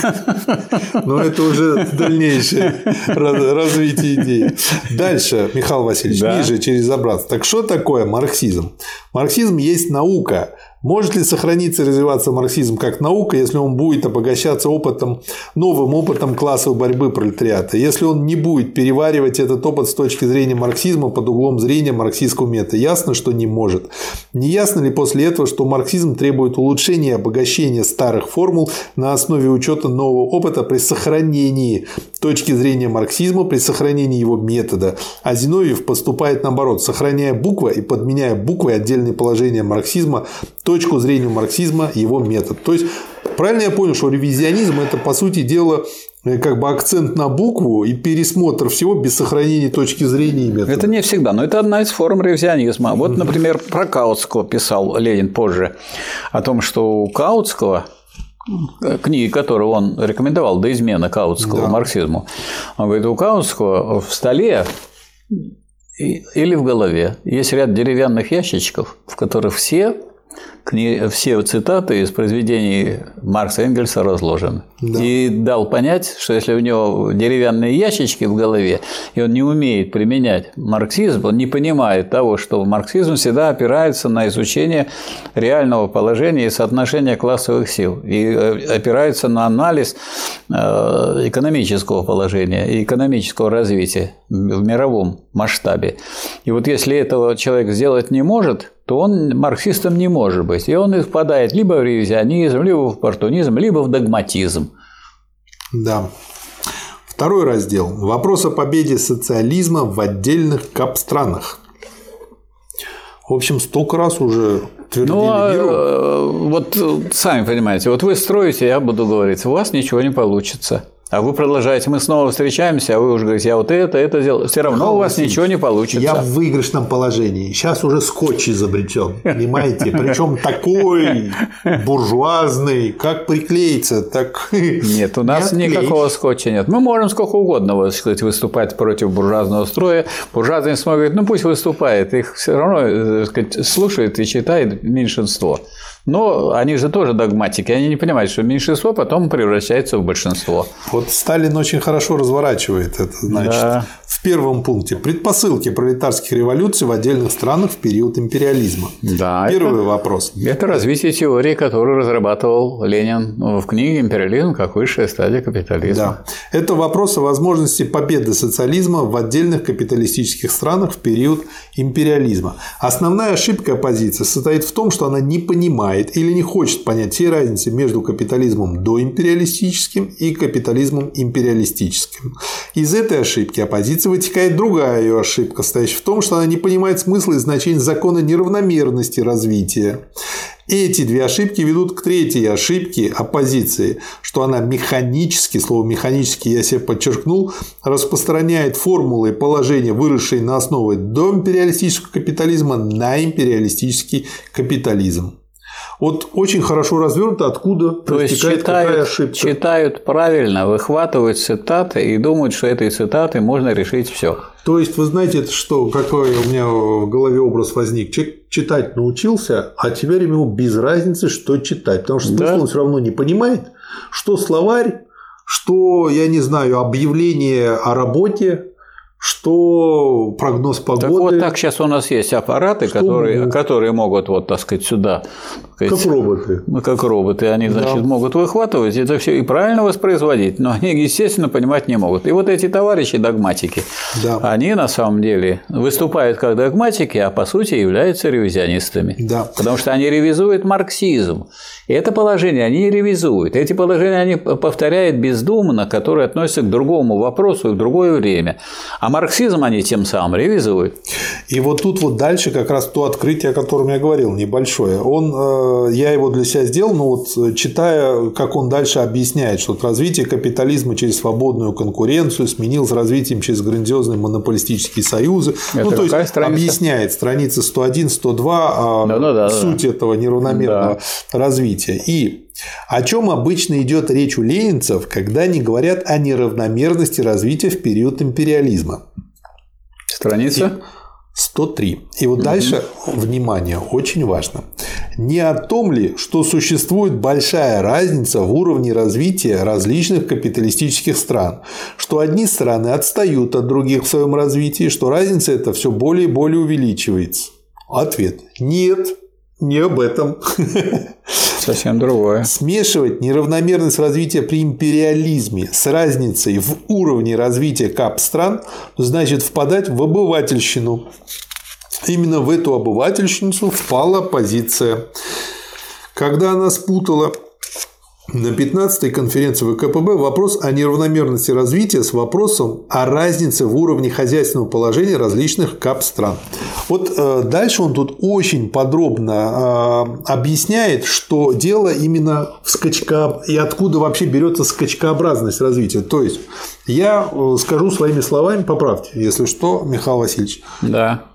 Но это уже дальнейшее развитие идеи. Дальше, Михаил Васильевич, да. Ниже через забраться. Так что такое марксизм? Марксизм есть наука. Может ли сохраниться и развиваться марксизм как наука, если он будет обогащаться опытом, новым опытом классовой борьбы пролетариата, если он не будет переваривать этот опыт с точки зрения марксизма под углом зрения марксистского метода? Ясно, что не может. Не ясно ли после этого, что марксизм требует улучшения и обогащения старых формул на основе учета нового опыта при сохранении точки зрения марксизма, при сохранении его метода? А Зиновьев поступает наоборот, сохраняя буквы и подменяя буквой отдельные положения марксизма, точку зрения марксизма, его метод. То есть, правильно я понял, что ревизионизм – это, по сути дела, как бы акцент на букву и пересмотр всего без сохранения точки зрения и метода. Это не всегда, но это одна из форм ревизионизма. Вот, например, про Каутского писал Ленин позже о том, что у Каутского, книги, которую он рекомендовал до измены Каутского да. марксизму, он говорит, у Каутского в столе или в голове есть ряд деревянных ящичков, в которых все все цитаты из произведений Маркса и Энгельса разложены. Да. И дал понять, что если у него деревянные ящички в голове, и он не умеет применять марксизм, он не понимает того, что марксизм всегда опирается на изучение реального положения и соотношения классовых сил, и опирается на анализ экономического положения и экономического развития в мировом масштабе. И вот если этого человек сделать не может, то он марксистом не может быть. И он впадает либо в ревизионизм, либо в оппортунизм, либо в догматизм. Да. Второй раздел. Вопрос о победе социализма в отдельных капстранах. В общем, столько раз уже твердили миру. Ну, вот сами понимаете, вот вы строите, я буду говорить, у вас ничего не получится. А вы продолжаете, мы снова встречаемся, а вы уже говорите, я вот это, это делал. Все равно Михаил у вас Васильевич, ничего не получится. Я в выигрышном положении. Сейчас уже скотч изобретен, понимаете? Причем такой буржуазный, как приклеится, так. Нет, у нас не никакого скотча нет. Мы можем сколько угодно, вот, сказать, выступать против буржуазного строя. Буржуазный смог говорит, ну пусть выступает, их все равно, сказать, слушает и читает меньшинство. Но они же тоже догматики, они не понимают, что меньшинство потом превращается в большинство. Вот Сталин очень хорошо разворачивает это, значит, да. В первом пункте предпосылки пролетарских революций в отдельных странах в период империализма. Да, Первый это, вопрос. Это развитие теории, которую разрабатывал Ленин в книге «Империализм как высшая стадия капитализма». Да. Это вопрос о возможности победы социализма в отдельных капиталистических странах в период империализма. Основная ошибка оппозиции состоит в том, что она не понимает или не хочет понять все разницы между капитализмом доимпериалистическим и капитализмом империалистическим. Из этой ошибки оппозиции вытекает другая ее ошибка, состоящая в том, что она не понимает смысла и значения закона неравномерности развития. Эти две ошибки ведут к третьей ошибке оппозиции, что она механически, слово механически я себе подчеркнул, распространяет формулы и положения, выросшие на основе доимпериалистического капитализма, на империалистический капитализм. Вот очень хорошо развернуто, откуда проистекает какая ошибка. Читают правильно, выхватывают цитаты и думают, что этой цитатой можно решить все. То есть, вы знаете, это что, какой у меня в голове образ возник? Человек читать научился, а теперь ему без разницы, что читать, потому что смысл да. он все равно не понимает, что словарь, что, я не знаю, объявление о работе, что прогноз погоды. Так вот так сейчас у нас есть аппараты, которые, которые могут, вот, так сказать, сюда. Как сказать, роботы. Ну, как роботы. Они, значит, да. могут выхватывать это все и правильно воспроизводить, но они, естественно, понимать не могут. И вот эти товарищи догматики, да. они на самом деле выступают как догматики, а по сути являются ревизионистами. Да. Потому что они ревизуют марксизм. И это положение они ревизуют. Эти положения они повторяют бездумно, которые относятся к другому вопросу и в другое время. А марксизм они тем самым ревизуют. И вот тут вот дальше как раз то открытие, о котором я говорил, небольшое. Он, я его для себя сделал, но вот читая, как он дальше объясняет, что развитие капитализма через свободную конкуренцию сменилось развитием через грандиозные монополистические союзы. Это ну, то есть страница? Объясняет страницы сто один сто два да, ну, да, суть да. этого неравномерного да. развития. И о чем обычно идет речь у ленинцев, когда они говорят о неравномерности развития в период империализма? Страница? сто три. И вот угу. дальше, внимание, очень важно. Не о том ли, что существует большая разница в уровне развития различных капиталистических стран, что одни страны отстают от других в своем развитии, что разница эта все более и более увеличивается? Ответ. Нет, не об этом. Совсем другое. Смешивать неравномерность развития при империализме с разницей в уровне развития кап-стран значит впадать в обывательщину. Именно в эту обывательщину впала позиция. Когда она спутала на пятнадцатой конференции вэ ка пэ бэ вопрос о неравномерности развития с вопросом о разнице в уровне хозяйственного положения различных кап-стран. Вот дальше он тут очень подробно объясняет, что дело именно в скачка и откуда вообще берется скачкообразность развития. То есть я скажу своими словами, поправьте, если что, Михаил Васильевич. Да.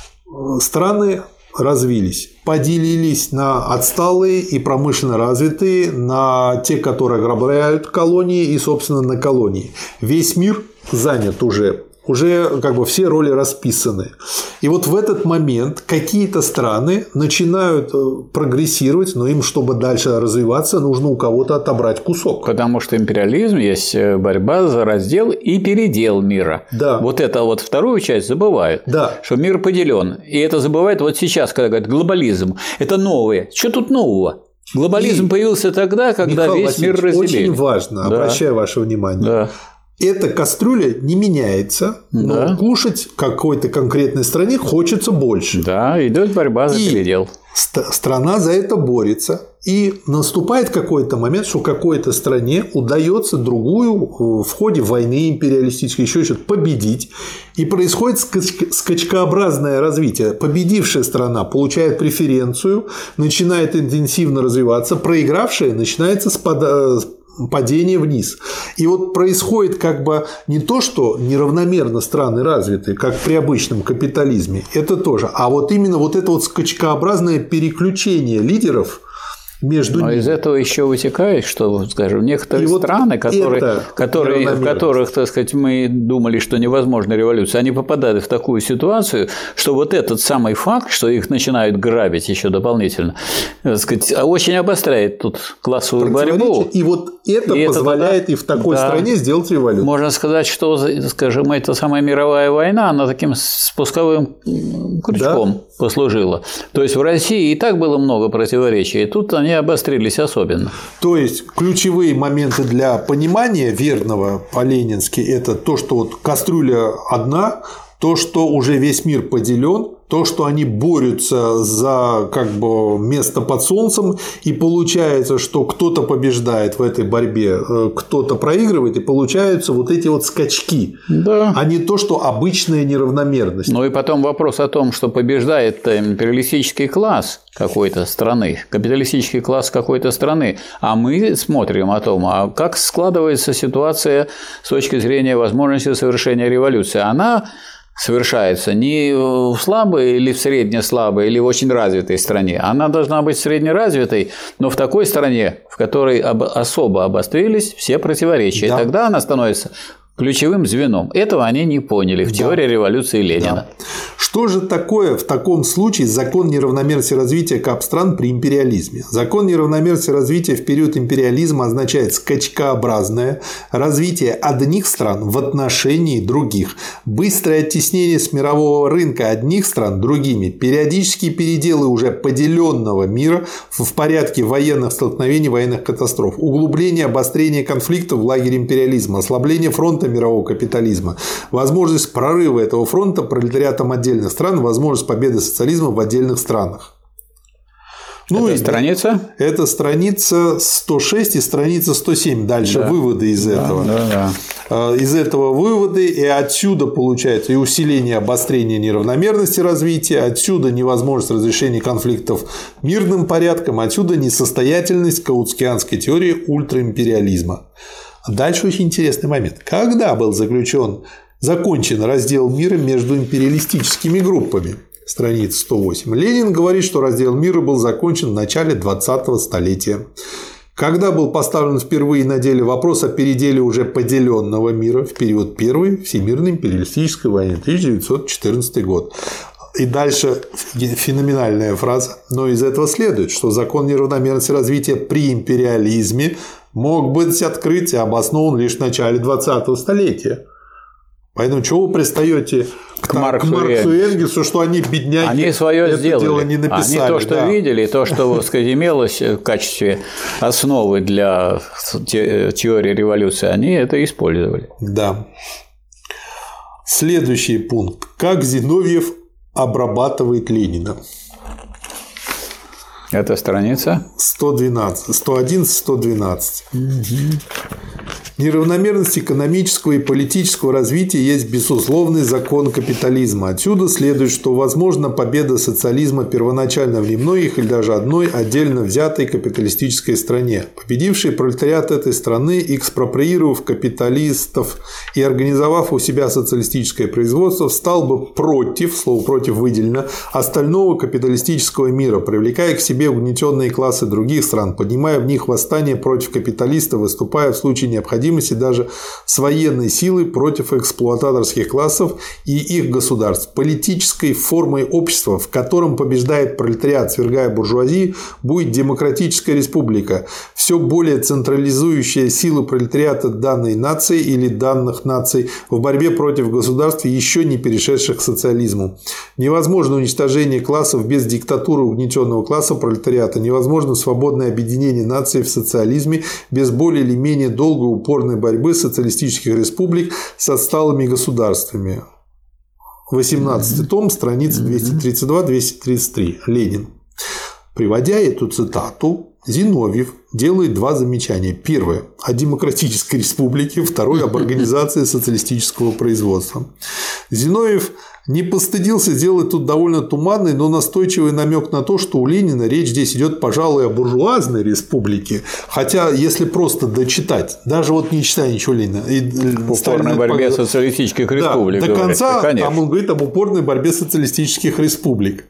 Страны развились, поделились на отсталые и промышленно развитые, на те, которые ограбляют колонии и, собственно, на колонии. Весь мир занят уже. Уже как бы все роли расписаны. И вот в этот момент какие-то страны начинают прогрессировать, но им, чтобы дальше развиваться, нужно у кого-то отобрать кусок. Потому что империализм есть борьба за раздел и передел мира. Да. Вот это вот вторую часть забывают. Да. Что мир поделен. И это забывают вот сейчас, когда говорят глобализм. Это новое. Что тут нового? Глобализм и появился тогда, когда Михаил весь Васильевич, мир разделили. Очень важно, да. обращаю ваше внимание. Да. Эта кастрюля не меняется, но да. кушать в какой-то конкретной стране хочется больше. Да, идет борьба за и передел. Страна за это борется. И наступает какой-то момент, что какой-то стране удается другую в ходе войны империалистической еще что-то победить. И происходит скачкообразное развитие. Победившая страна получает преференцию, начинает интенсивно развиваться, проигравшая начинается спада... падение вниз. И вот происходит как бы не то, что неравномерно страны развиты, как при обычном капитализме, это тоже, а вот именно вот это вот скачкообразное переключение лидеров между Но ними. из этого еще вытекает, что, скажем, некоторые и страны, вот которые, которые, в которых, так сказать, мы думали, что невозможна революция, они попадают в такую ситуацию, что вот этот самый факт, что их начинают грабить еще дополнительно, так сказать, очень обостряет тут классовую борьбу. И вот это и позволяет это, и в такой да, стране сделать революцию. Можно сказать, что, скажем, эта самая мировая война, она таким спусковым крючком да. послужила. То есть в России и так было много противоречий, и тут они обострились особенно. То есть ключевые моменты для понимания верного по-ленински – это то, что вот кастрюля одна, то, что уже весь мир поделен, то, что они борются за как бы место под солнцем, и получается, что кто-то побеждает в этой борьбе, кто-то проигрывает, и получаются вот эти вот скачки, да. а не то, что обычная неравномерность. Ну и потом вопрос о том, что побеждает империалистический класс какой-то страны, капиталистический класс какой-то страны, а мы смотрим о том, а как складывается ситуация с точки зрения возможности совершения революции. Она совершается не в слабой или в средне-слабой или в очень развитой стране. Она должна быть среднеразвитой, но в такой стране, в которой особо обострились все противоречия. Да. И тогда она становится ключевым звеном. Этого они не поняли в да. теории революции Ленина. Да. Что же такое в таком случае закон неравномерности развития кап-стран при империализме? Закон неравномерности развития в период империализма означает скачкообразное развитие одних стран в отношении других, быстрое оттеснение с мирового рынка одних стран другими, периодические переделы уже поделенного мира в порядке военных столкновений, военных катастроф, углубление, обострение конфликтов в лагере империализма, ослабление фронта мирового капитализма, возможность прорыва этого фронта пролетариатом отдельных стран, возможность победы социализма в отдельных странах. Ну, это и страница? Это страница сто шесть и страница сто семь. Дальше да. выводы из да, этого. Да, да. Из этого выводы, и отсюда получается и усиление обострения неравномерности развития, отсюда невозможность разрешения конфликтов мирным порядком, отсюда несостоятельность каутскианской теории ультраимпериализма. Дальше очень интересный момент. Когда был заключен, закончен раздел мира между империалистическими группами? Страница сто восемь. Ленин говорит, что раздел мира был закончен в начале двадцатого столетия. Когда был поставлен впервые на деле вопрос о переделе уже поделенного мира в период Первой Всемирной империалистической войны, тысяча девятьсот четырнадцатый год. И дальше феноменальная фраза. Но из этого следует, что закон неравномерности развития при империализме мог быть открыт и обоснован лишь в начале двадцатого столетия. Поэтому чего вы пристаете к, к Марксу, Марксу и Энгельсу, что они, бедняки, они свое это сделали. дело не написали. Они то, что да. видели, то, что, сказать, имелось в качестве основы для теории революции, они это использовали. Да. Следующий пункт. Как Зиновьев обрабатывает Ленина. Это страница сто двенадцать, сто одиннадцать сто двенадцать. Угу. Неравномерность экономического и политического развития есть безусловный закон капитализма. Отсюда следует, что возможна победа социализма первоначально в немногих или даже одной отдельно взятой капиталистической стране. Победивший пролетариат этой страны, экспроприировав капиталистов и организовав у себя социалистическое производство, стал бы против, слово «против» выделено, остального капиталистического мира, привлекая к себе угнетенные классы других стран, поднимая в них восстание против капиталистов, выступая в случае необходимости даже с военной силой против эксплуататорских классов и их государств. Политической формой общества, в котором побеждает пролетариат, свергая буржуазию, будет демократическая республика, все более централизующая силу пролетариата данной нации или данных наций в борьбе против государств, еще не перешедших к социализму. Невозможно уничтожение классов без диктатуры угнетенного класса пролетариата, невозможно свободное объединение нации в социализме без более или менее долгой упорной борьбы социалистических республик с отсталыми государствами. восемнадцатый том, страница двести тридцать два двести тридцать три. Ленин. Приводя эту цитату, Зиновьев делает два замечания. Первое – о демократической республике, второе – об организации социалистического производства. Зиновьев не постыдился сделать тут довольно туманный, но настойчивый намек на то, что у Ленина речь здесь идет, пожалуй, о буржуазной республике. Хотя, если просто дочитать, даже вот не читая ничего Ленина, в упорной борьбе по... социалистических республик, да, до конца конечно. Там он говорит об упорной борьбе социалистических республик.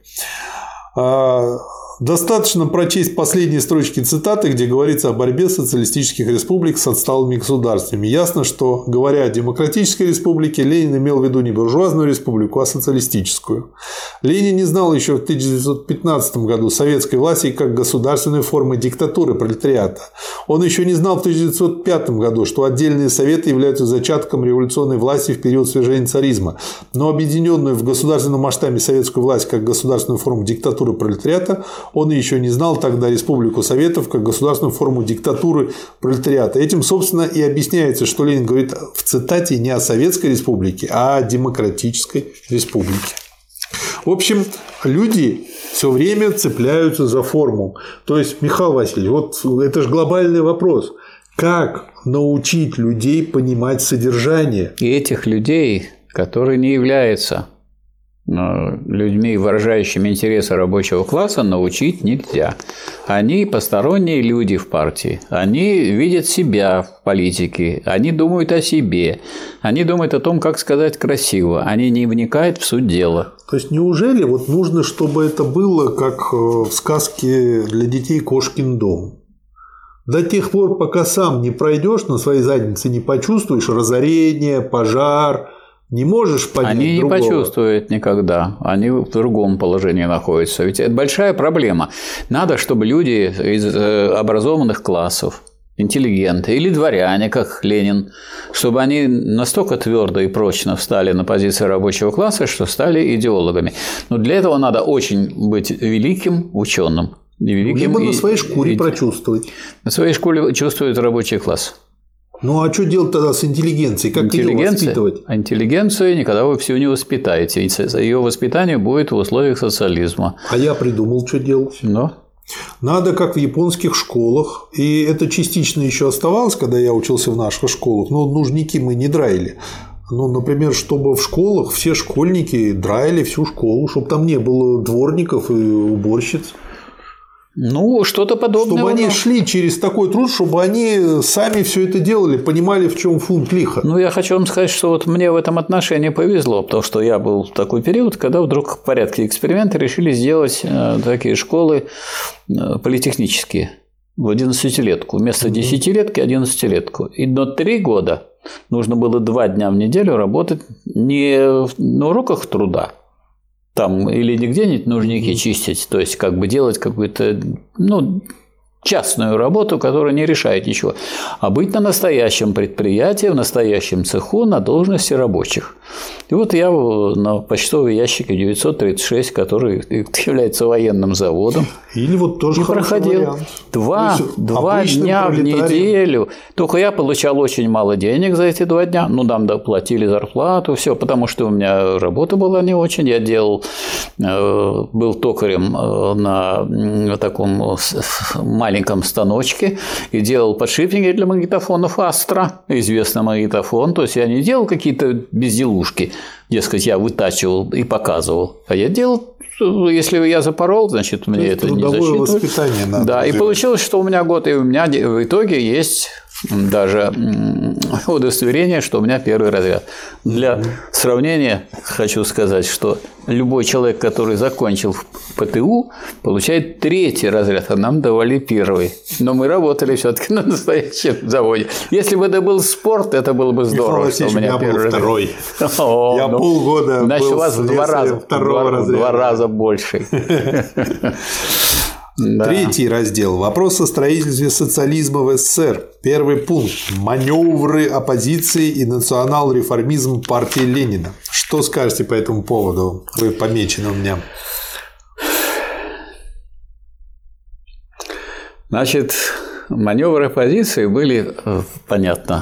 Достаточно прочесть последние строчки цитаты, где говорится о борьбе социалистических республик с отсталыми государствами. Ясно, что, говоря о демократической республике, Ленин имел в виду не буржуазную республику, а социалистическую. Ленин не знал еще в тысяча девятьсот пятнадцатом году советской власти как государственной формы диктатуры пролетариата. Он еще не знал в тысяча девятьсот пятом году, что отдельные советы являются зачатком революционной власти в период свержения царизма. Но объединенную в государственном масштабе советскую власть как государственную форму диктатуры пролетариата он еще не знал тогда Республику Советов как государственную форму диктатуры пролетариата. Этим, собственно, и объясняется, что Ленин говорит в цитате не о Советской Республике, а о демократической республике. В общем, люди все время цепляются за форму. То есть, Михаил Васильевич, вот это же глобальный вопрос. Как научить людей понимать содержание? И этих людей, которые не являются людьми, выражающими интересы рабочего класса, научить нельзя. Они посторонние люди в партии. Они видят себя в политике. Они думают о себе. Они думают о том, как сказать красиво. Они не вникают в суть дела. То есть, неужели вот нужно, чтобы это было, как в сказке для детей «Кошкин дом»? До тех пор, пока сам не пройдешь на своей заднице, не почувствуешь разорение, пожар, не можешь понять Они другого. не почувствуют никогда. Они в другом положении находятся. Ведь это большая проблема. Надо, чтобы люди из образованных классов, интеллигенты или дворяне, как Ленин, чтобы они настолько твердо и прочно встали на позиции рабочего класса, что стали идеологами. Но для этого надо очень быть великим ученым. Великим Либо и... на своей шкуре и... прочувствовать. На своей шкуре чувствует рабочий класс. Ну, а что делать тогда с интеллигенцией? Как ее воспитывать? А интеллигенцию никогда вы всю не воспитаете. Ее воспитание будет в условиях социализма. А я придумал, что делать. Но? Надо, как в японских школах, и это частично еще оставалось, когда я учился в наших школах, но нужники мы не драили. Ну, например, чтобы в школах все школьники драили всю школу, чтобы там не было дворников и уборщиц. Ну, что-то подобное. Чтобы они шли через такой труд, чтобы они сами все это делали, понимали, в чем фунт лиха. Ну, я хочу вам сказать, что вот мне в этом отношении повезло, потому что я был в такой период, когда вдруг в порядке эксперимента решили сделать такие школы политехнические. в одиннадцатилетку. Вместо десятилетки – одиннадцатилетку. И на три года нужно было два дня в неделю работать не на уроках труда, там или не где-нибудь нужники чистить, то есть как бы делать какую-то, ну, частную работу, которая не решает ничего, а быть на настоящем предприятии, в настоящем цеху на должности рабочих. И вот я на почтовом ящике девятьсот тридцать шесть, который является военным заводом, или вот тоже проходил вариант. два, два дня в неделю. Только я получал очень мало денег за эти два дня. Ну, нам доплатили зарплату, все, потому что у меня работа была не очень. Я делал, был токарем на таком маленьком станочке и делал подшипники для магнитофонов Астра, известный магнитофон. То есть я не делал какие-то безделушки, дескать, я вытачивал и показывал, а я делал. Если я запорол, значит, мне это не засчитывают. Воспитание надо да, делать. И получилось, что у меня год, и у меня в итоге есть даже удостоверение, что у меня первый разряд. Для сравнения хочу сказать, что любой человек, который закончил ПТУ, получает третий разряд, а нам давали первый. Но мы работали все-таки на настоящем заводе. Если бы это был спорт, это было бы здорово, что у меня первый второй. О, я ну, полгода значит, был у вас в два раза, второго два, разряда. два раза больше. Да. Третий раздел. Вопрос о строительстве социализма в СССР. Первый пункт. Маневры оппозиции и национал-реформизм партии Ленина. Что скажете по этому поводу? Вы помечены у меня. Значит, маневры оппозиции были, понятно,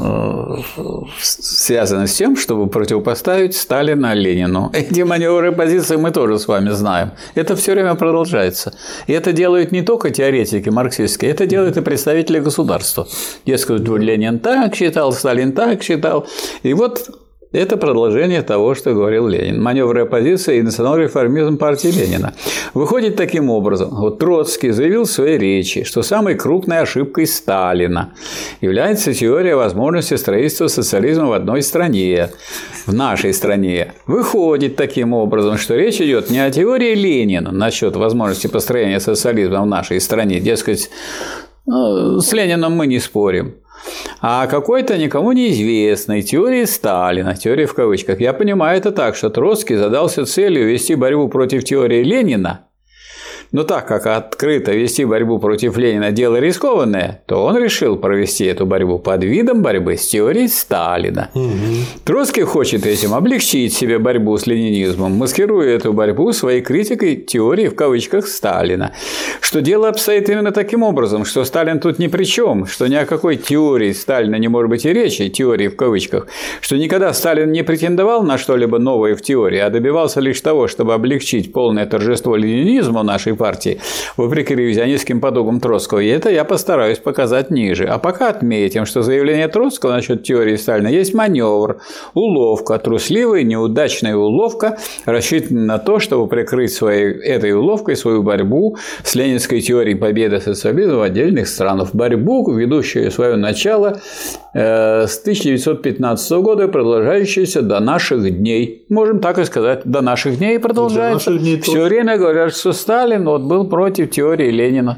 связаны с тем, чтобы противопоставить Сталина Ленину. Эти маневры оппозиции мы тоже с вами знаем. Это все время продолжается. И это делают не только теоретики марксистские, это делают и представители государства. Дескать, Ленин так считал, Сталин так считал. И вот это продолжение того, что говорил Ленин. Маневры оппозиции и национал-реформизм партии Ленина. Выходит таким образом. Вот Троцкий заявил в своей речи, что самой крупной ошибкой Сталина является теория возможности строительства социализма в одной стране, в нашей стране. Выходит таким образом, что речь идет не о теории Ленина насчет возможности построения социализма в нашей стране. Дескать, ну, с Лениным мы не спорим. А какой-то никому неизвестной теории Сталина, теории в кавычках. Я понимаю это так, что Троцкий задался целью вести борьбу против теории Ленина, но так как открыто вести борьбу против Ленина дело рискованное, то он решил провести эту борьбу под видом борьбы с теорией Сталина. Угу. Троцкий хочет этим облегчить себе борьбу с ленинизмом, маскируя эту борьбу своей критикой теории в кавычках Сталина. Что дело обстоит именно таким образом, что Сталин тут ни при чем, что ни о какой теории Сталина не может быть и речи, теории в кавычках, что никогда Сталин не претендовал на что-либо новое в теории, а добивался лишь того, чтобы облегчить полное торжество ленинизма нашей партии, вопреки ревизионистским подугам Троцкого. И это я постараюсь показать ниже. А пока отметим, что заявление Троцкого насчет теории Сталина есть маневр, уловка, трусливая, неудачная уловка, рассчитанная на то, чтобы прикрыть своей, этой уловкой свою борьбу с ленинской теорией победы социализма в отдельных странах. Борьбу, ведущую свое начало э, с тысяча девятьсот пятнадцатого года, продолжающуюся до наших дней. Можем так и сказать, до наших дней продолжается. Все время говорят, что Сталин вот был против теории Ленина.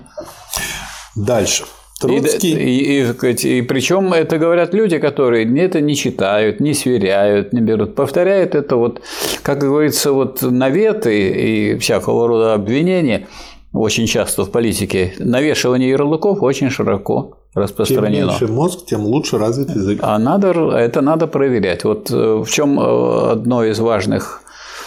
Дальше. Троцкий. И, и, и, и причем это говорят люди, которые это не читают, не сверяют, не берут. Повторяют это вот, как говорится, вот наветы и всякого рода обвинения. Очень часто в политике навешивание ярлыков очень широко распространено. Чем меньше мозг, тем лучше развит язык. А надо, это надо проверять. Вот в чем одно из важных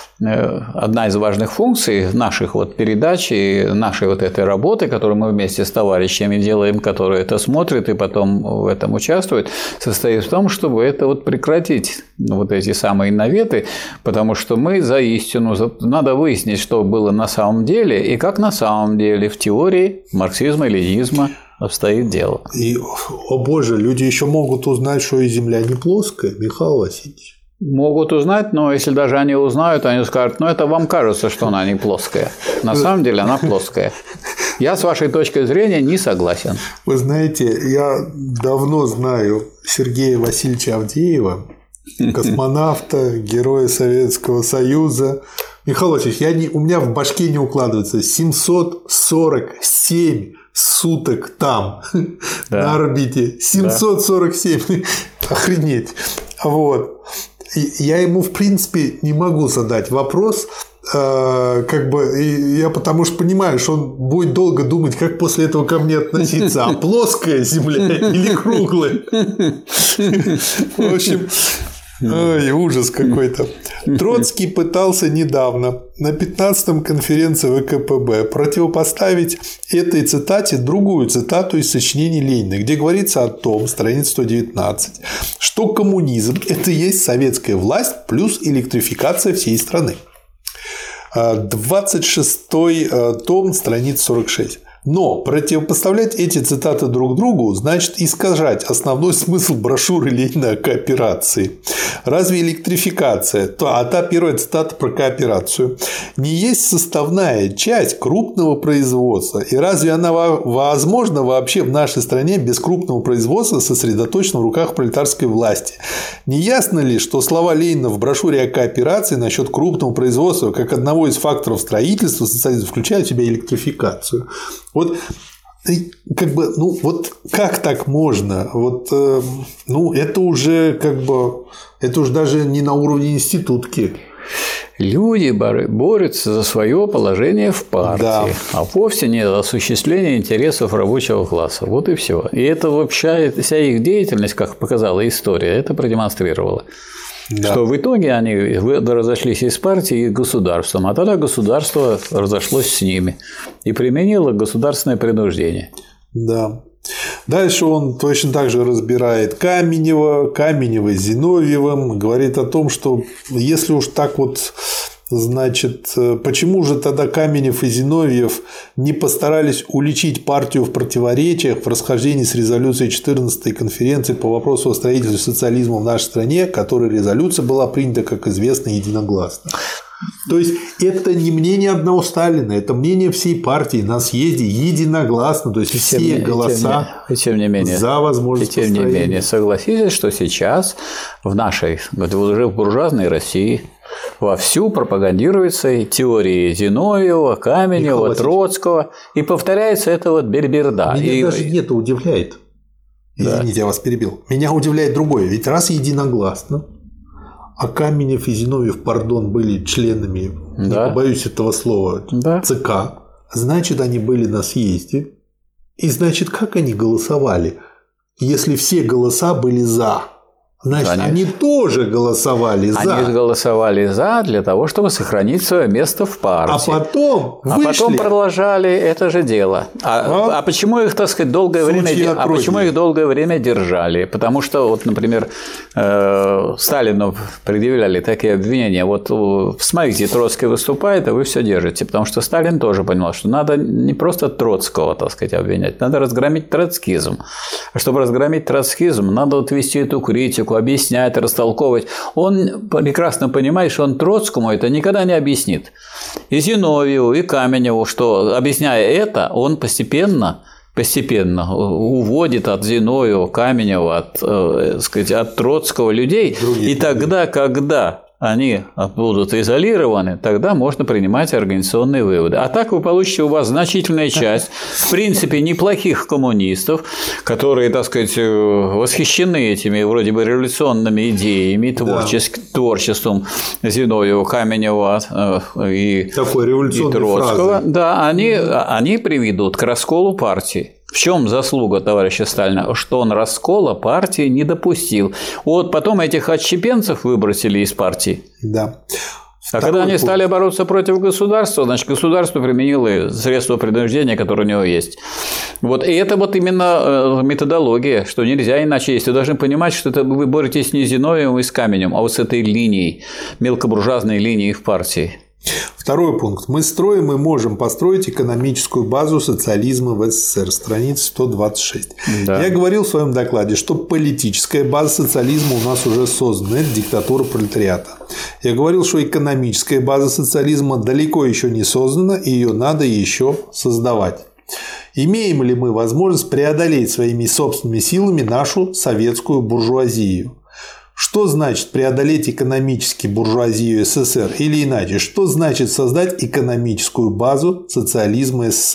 Одна из важных функций наших вот передач и нашей вот этой работы, которую мы вместе с товарищами делаем, которые это смотрят и потом в этом участвуют, состоит в том, чтобы это вот прекратить, вот эти самые наветы, потому что мы за истину, надо выяснить, что было на самом деле и как на самом деле в теории марксизма и ленинизма обстоит дело. И, о боже, люди еще могут узнать, что и Земля не плоская, Михаил Васильевич. Могут узнать, но если даже они узнают, они скажут, ну это вам кажется, что она не плоская. На самом деле она плоская. Я с вашей точки зрения не согласен. Вы знаете, я давно знаю Сергея Васильевича Авдеева, космонавта, героя Советского Союза. Михаил Васильевич, я не, у меня в башке не укладывается семьсот сорок семь суток там, да. на орбите. семьсот сорок семь. Да. Охренеть. Вот. Я ему, в принципе, не могу задать вопрос, как бы, я потому что понимаю, что он будет долго думать, как после этого ко мне относиться, а плоская Земля или круглая. В общем, ой, ужас какой-то. Троцкий пытался недавно на пятнадцатой конференции ВКПБ противопоставить этой цитате другую цитату из сочинений Ленина, где говорится о том, страница сто девятнадцать, что коммунизм – это и есть советская власть плюс электрификация всей страны. двадцать шестой том, страница сорок шесть. Но противопоставлять эти цитаты друг другу значит искажать основной смысл брошюры Ленина о кооперации. Разве электрификация, а та первая цитата про кооперацию, не есть составная часть крупного производства? И разве она возможна вообще в нашей стране без крупного производства, сосредоточенного в руках пролетарской власти? Не ясно ли, что слова Ленина в брошюре о кооперации насчет крупного производства как одного из факторов строительства социализма включают в себя электрификацию? Вот, как бы, ну, вот как так можно? Вот, э, ну, это уже, как бы, это уже даже не на уровне институтки. Люди борются за свое положение в партии, да. а вовсе не за осуществление интересов рабочего класса. Вот и все. И это вообще вся их деятельность, как показала история, это продемонстрировала. Да. Что в итоге они разошлись из партии и государством, а тогда государство разошлось с ними и применило государственное принуждение. Да. Дальше он точно так же разбирает Каменева, Каменева с Зиновьевым, говорит о том, что если уж так вот, значит, почему же тогда Каменев и Зиновьев не постарались уличить партию в противоречиях, в расхождении с резолюцией четырнадцатой конференции по вопросу о строительстве социализма в нашей стране, которая резолюция была принята, как известно, единогласно. То есть это не мнение одного Сталина, это мнение всей партии на съезде единогласно, то есть все тем, голоса тем, тем не менее, за возможность и тем не менее, согласитесь, что сейчас в нашей, уже в буржуазной России вовсю пропагандируется теории Зиновьева, Каменева, Троцкого, и повторяется это вот берберда. Меня и... даже не это удивляет. Извините, да. я вас перебил. Меня удивляет другое. Ведь раз единогласно, а Каменев и Зиновьев, пардон, были членами, да. не побоюсь этого слова, да. ЦК, значит, они были на съезде. И значит, как они голосовали, если все голоса были за? Значит, они, они тоже голосовали за. Они голосовали за для того, чтобы сохранить свое место в партии. А потом А вышли. потом продолжали это же дело. А, а? а почему их, так сказать, долгое время, а почему их долгое время держали? Потому что, вот, например, э, Сталину предъявляли такие обвинения. Вот смотрите, Троцкий выступает, а вы все держите. Потому что Сталин тоже понимал, что надо не просто Троцкого, так сказать, обвинять, надо разгромить троцкизм. А чтобы разгромить троцкизм, надо вот вести эту критику, объяснять, растолковывать. Он прекрасно понимает, что он Троцкому это никогда не объяснит. И Зиновьеву, и Каменеву, что, объясняя это, он постепенно, постепенно уводит от Зиновьева, Каменева, от, э, сказать, от Троцкого людей. Другие и тогда, люди. когда они будут изолированы, тогда можно принимать организационные выводы. А так вы получите у вас значительная часть, в принципе, неплохих коммунистов, которые, так сказать, восхищены этими вроде бы революционными идеями, творческим, да. творчеством Зиновьева, Каменева и, и Троцкого. Да, они, они приведут к расколу партии. В чем заслуга товарища Сталина? Что он раскола партии не допустил. Вот потом этих отщепенцев выбросили из партии. Да. А Второй когда они пункт. стали бороться против государства, значит, государство применило средства принуждения, которые у него есть. Вот. И это вот именно методология, что нельзя иначе есть. Вы должны понимать, что это вы боретесь не с Зиновьевым и с Каменем, а вот с этой линией, мелкобуржуазной линией в партии. Второй пункт. Мы строим и можем построить экономическую базу социализма в СССР. Страница сто двадцать шесть. Да. Я говорил в своем докладе, что политическая база социализма у нас уже создана. Это диктатура пролетариата. Я говорил, что экономическая база социализма далеко еще не создана, и ее надо еще создавать. Имеем ли мы возможность преодолеть своими собственными силами нашу советскую буржуазию? Что значит преодолеть экономически буржуазию СССР? Или иначе, что значит создать экономическую базу социализма СССР?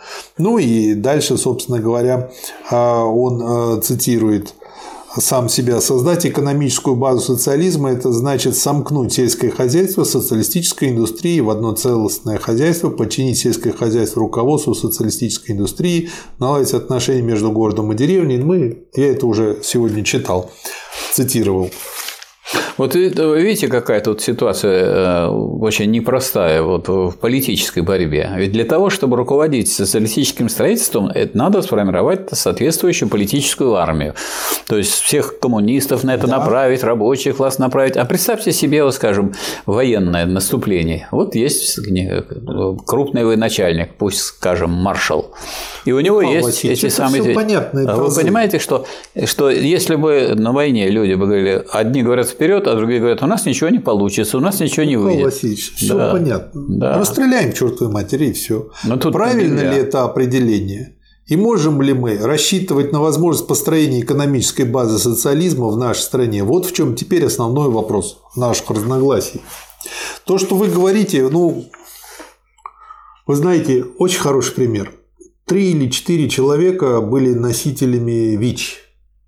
Ну и дальше, собственно говоря, он цитирует сам себя: создать экономическую базу социализма – это значит сомкнуть сельское хозяйство с социалистической индустрией в одно целостное хозяйство, подчинить сельское хозяйство руководству социалистической индустрии, наладить отношения между городом и деревней. Мы, я это уже сегодня читал, цитировал. Вот вы видите, какая тут ситуация очень непростая вот в политической борьбе. Ведь для того, чтобы руководить социалистическим строительством, это надо сформировать соответствующую политическую армию. То есть всех коммунистов на это да. направить, рабочий класс направить. А представьте себе, вот, скажем, военное наступление. Вот есть крупный военачальник, пусть скажем, маршал. И у него Михаил есть эти самые. Все понятно, это Вы разы. понимаете, что, что если бы на войне люди бы говорили, одни говорят вперед, а другие говорят, у нас ничего не получится, у нас ничего не выйдет. Михаил Васильевич, все да. понятно. Да. Расстреляем к чертовой матери и все. Правильно ли это определение? И можем ли мы рассчитывать на возможность построения экономической базы социализма в нашей стране? Вот в чем теперь основной вопрос наших разногласий. То, что вы говорите, ну, вы знаете, очень хороший пример. Три или четыре человека были носителями ВИЧ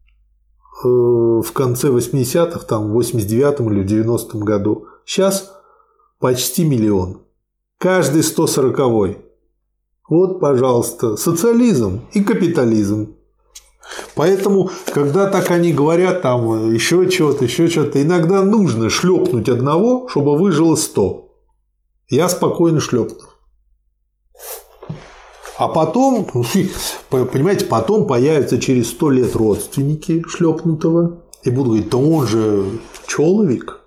в конце восьмидесятых, там, в восемьдесят девятом или в девяностом году. Сейчас почти миллион. Каждый сто сороковой. Вот, пожалуйста, социализм и капитализм. Поэтому, когда так они говорят, там еще что-то, еще что-то, иногда нужно шлепнуть одного, чтобы выжило сто. Я спокойно шлепну. А потом, понимаете, потом появятся через сто лет родственники шлепнутого и будут говорить, да он же человек.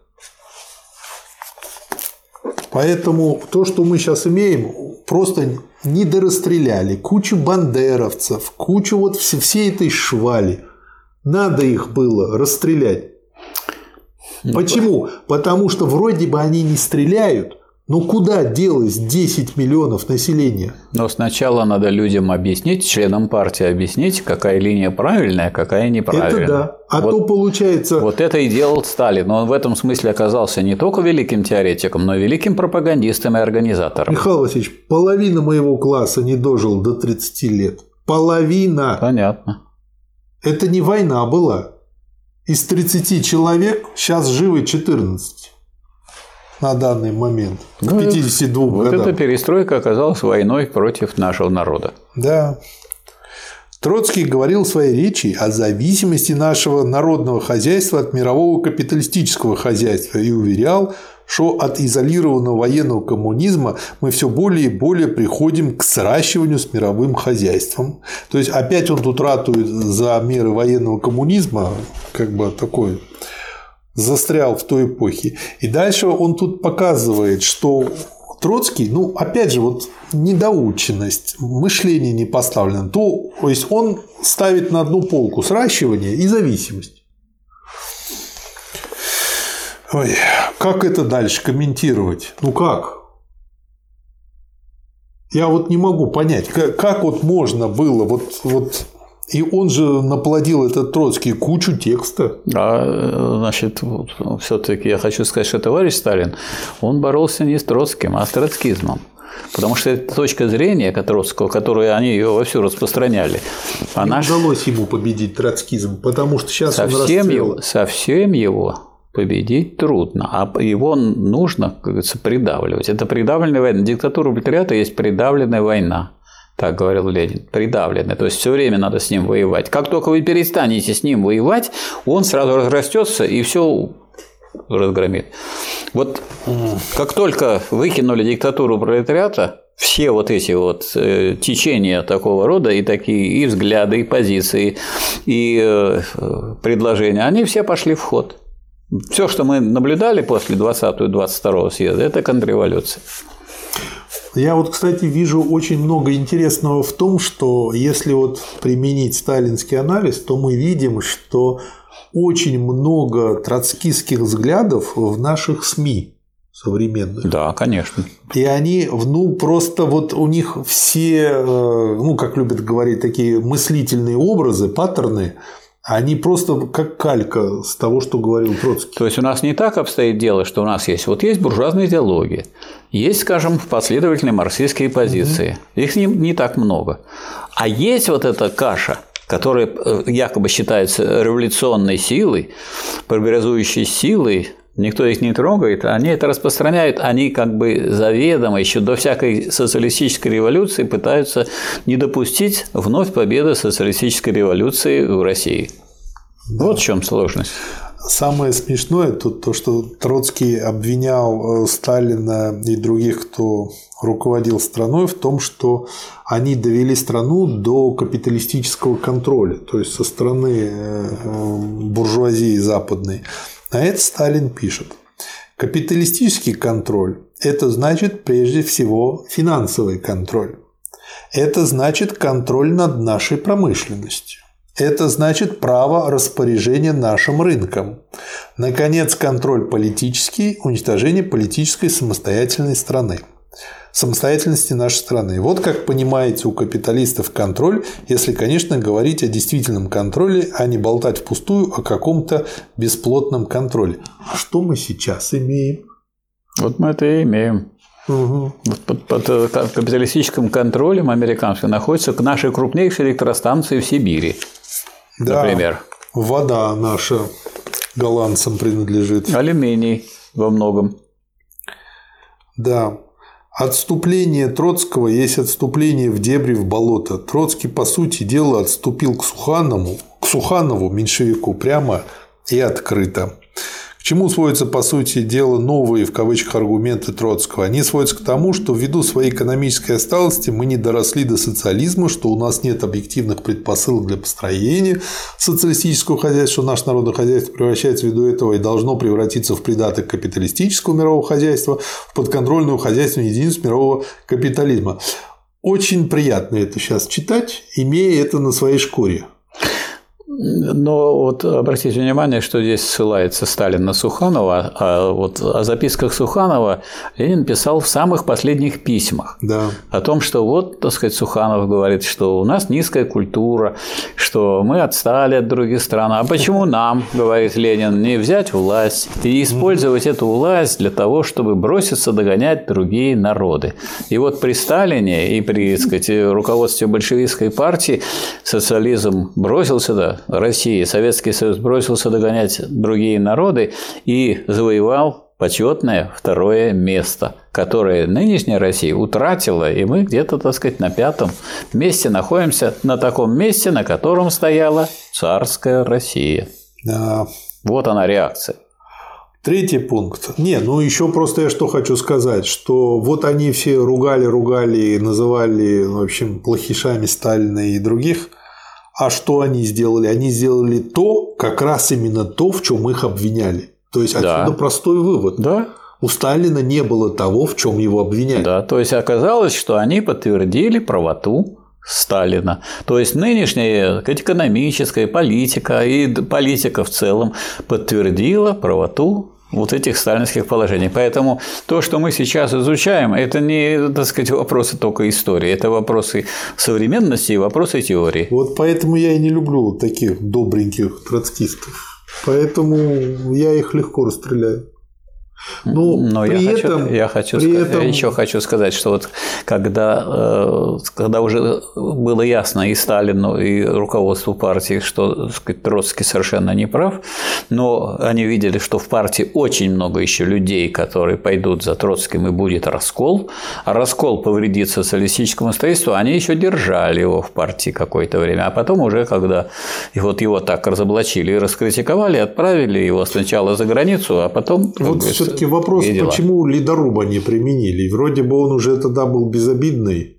Поэтому то, что мы сейчас имеем, просто не дорастреляли кучу бандеровцев, кучу вот всей этой швали. Надо их было расстрелять. Почему? Потому что вроде бы они не стреляют. Ну, куда делось десять миллионов населения? Но сначала надо людям объяснить, членам партии объяснить, какая линия правильная, какая неправильная. Это да. А вот, то получается… Вот это и делал Сталин. Он в этом смысле оказался не только великим теоретиком, но и великим пропагандистом и организатором. Михаил Васильевич, половина моего класса не дожил до тридцати лет. Половина. Понятно. Это не война была. Из тридцати человек сейчас живы четырнадцать. На данный момент, к ну, пятидесяти двум вот годам. Вот эта перестройка оказалась войной против нашего народа. Да. Троцкий говорил в своей речи о зависимости нашего народного хозяйства от мирового капиталистического хозяйства и уверял, что от изолированного военного коммунизма мы все более и более приходим к сращиванию с мировым хозяйством. То есть опять он тут ратует за меры военного коммунизма, как бы такой… застрял в той эпохе. И дальше он тут показывает, что Троцкий, ну, опять же, вот недоученность, мышление не поставлено. То, то есть он ставит на одну полку сращивание и зависимость. Ой, как это дальше комментировать? Ну как? Я вот не могу понять, как, как вот можно было вот, вот… И он же наплодил, этот Троцкий, кучу текста. А, значит, вот, все-таки я хочу сказать, что товарищ Сталин, он боролся не с Троцким, а с троцкизмом. Потому что это точка зрения Троцкого, которую они ее вовсю распространяли. Она не удалось ему победить троцкизм, потому что сейчас совсем он расцвел. его, совсем его победить трудно, а его нужно, как говорится, придавливать. Это придавленная война. Диктатура пролетариата есть придавленная война. Так говорил Ленин, придавленный. То есть все время надо с ним воевать. Как только вы перестанете с ним воевать, он сразу разрастется и все разгромит. Вот как только выкинули диктатуру пролетариата, все вот эти вот течения такого рода, и такие и взгляды, и позиции, и предложения, они все пошли в ход. Все, что мы наблюдали после двадцатого и двадцать второго съезда, это контрреволюция. Я вот, кстати, вижу очень много интересного в том, что если вот применить сталинский анализ, то мы видим, что очень много троцкистских взглядов в наших СМИ современных. Да, конечно. И они, ну, просто вот у них все, ну, как любят говорить, такие мыслительные образы, паттерны, Они просто как калька с того, что говорил Троцкий. То есть у нас не так обстоит дело, что у нас есть вот есть буржуазная идеология, есть, скажем, последовательные марксистские позиции, угу. Их не, не так много, а есть вот эта каша, которая якобы считается революционной силой, преобразующей силой. Никто их не трогает, они это распространяют, они как бы заведомо еще до всякой социалистической революции пытаются не допустить вновь победы социалистической революции в России. Да. Вот в чем сложность. Самое смешное тут то, что Троцкий обвинял Сталина и других, кто руководил страной, в том, что они довели страну до капиталистического контроля, то есть со стороны буржуазии западной. На это Сталин пишет: капиталистический контроль – это значит прежде всего финансовый контроль. Это значит контроль над нашей промышленностью. Это значит право распоряжения нашим рынком. Наконец, контроль политический – уничтожение политической самостоятельной страны. самостоятельности нашей страны. Вот как понимаете у капиталистов контроль, если, конечно, говорить о действительном контроле, а не болтать впустую о каком-то бесплотном контроле. А что мы сейчас имеем? Вот мы это и имеем. Угу. Под, под, под капиталистическим контролем американским находится наши крупнейшие электростанции в Сибири, да, например. Вода наша голландцам принадлежит. Алюминий во многом. Да. Отступление Троцкого есть отступление в дебри, в болото. Троцкий, по сути дела, отступил к Суханову, к Суханову, меньшевику, прямо и открыто. К чему сводятся, по сути дела, новые, в кавычках, аргументы Троцкого? Они сводятся к тому, что ввиду своей экономической отсталости мы не доросли до социализма, что у нас нет объективных предпосылок для построения социалистического хозяйства, что наше народное хозяйство превращается ввиду этого и должно превратиться в придаток капиталистического мирового хозяйства, в подконтрольную хозяйственную единицу мирового капитализма. Очень приятно это сейчас читать, имея это на своей шкуре. Но вот обратите внимание, что здесь ссылается Сталин на Суханова, а вот о записках Суханова Ленин писал в самых последних письмах. Да. О том, что вот, так сказать, Суханов говорит, что у нас низкая культура, что мы отстали от других стран. А почему нам, говорит Ленин, не взять власть и использовать эту власть для того, чтобы броситься догонять другие народы? И вот при Сталине и при, так сказать, руководстве большевистской партии социализм бросился, да, России, Советский Союз бросился догонять другие народы и завоевал почетное второе место, которое нынешняя Россия утратила, и мы где-то, так сказать, на пятом месте находимся, на таком месте, на котором стояла царская Россия. Да. Вот она реакция. Третий пункт. Не, ну еще просто я что хочу сказать, что вот они все ругали, ругали, называли, в общем, плохишами Сталина и других. А что они сделали? Они сделали то, как раз именно то, в чем их обвиняли. То есть отсюда да. простой вывод. Да. У Сталина не было того, в чем его обвиняли. Да, то есть оказалось, что они подтвердили правоту Сталина. То есть нынешняя экономическая политика и политика в целом подтвердила правоту вот этих сталинских положений. Поэтому то, что мы сейчас изучаем, это не, так сказать, вопросы только истории, это вопросы современности и вопросы теории. Вот поэтому я и не люблю таких добреньких троцкистов. Поэтому я их легко расстреляю. Ну, Но при я, этом, хочу, я, хочу при сказать, этом... я еще хочу сказать, что вот когда, когда уже было ясно и Сталину, и руководству партии, что, так сказать, Троцкий совершенно не прав, но они видели, что в партии очень много еще людей, которые пойдут за Троцким, и будет раскол, а раскол повредит социалистическому строительству, они еще держали его в партии какое-то время, а потом уже, когда и вот его так разоблачили и раскритиковали, отправили его сначала за границу, а потом… Вот все-таки вопрос, почему ледоруба не применили? Вроде бы он уже тогда был безобидный.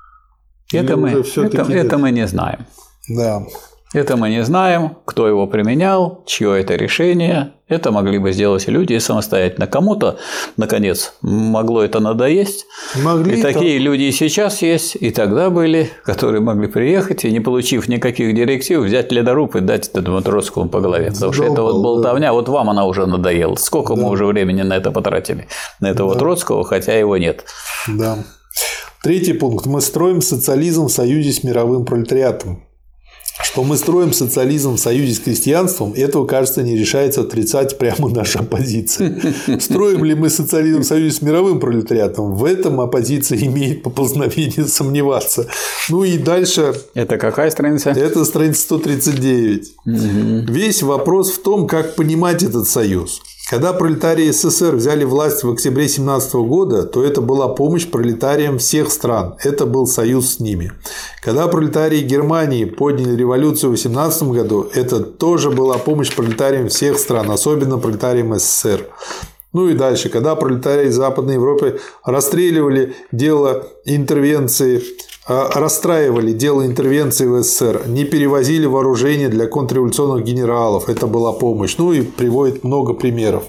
Это, мы, это, это мы не знаем. Да. Это мы не знаем, кто его применял, чье это решение. Это могли бы сделать люди самостоятельно. Кому-то, наконец, могло это надоесть. Могли и такие так. люди и сейчас есть, и тогда были, которые могли приехать и, не получив никаких директив, взять ледоруб и дать этому Троцкому по голове. Потому что это вот болтовня, да. вот вам она уже надоела. Сколько да. мы уже времени на это потратили? На этого да. Троцкого, хотя его нет. Да. Третий пункт. Мы строим социализм в союзе с мировым пролетариатом. что мы строим социализм в союзе с крестьянством, этого, кажется, не решается отрицать прямо наша оппозиция. Строим ли мы социализм в союзе с мировым пролетариатом? В этом оппозиция имеет поползновение сомневаться. Ну и дальше. Это какая страница? Это страница сто тридцать девять. Угу. Весь вопрос в том, как понимать этот союз. Когда пролетарии СССР взяли власть в октябре тысяча девятьсот семнадцатого года, то это была помощь пролетариям всех стран. Это был союз с ними. Когда пролетарии Германии подняли революцию в тысяча девятьсот восемнадцатом году, это тоже была помощь пролетариям всех стран, особенно пролетариям СССР. Ну и дальше. Когда пролетарии Западной Европы расстреливали дело интервенции, расстраивали дело интервенции в СССР, не перевозили вооружение для контрреволюционных генералов. Это была помощь. Ну и приводит много примеров.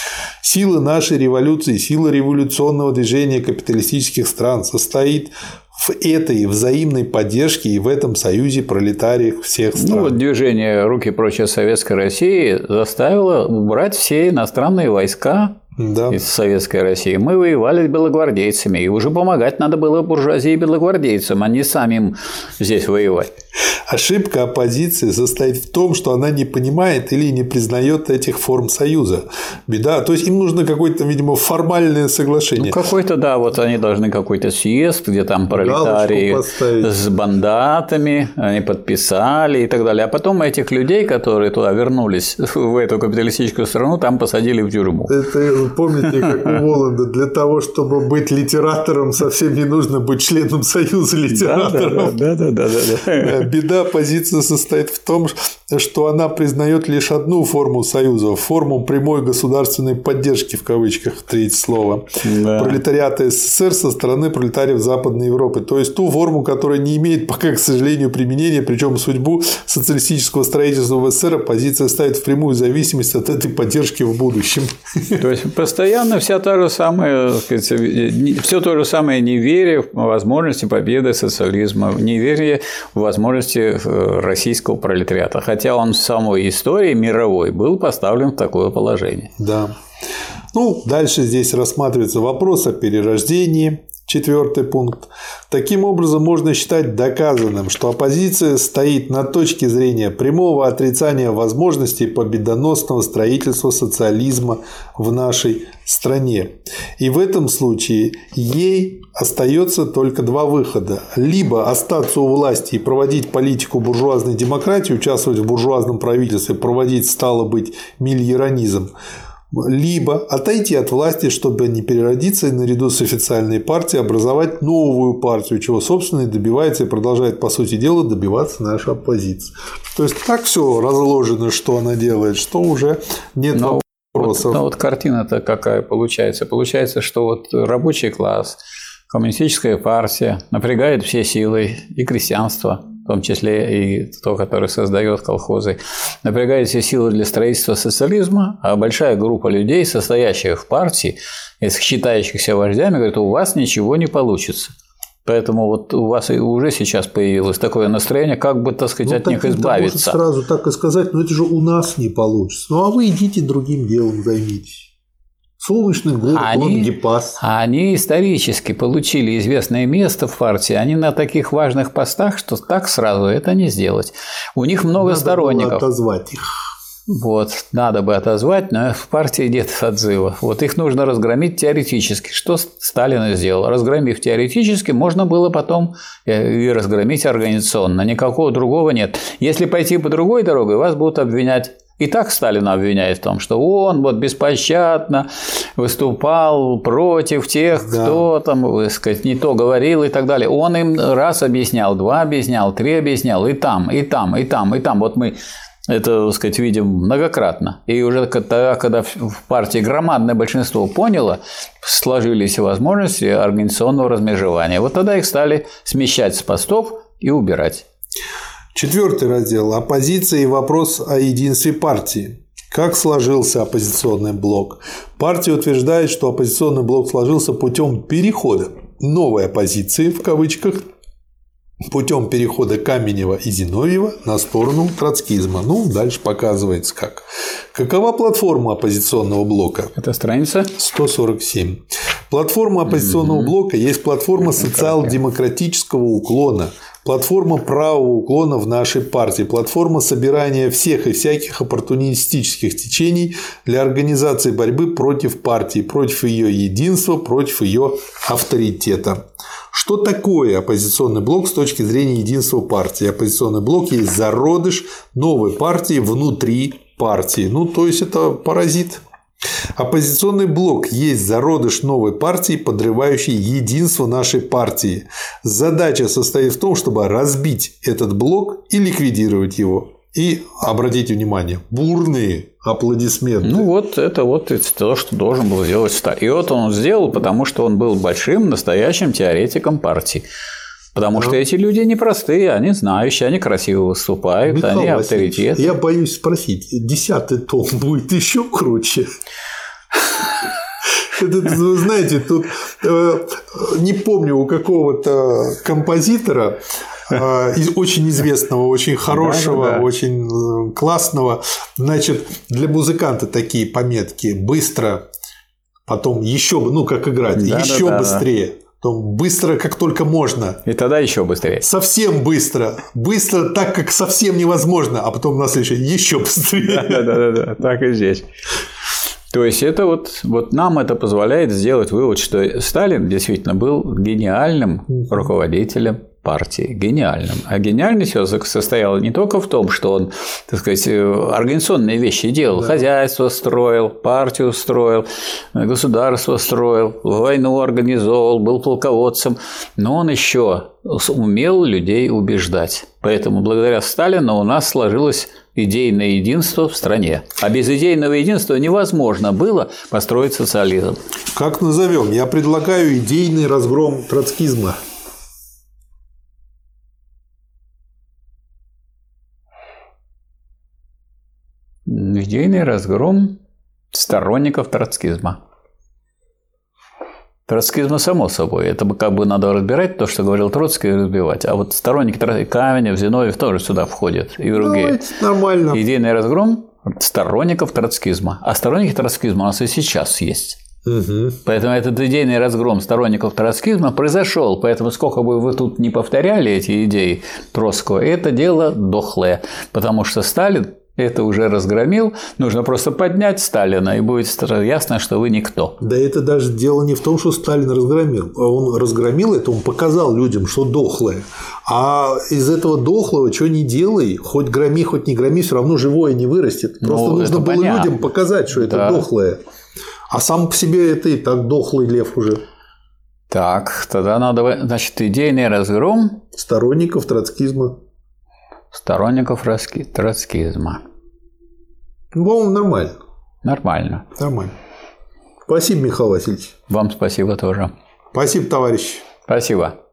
Сила нашей революции, сила революционного движения капиталистических стран состоит в этой взаимной поддержке и в этом союзе пролетариев всех стран. Ну, вот движение «Руки прочь от Советской России» заставило убрать все иностранные войска да. из Советской России. Мы воевали с белогвардейцами, и уже помогать надо было буржуазии и белогвардейцам, а не самим здесь воевать. Ошибка оппозиции состоит в том, что она не понимает или не признает этих форм союза. Беда. То есть им нужно какое-то, видимо, формальное соглашение. Ну, какой-то, да, вот они должны какой-то съезд, где там пролетарии с бандатами, они подписали и так далее. А потом этих людей, которые туда вернулись, в эту капиталистическую страну, там посадили в тюрьму. Это, помните, как у Воланда, для того, чтобы быть литератором, совсем не нужно быть членом союза литераторов. Да, да, да, да. Беда оппозиции состоит в том, что она признает лишь одну форму союза, форму прямой государственной поддержки, в кавычках, третье слово, да. пролетариата СССР со стороны пролетариев Западной Европы. То есть ту форму, которая не имеет пока, к сожалению, применения, причем судьбу социалистического строительства в СССР оппозиция ставит в прямую зависимость от этой поддержки в будущем. То есть постоянно вся та же самая, все то же самое неверие в возможности победы социализма, неверие в возможности российского пролетариата. Хотя он в самой истории мировой был поставлен в такое положение. Да. Ну, дальше здесь рассматривается вопрос о перерождении. Четвертый пункт. Таким образом, можно считать доказанным, что оппозиция стоит на точке зрения прямого отрицания возможностей победоносного строительства социализма в нашей стране. И в этом случае ей остается только два выхода. Либо остаться у власти и проводить политику буржуазной демократии, участвовать в буржуазном правительстве, проводить, стало быть, мильеронизм, либо отойти от власти, чтобы не переродиться и наряду с официальной партией образовать новую партию, чего, собственно, и добивается и продолжает, по сути дела, добиваться наша оппозиция. То есть так все разложено, что она делает, что уже нет но, вопросов. Вот, но вот картина-то какая получается? Получается, что вот рабочий класс, коммунистическая партия напрягает все силы и крестьянство, в том числе и то, которое создает колхозы, напрягает все силы для строительства социализма, а большая группа людей, состоящая в партии, считающихся вождями, говорит, у вас ничего не получится. Поэтому вот у вас уже сейчас появилось такое настроение, как бы, так сказать, ну, от них избавиться. Может сразу так и сказать, но это же у нас не получится. Ну, а вы идите другим делом займитесь. Солнечный город, они, Лангепас. Они исторически получили известное место в партии. Они на таких важных постах, что так сразу это не сделать. У них много надо сторонников. Надо отозвать их. Вот, надо бы отозвать, но в партии нет отзыва. Вот их нужно разгромить теоретически. Что Сталин сделал? Разгромив теоретически, можно было потом и разгромить организационно. Никакого другого нет. Если пойти по другой дороге, вас будут обвинять. И так Сталина обвиняют в том, что он вот беспощадно выступал против тех, да. кто там, так сказать, не то говорил и так далее. Он им раз объяснял, два объяснял, три объяснял, и там, и там, и там, и там. Вот мы это, так сказать, видим многократно. И уже тогда, когда в партии громадное большинство поняло, сложились возможности организационного размежевания. Вот тогда их стали смещать с постов и убирать. Четвертый раздел. Оппозиция и вопрос о единстве партии. Как сложился оппозиционный блок? Партия утверждает, что оппозиционный блок сложился путем перехода новой оппозиции, в кавычках, путем перехода Каменева и Зиновьева на сторону троцкизма. Ну, дальше показывается как. Какова платформа оппозиционного блока? Это страница сто сорок семь. Платформа оппозиционного mm-hmm. блока есть платформа социал-демократического уклона, платформа правого уклона в нашей партии, платформа собирания всех и всяких оппортунистических течений для организации борьбы против партии, против ее единства, против ее авторитета. Что такое оппозиционный блок с точки зрения единства партии? Оппозиционный блок есть зародыш новой партии внутри партии. Ну, то есть, это паразит. Оппозиционный блок есть зародыш новой партии, подрывающий единство нашей партии. Задача состоит в том, чтобы разбить этот блок и ликвидировать его. И обратите внимание, бурные аплодисменты. Ну вот это вот то, что должен был сделать Сталин. И вот он сделал, потому что он был большим настоящим теоретиком партии. Потому да. что эти люди непростые, они знающие, они красиво выступают, Михаил они авторитеты. Я боюсь спросить, десятый том будет еще круче? Вы знаете, тут не помню у какого-то композитора, очень известного, очень хорошего, да, да, да. очень классного. Значит, для музыканта такие пометки: быстро, потом еще, ну как играть, да, еще да, быстрее. Да. Потом быстро, как только можно. И тогда еще быстрее. Совсем быстро. Быстро так, как совсем невозможно. А потом на следующее еще быстрее. Да, да, да, да. Так и здесь. То есть это вот, вот нам это позволяет сделать вывод, что Сталин действительно был гениальным руководителем партии, гениальным. А гениальность его состояла не только в том, что он, так сказать, организационные вещи делал, да. хозяйство строил, партию строил, государство строил, войну организовал, был полководцем, но он еще умел людей убеждать. Поэтому благодаря Сталину у нас сложилось идейное единство в стране. А без идейного единства невозможно было построить социализм. Как назовем? Я предлагаю идейный разгром троцкизма. Идейный разгром сторонников троцкизма. Троцкизма само собой. Это как бы надо разбирать то, что говорил Троцкий, и разбивать. А вот сторонники Троцкого, Каменев, Зиновьев тоже сюда входят. И другие. Ну, нормально. Идейный разгром сторонников троцкизма. А сторонники троцкизма у нас и сейчас есть. Угу. Поэтому этот идейный разгром сторонников троцкизма произошел. Поэтому сколько бы вы тут не повторяли эти идеи Троцкого, это дело дохлое. Потому что Сталин это уже разгромил, нужно просто поднять Сталина, и будет ясно, что вы никто. Да это даже дело не в том, что Сталин разгромил. Он разгромил это, он показал людям, что дохлое. А из этого дохлого, что ни делай, хоть громи, хоть не громи, все равно живое не вырастет. Просто ну, нужно было понятно. людям показать, что это да. дохлое. А сам по себе это и так дохлый лев уже. Так, тогда надо, значит, идейный разгром сторонников троцкизма. Сторонников троцкизма. По-моему, нормально. Нормально. Нормально. Спасибо, Михаил Васильевич. Вам спасибо тоже. Спасибо, товарищи. Спасибо.